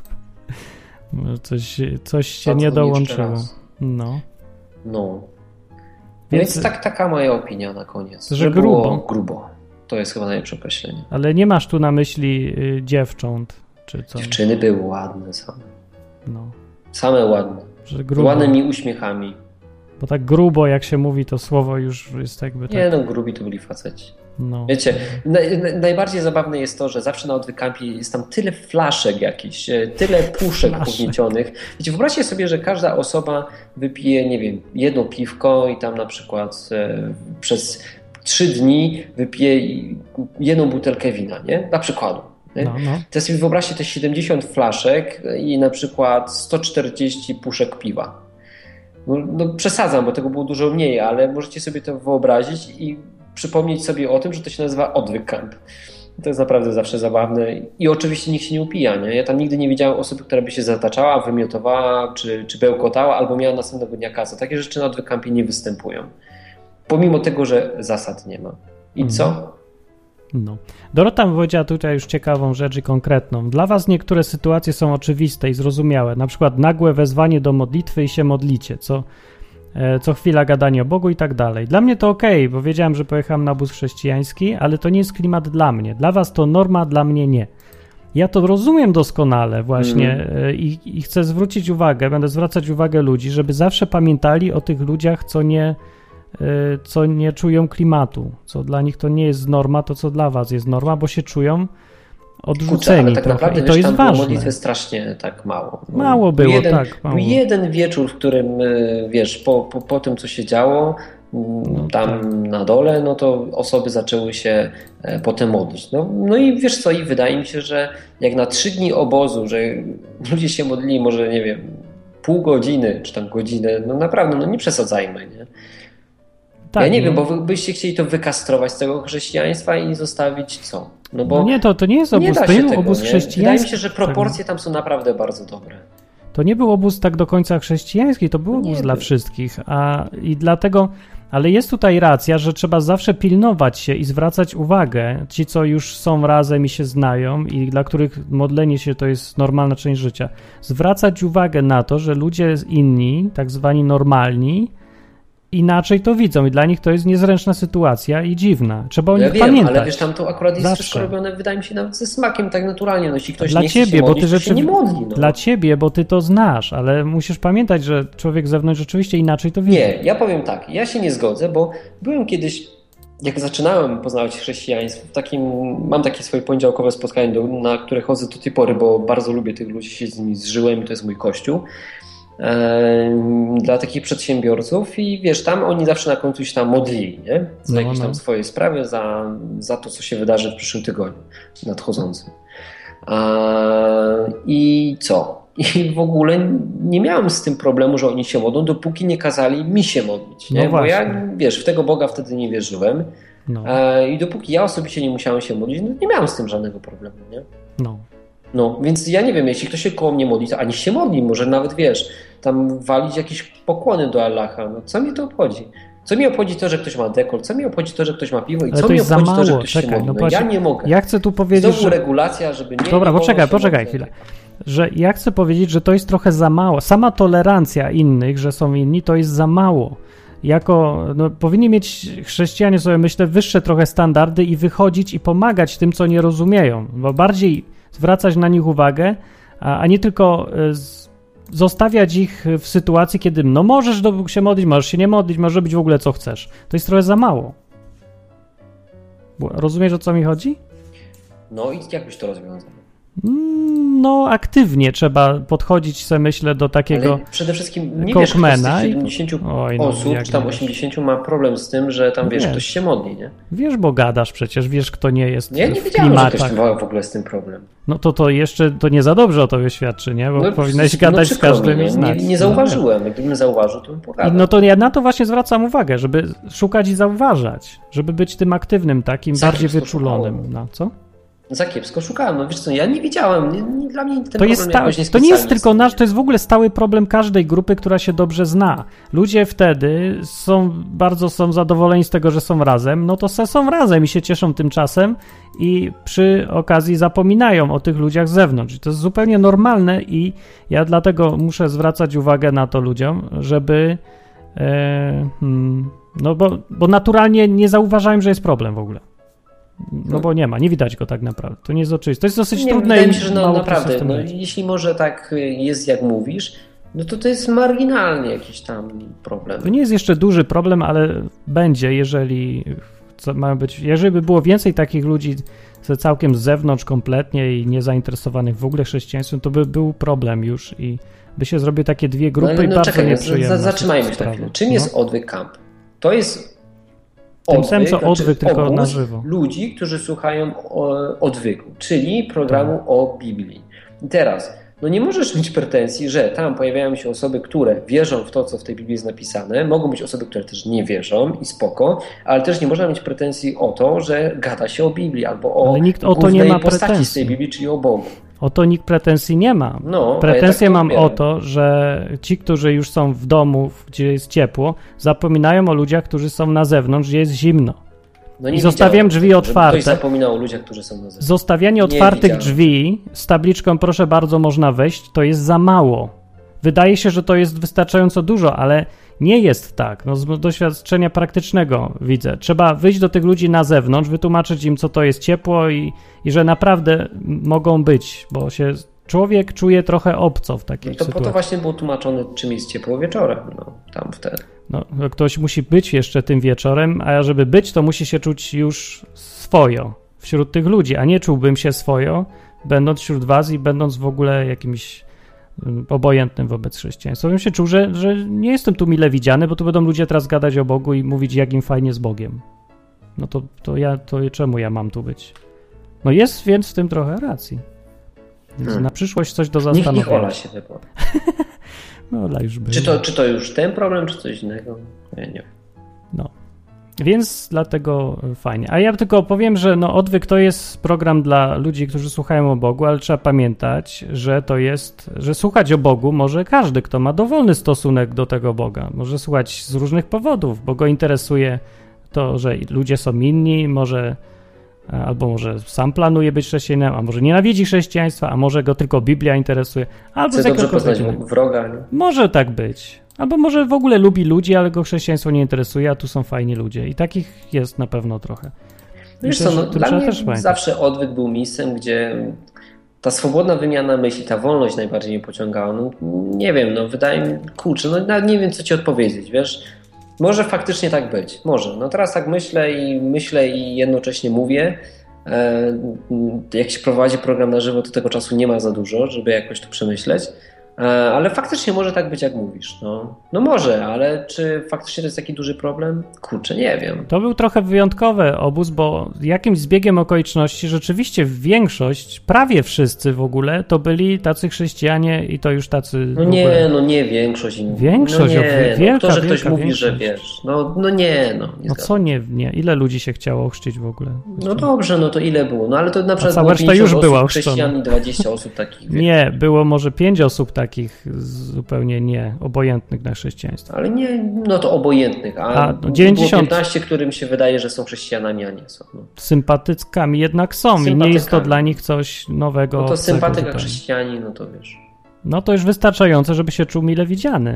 Coś się nie dołączyło. No. Więc taka moja opinia na koniec. Że grubo. To jest chyba najlepsze określenie. Ale nie masz tu na myśli dziewcząt, czy co? Dziewczyny były ładne same. No. Same ładne. Z ładnymi uśmiechami. Bo tak grubo, jak się mówi, to słowo już jest jakby tak... Nie, no grubi to byli faceci. No. Wiecie, najbardziej zabawne jest to, że zawsze na Odwyk Campie jest tam tyle flaszek jakichś, tyle puszek pogniecionych. Wiecie, wyobraźcie sobie, że każda osoba wypije, nie wiem, jedno piwko i tam na przykład przez 3 dni wypije jedną butelkę wina, nie? Na przykładu. Teraz sobie wyobraźcie te 70 flaszek i na przykład 140 puszek piwa. No przesadzam, bo tego było dużo mniej, ale możecie sobie to wyobrazić i przypomnieć sobie o tym, że to się nazywa Odwyk Camp. To jest naprawdę zawsze zabawne i oczywiście nikt się nie upija, nie? Ja tam nigdy nie widziałem osoby, która by się zataczała, wymiotowała czy bełkotała albo miała następnego dnia kasę. Takie rzeczy na Odwyk Campie nie występują. Pomimo tego, że zasad nie ma. I co? No. Dorota powiedziała tutaj już ciekawą rzecz i konkretną. Dla was niektóre sytuacje są oczywiste i zrozumiałe. Na przykład nagłe wezwanie do modlitwy i się modlicie, co chwila gadanie o Bogu i tak dalej. Dla mnie to okej, bo wiedziałem, że pojechałem na obóz chrześcijański, ale to nie jest klimat dla mnie. Dla was to norma, dla mnie nie. Ja to rozumiem doskonale właśnie i chcę zwrócić uwagę, będę zwracać uwagę ludzi, żeby zawsze pamiętali o tych ludziach, co nie czują klimatu, co dla nich to nie jest norma, to co dla was jest norma, bo się czują odrzuceni ale tak trochę. Naprawdę, i to jest ważne. Modlitwy strasznie tak mało. Mało było, Był jeden wieczór, w którym, wiesz, po tym, co się działo tam na dole, no to osoby zaczęły się potem modlić. No i wiesz co, i wydaje mi się, że jak na 3 dni obozu, że ludzie się modlili może, nie wiem, pół godziny, czy tam godzinę, no naprawdę, no nie przesadzajmy, nie? Ja nie wiem, bo wy byście chcieli to wykastrować z tego chrześcijaństwa i zostawić co? No bo nie, to nie jest obóz, to nie obóz chrześcijański. Wydaje mi się, że proporcje tam są naprawdę bardzo dobre. To nie był obóz tak do końca chrześcijański, to był obóz dla wszystkich. I dlatego, Ale jest tutaj racja, że trzeba zawsze pilnować się i zwracać uwagę, ci, co już są razem i się znają i dla których modlenie się to jest normalna część życia, zwracać uwagę na to, że ludzie inni, tak zwani normalni, inaczej to widzą i dla nich to jest niezręczna sytuacja i dziwna. Trzeba o nich pamiętać. Ale wiesz, tam to akurat jest wszystko robione, wydaje mi się, nawet ze smakiem tak naturalnie. No, jeśli ktoś nie chce się modlić, to się nie modli. No. Dla ciebie, bo ty to znasz, ale musisz pamiętać, że człowiek z zewnątrz rzeczywiście inaczej to widzi. Nie, ja powiem tak, ja się nie zgodzę, bo byłem kiedyś, jak zaczynałem poznawać chrześcijaństwo, mam takie swoje poniedziałkowe spotkanie, na które chodzę do tej pory, bo bardzo lubię tych ludzi, się z nimi zżyłem i to jest mój kościół. Dla takich przedsiębiorców i wiesz, tam oni zawsze na końcu się tam modlili, nie? Za jakieś tam swoje sprawy, za to, co się wydarzy w przyszłym tygodniu nadchodzącym. I co? I w ogóle nie miałem z tym problemu, że oni się modlą, dopóki nie kazali mi się modlić, nie? Bo ja, wiesz, w tego Boga wtedy nie wierzyłem i dopóki ja osobiście nie musiałem się modlić, no nie miałem z tym żadnego problemu, nie? No, więc ja nie wiem, jeśli ktoś się koło mnie modli, to ani się modli, może nawet, wiesz, tam walić jakieś pokłony do Allaha, no co mi to obchodzi? Co mi obchodzi to, że ktoś ma dekolt? Co mi obchodzi to, że ktoś ma piwo? I co mi obchodzi to, że ktoś się modli? No, ja nie mogę. Ja chcę tu powiedzieć, znowu regulacja, żeby nie... Dobra, poczekaj chwilę. Że ja chcę powiedzieć, że to jest trochę za mało. Sama tolerancja innych, że są inni, to jest za mało. Powinni mieć chrześcijanie sobie, myślę, wyższe trochę standardy i wychodzić i pomagać tym, co nie rozumieją, bo bardziej zwracać na nich uwagę, a nie tylko zostawiać ich w sytuacji, kiedy możesz się modlić, możesz się nie modlić, możesz robić w ogóle co chcesz. To jest trochę za mało. Rozumiesz, o co mi chodzi? No i jak byś to rozwiązał? No, aktywnie trzeba podchodzić, sobie myślę, do takiego. Ale przede wszystkim nie wiesz, kto z tych 70 osób, czy tam 80 ma problem z tym, że tam, wiesz, ktoś się modli, nie? Wiesz, bo gadasz przecież, wiesz, kto nie jest ja nie wiedziałem, że ktoś ma w ogóle z tym problem. No to jeszcze to nie za dobrze o tobie świadczy, nie? Bo powinieneś gadać z każdym i znać. Nie zauważyłem. Gdybym zauważył, to bym pogadał. No to ja na to właśnie zwracam uwagę, żeby szukać i zauważać, żeby być tym aktywnym, takim bardziej wyczulonym. No, co? Za kiepsko szukałem. No wiesz co, ja nie wiedziałem. Dla mnie ten to nie jest tylko nasz, to jest w ogóle stały problem każdej grupy, która się dobrze zna. Ludzie wtedy są zadowoleni z tego, że są razem, no to są razem i się cieszą tym czasem i przy okazji zapominają o tych ludziach z zewnątrz. I to jest zupełnie normalne i ja dlatego muszę zwracać uwagę na to ludziom, żeby bo naturalnie nie zauważałem, że jest problem w ogóle. No bo nie widać go tak naprawdę. To nie jest oczywiste. To jest dosyć trudne. Wydaje mi się, że naprawdę, jeśli może tak jest, jak mówisz, no to jest marginalnie jakiś tam problem. To nie jest jeszcze duży problem, ale będzie, jeżeli by było więcej takich ludzi całkiem z zewnątrz kompletnie i niezainteresowanych w ogóle chrześcijaństwem, to by był problem już i by się zrobiły takie dwie grupy i bardzo nieprzyjemne. Zatrzymajmy się na chwilę. Czym jest Odwyk Camp? To jest odwyk tylko na żywo. Ludzi, którzy słuchają odwyku, czyli programu o Biblii. I teraz, nie możesz mieć pretensji, że tam pojawiają się osoby, które wierzą w to, co w tej Biblii jest napisane. Mogą być osoby, które też nie wierzą i spoko, ale też nie można mieć pretensji o to, że gada się o Biblii albo o głównej postaci z tej Biblii, czyli o Bogu. O to nikt pretensji nie ma. Pretensje mam o to, że ci, którzy już są w domu, gdzie jest ciepło, zapominają o ludziach, którzy są na zewnątrz, gdzie jest zimno. I zostawiam drzwi otwarte. Ktoś zapominał o ludziach, którzy są na zewnątrz. Zostawianie otwartych drzwi z tabliczką proszę bardzo, można wejść, to jest za mało. Wydaje się, że to jest wystarczająco dużo, ale nie jest tak. Z doświadczenia praktycznego widzę. Trzeba wyjść do tych ludzi na zewnątrz, wytłumaczyć im, co to jest ciepło i że naprawdę mogą być, bo się człowiek czuje trochę obco w takiej sytuacji. Po to właśnie było tłumaczone, czym jest ciepło wieczorem. Tam wtedy. Ktoś musi być jeszcze tym wieczorem, a żeby być, to musi się czuć już swojo wśród tych ludzi, a nie czułbym się swojo, będąc wśród was i będąc w ogóle jakimś obojętnym wobec chrześcijaństwa. Bym się czuł, że nie jestem tu mile widziany, bo tu będą ludzie teraz gadać o Bogu i mówić, jak im fajnie z Bogiem. No to czemu ja mam tu być? Jest więc w tym trochę racji. Więc na przyszłość coś do zastanowienia. Niech Ola się wypowie. Ola już była. Czy to już ten problem, czy coś innego? Ja nie wiem. Więc dlatego fajnie. A ja tylko powiem, że Odwyk to jest program dla ludzi, którzy słuchają o Bogu, ale trzeba pamiętać, że słuchać o Bogu może każdy, kto ma dowolny stosunek do tego Boga. Może słuchać z różnych powodów, bo go interesuje to, że ludzie są inni, albo może sam planuje być chrześcijaninem, a może nienawidzi chrześcijaństwa, a może go tylko Biblia interesuje. Albo chce dobrze poznać wroga. Nie? Może tak być. Albo może w ogóle lubi ludzi, ale go chrześcijaństwo nie interesuje, a tu są fajni ludzie. I takich jest na pewno trochę. Wiesz co, dla mnie zawsze Odwyk był miejscem, gdzie ta swobodna wymiana myśli, ta wolność najbardziej mnie pociągała. Nie wiem, wydaje mi nie wiem, co ci odpowiedzieć, wiesz. Może faktycznie tak być, może. Teraz tak myślę i jednocześnie mówię. Jak się prowadzi program na żywo, to tego czasu nie ma za dużo, żeby jakoś to przemyśleć. Ale faktycznie może tak być, jak mówisz. No może, ale czy faktycznie to jest taki duży problem? Kurczę, nie wiem. To był trochę wyjątkowy obóz, bo jakimś zbiegiem okoliczności rzeczywiście większość, prawie wszyscy w ogóle, to byli tacy chrześcijanie i to już tacy... Nie większość. Większość, wielka, to, że ktoś wielka mówi, większość. że wiesz, nie co nie? Ile ludzi się chciało ochrzcić w ogóle? No dobrze, to ile było? Ale to na przykład cała reszta już była chrześcijan i 20 osób takich. Wiesz. Nie, było może 5 osób takich zupełnie obojętnych na chrześcijaństwo. Ale nie, to obojętnych, a 90... było 15, którym się wydaje, że są chrześcijanami, a nie są. Sympatykami jednak są i nie jest to dla nich coś nowego. To sympatyk jak chrześcijanin, to wiesz. To już wystarczające, żeby się czuł mile widziany.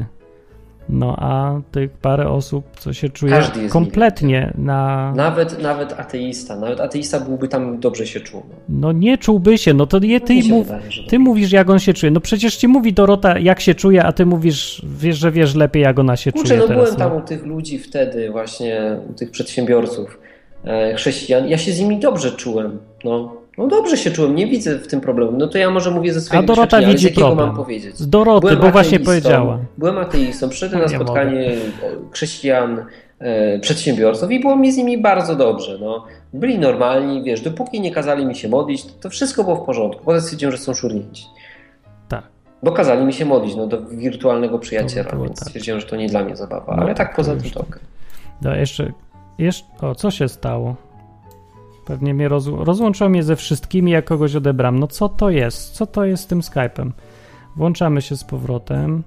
A tych parę osób, co się czuje kompletnie na... Nawet ateista byłby tam dobrze się czuł. Nie czułby się, ty mówisz, jak on się czuje. Przecież ci mówi Dorota, jak się czuje, a ty mówisz, że wiesz lepiej, jak ona się czuje teraz. Byłem tam u tych ludzi wtedy właśnie, u tych przedsiębiorców, chrześcijan. Ja się z nimi dobrze czułem, dobrze się czułem, nie widzę w tym problemu. To ja może mówię ze swojego doświadczenia, ale z jakiego mam powiedzieć. Z Doroty, bo właśnie powiedziała. Byłem ateistą, przyszedłem na spotkanie chrześcijan, przedsiębiorców i było mi z nimi bardzo dobrze. Byli normalni, wiesz, dopóki nie kazali mi się modlić, to wszystko było w porządku. Potem stwierdziłem, że są szurnięci. Tak. Bo kazali mi się modlić do wirtualnego przyjaciela, więc stwierdziłem, że to nie dla mnie zabawa. Ale tak poza tym to okej. Jeszcze, co się stało? Pewnie mnie rozłączyło mnie ze wszystkimi, jak kogoś odebram. Co to jest? Co to jest z tym Skype'em? Włączamy się z powrotem.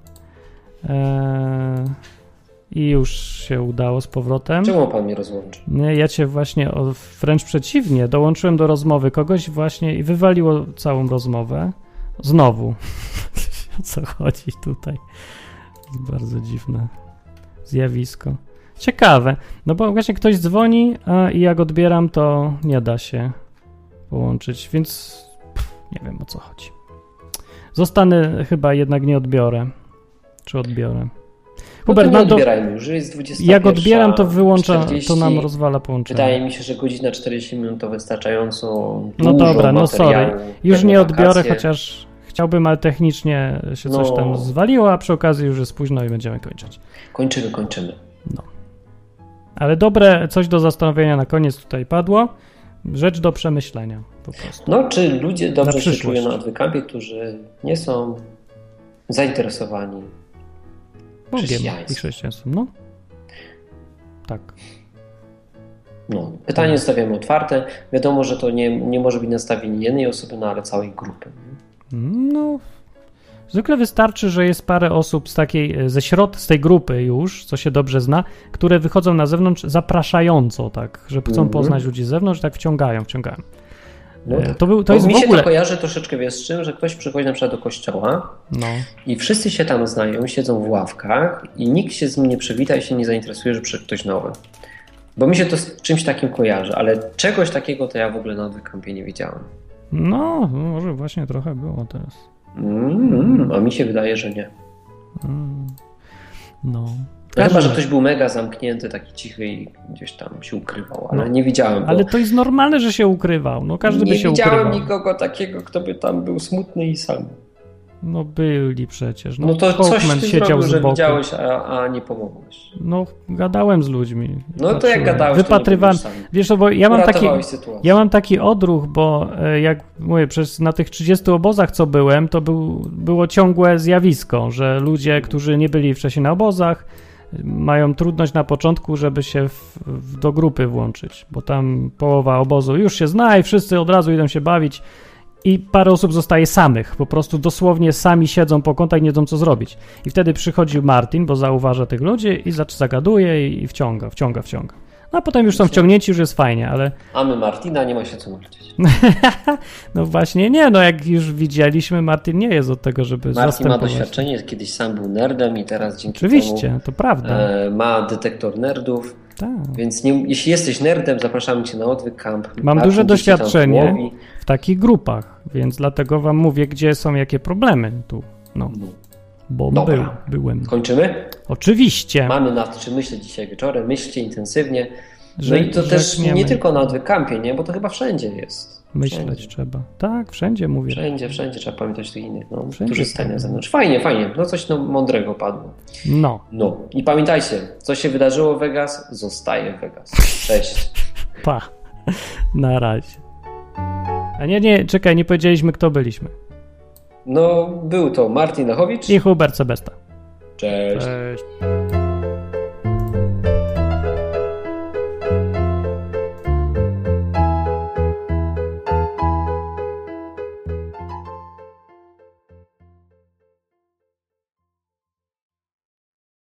I już się udało z powrotem. Czemu pan mnie rozłączył? Nie, ja cię właśnie, wręcz przeciwnie, dołączyłem do rozmowy kogoś właśnie i wywaliło całą rozmowę. Znowu. O co chodzi tutaj? To jest bardzo dziwne zjawisko. Ciekawe, bo właśnie ktoś dzwoni, i jak odbieram, to nie da się połączyć, więc nie wiem, o co chodzi. Zostanę, chyba jednak nie odbiorę. Czy odbiorę? Hubert, nie odbierajmy, już jest 21. Jak odbieram, to wyłącza, 40, to nam rozwala połączenie. Wydaje mi się, że godzina 40 minut to wystarczająco dużo dobra, sorry. Już nie odbiorę, chociaż chciałbym, ale technicznie się coś tam zwaliło, a przy okazji już jest późno i będziemy kończyć. Kończymy. Ale dobre, coś do zastanowienia na koniec tutaj padło. Rzecz do przemyślenia po prostu. Czy ludzie dobrze się czują na Odwykampie, którzy nie są zainteresowani Bogiem i chrześcijaństwem? Tak. Pytanie zostawiamy otwarte. Wiadomo, że to nie może być nastawienie jednej osoby, ale całej grupy. Zwykle wystarczy, że jest parę osób z tej grupy już, co się dobrze zna, które wychodzą na zewnątrz zapraszająco, tak, że chcą poznać ludzi z zewnątrz, tak wciągają. To jest mi się w ogóle... to kojarzy troszeczkę, wiesz, z czym, że ktoś przychodzi na przykład do kościoła i wszyscy się tam znają, siedzą w ławkach i nikt się z nim nie przywita i się nie zainteresuje, że przyszedł ktoś nowy. Bo mi się to z czymś takim kojarzy, ale czegoś takiego to ja w ogóle na Odwykampie nie widziałem. Może właśnie trochę było teraz. A mi się wydaje, że nie. Chyba, że ktoś był mega zamknięty, taki cichy i gdzieś tam się ukrywał, ale nie widziałem. Ale to jest normalne, że się ukrywał. Każdy by się ukrywał. Nie widziałem nikogo takiego, kto by tam był smutny i sam. Byli przecież. To coś ty siedział zrobił, że widziałeś, a nie pomogłeś. Gadałem z ludźmi. To jak gadałeś, wypatrywałem. Wiesz, bo ja mam taki odruch, bo jak mówię, na tych 30 obozach, co byłem, to było ciągłe zjawisko, że ludzie, którzy nie byli wcześniej na obozach, mają trudność na początku, żeby się do grupy włączyć, bo tam połowa obozu już się zna i wszyscy od razu idą się bawić i parę osób zostaje samych, po prostu dosłownie sami siedzą po kątach i nie wiedzą co zrobić. I wtedy przychodzi Martin, bo zauważa tych ludzi i zagaduje i wciąga. No a potem już są wciągnięci, już jest fajnie, ale... A my Martina, nie ma się co martwić. No właśnie nie, no jak już widzieliśmy, Martin nie jest od tego, żeby Martin ma doświadczenie, kiedyś sam był nerdem i teraz dzięki Oczywiście, temu to prawda. Ma detektor nerdów, tak. Więc jeśli jesteś nerdem, zapraszamy cię na Odwyk Camp. Mam duże doświadczenie w takich grupach, więc dlatego wam mówię, gdzie są jakie problemy tu, bo byłem. Kończymy? Oczywiście. Mamy nad czym myśleć dzisiaj wieczorem, myślcie intensywnie. No i to też nie tylko na Odwyk Campie, nie? Bo to chyba wszędzie jest. Myśleć trzeba. Tak, wszędzie mówię. Wszędzie trzeba pamiętać o tych innych, którzy stają na zewnątrz. Fajnie. No coś mądrego padło. No. I pamiętajcie, co się wydarzyło w Vegas, zostaje w Vegas. Cześć. Pa. Na razie. A nie, czekaj, nie powiedzieliśmy, kto byliśmy. No, był to Martin Lechowicz i Hubert Sebesta. Cześć.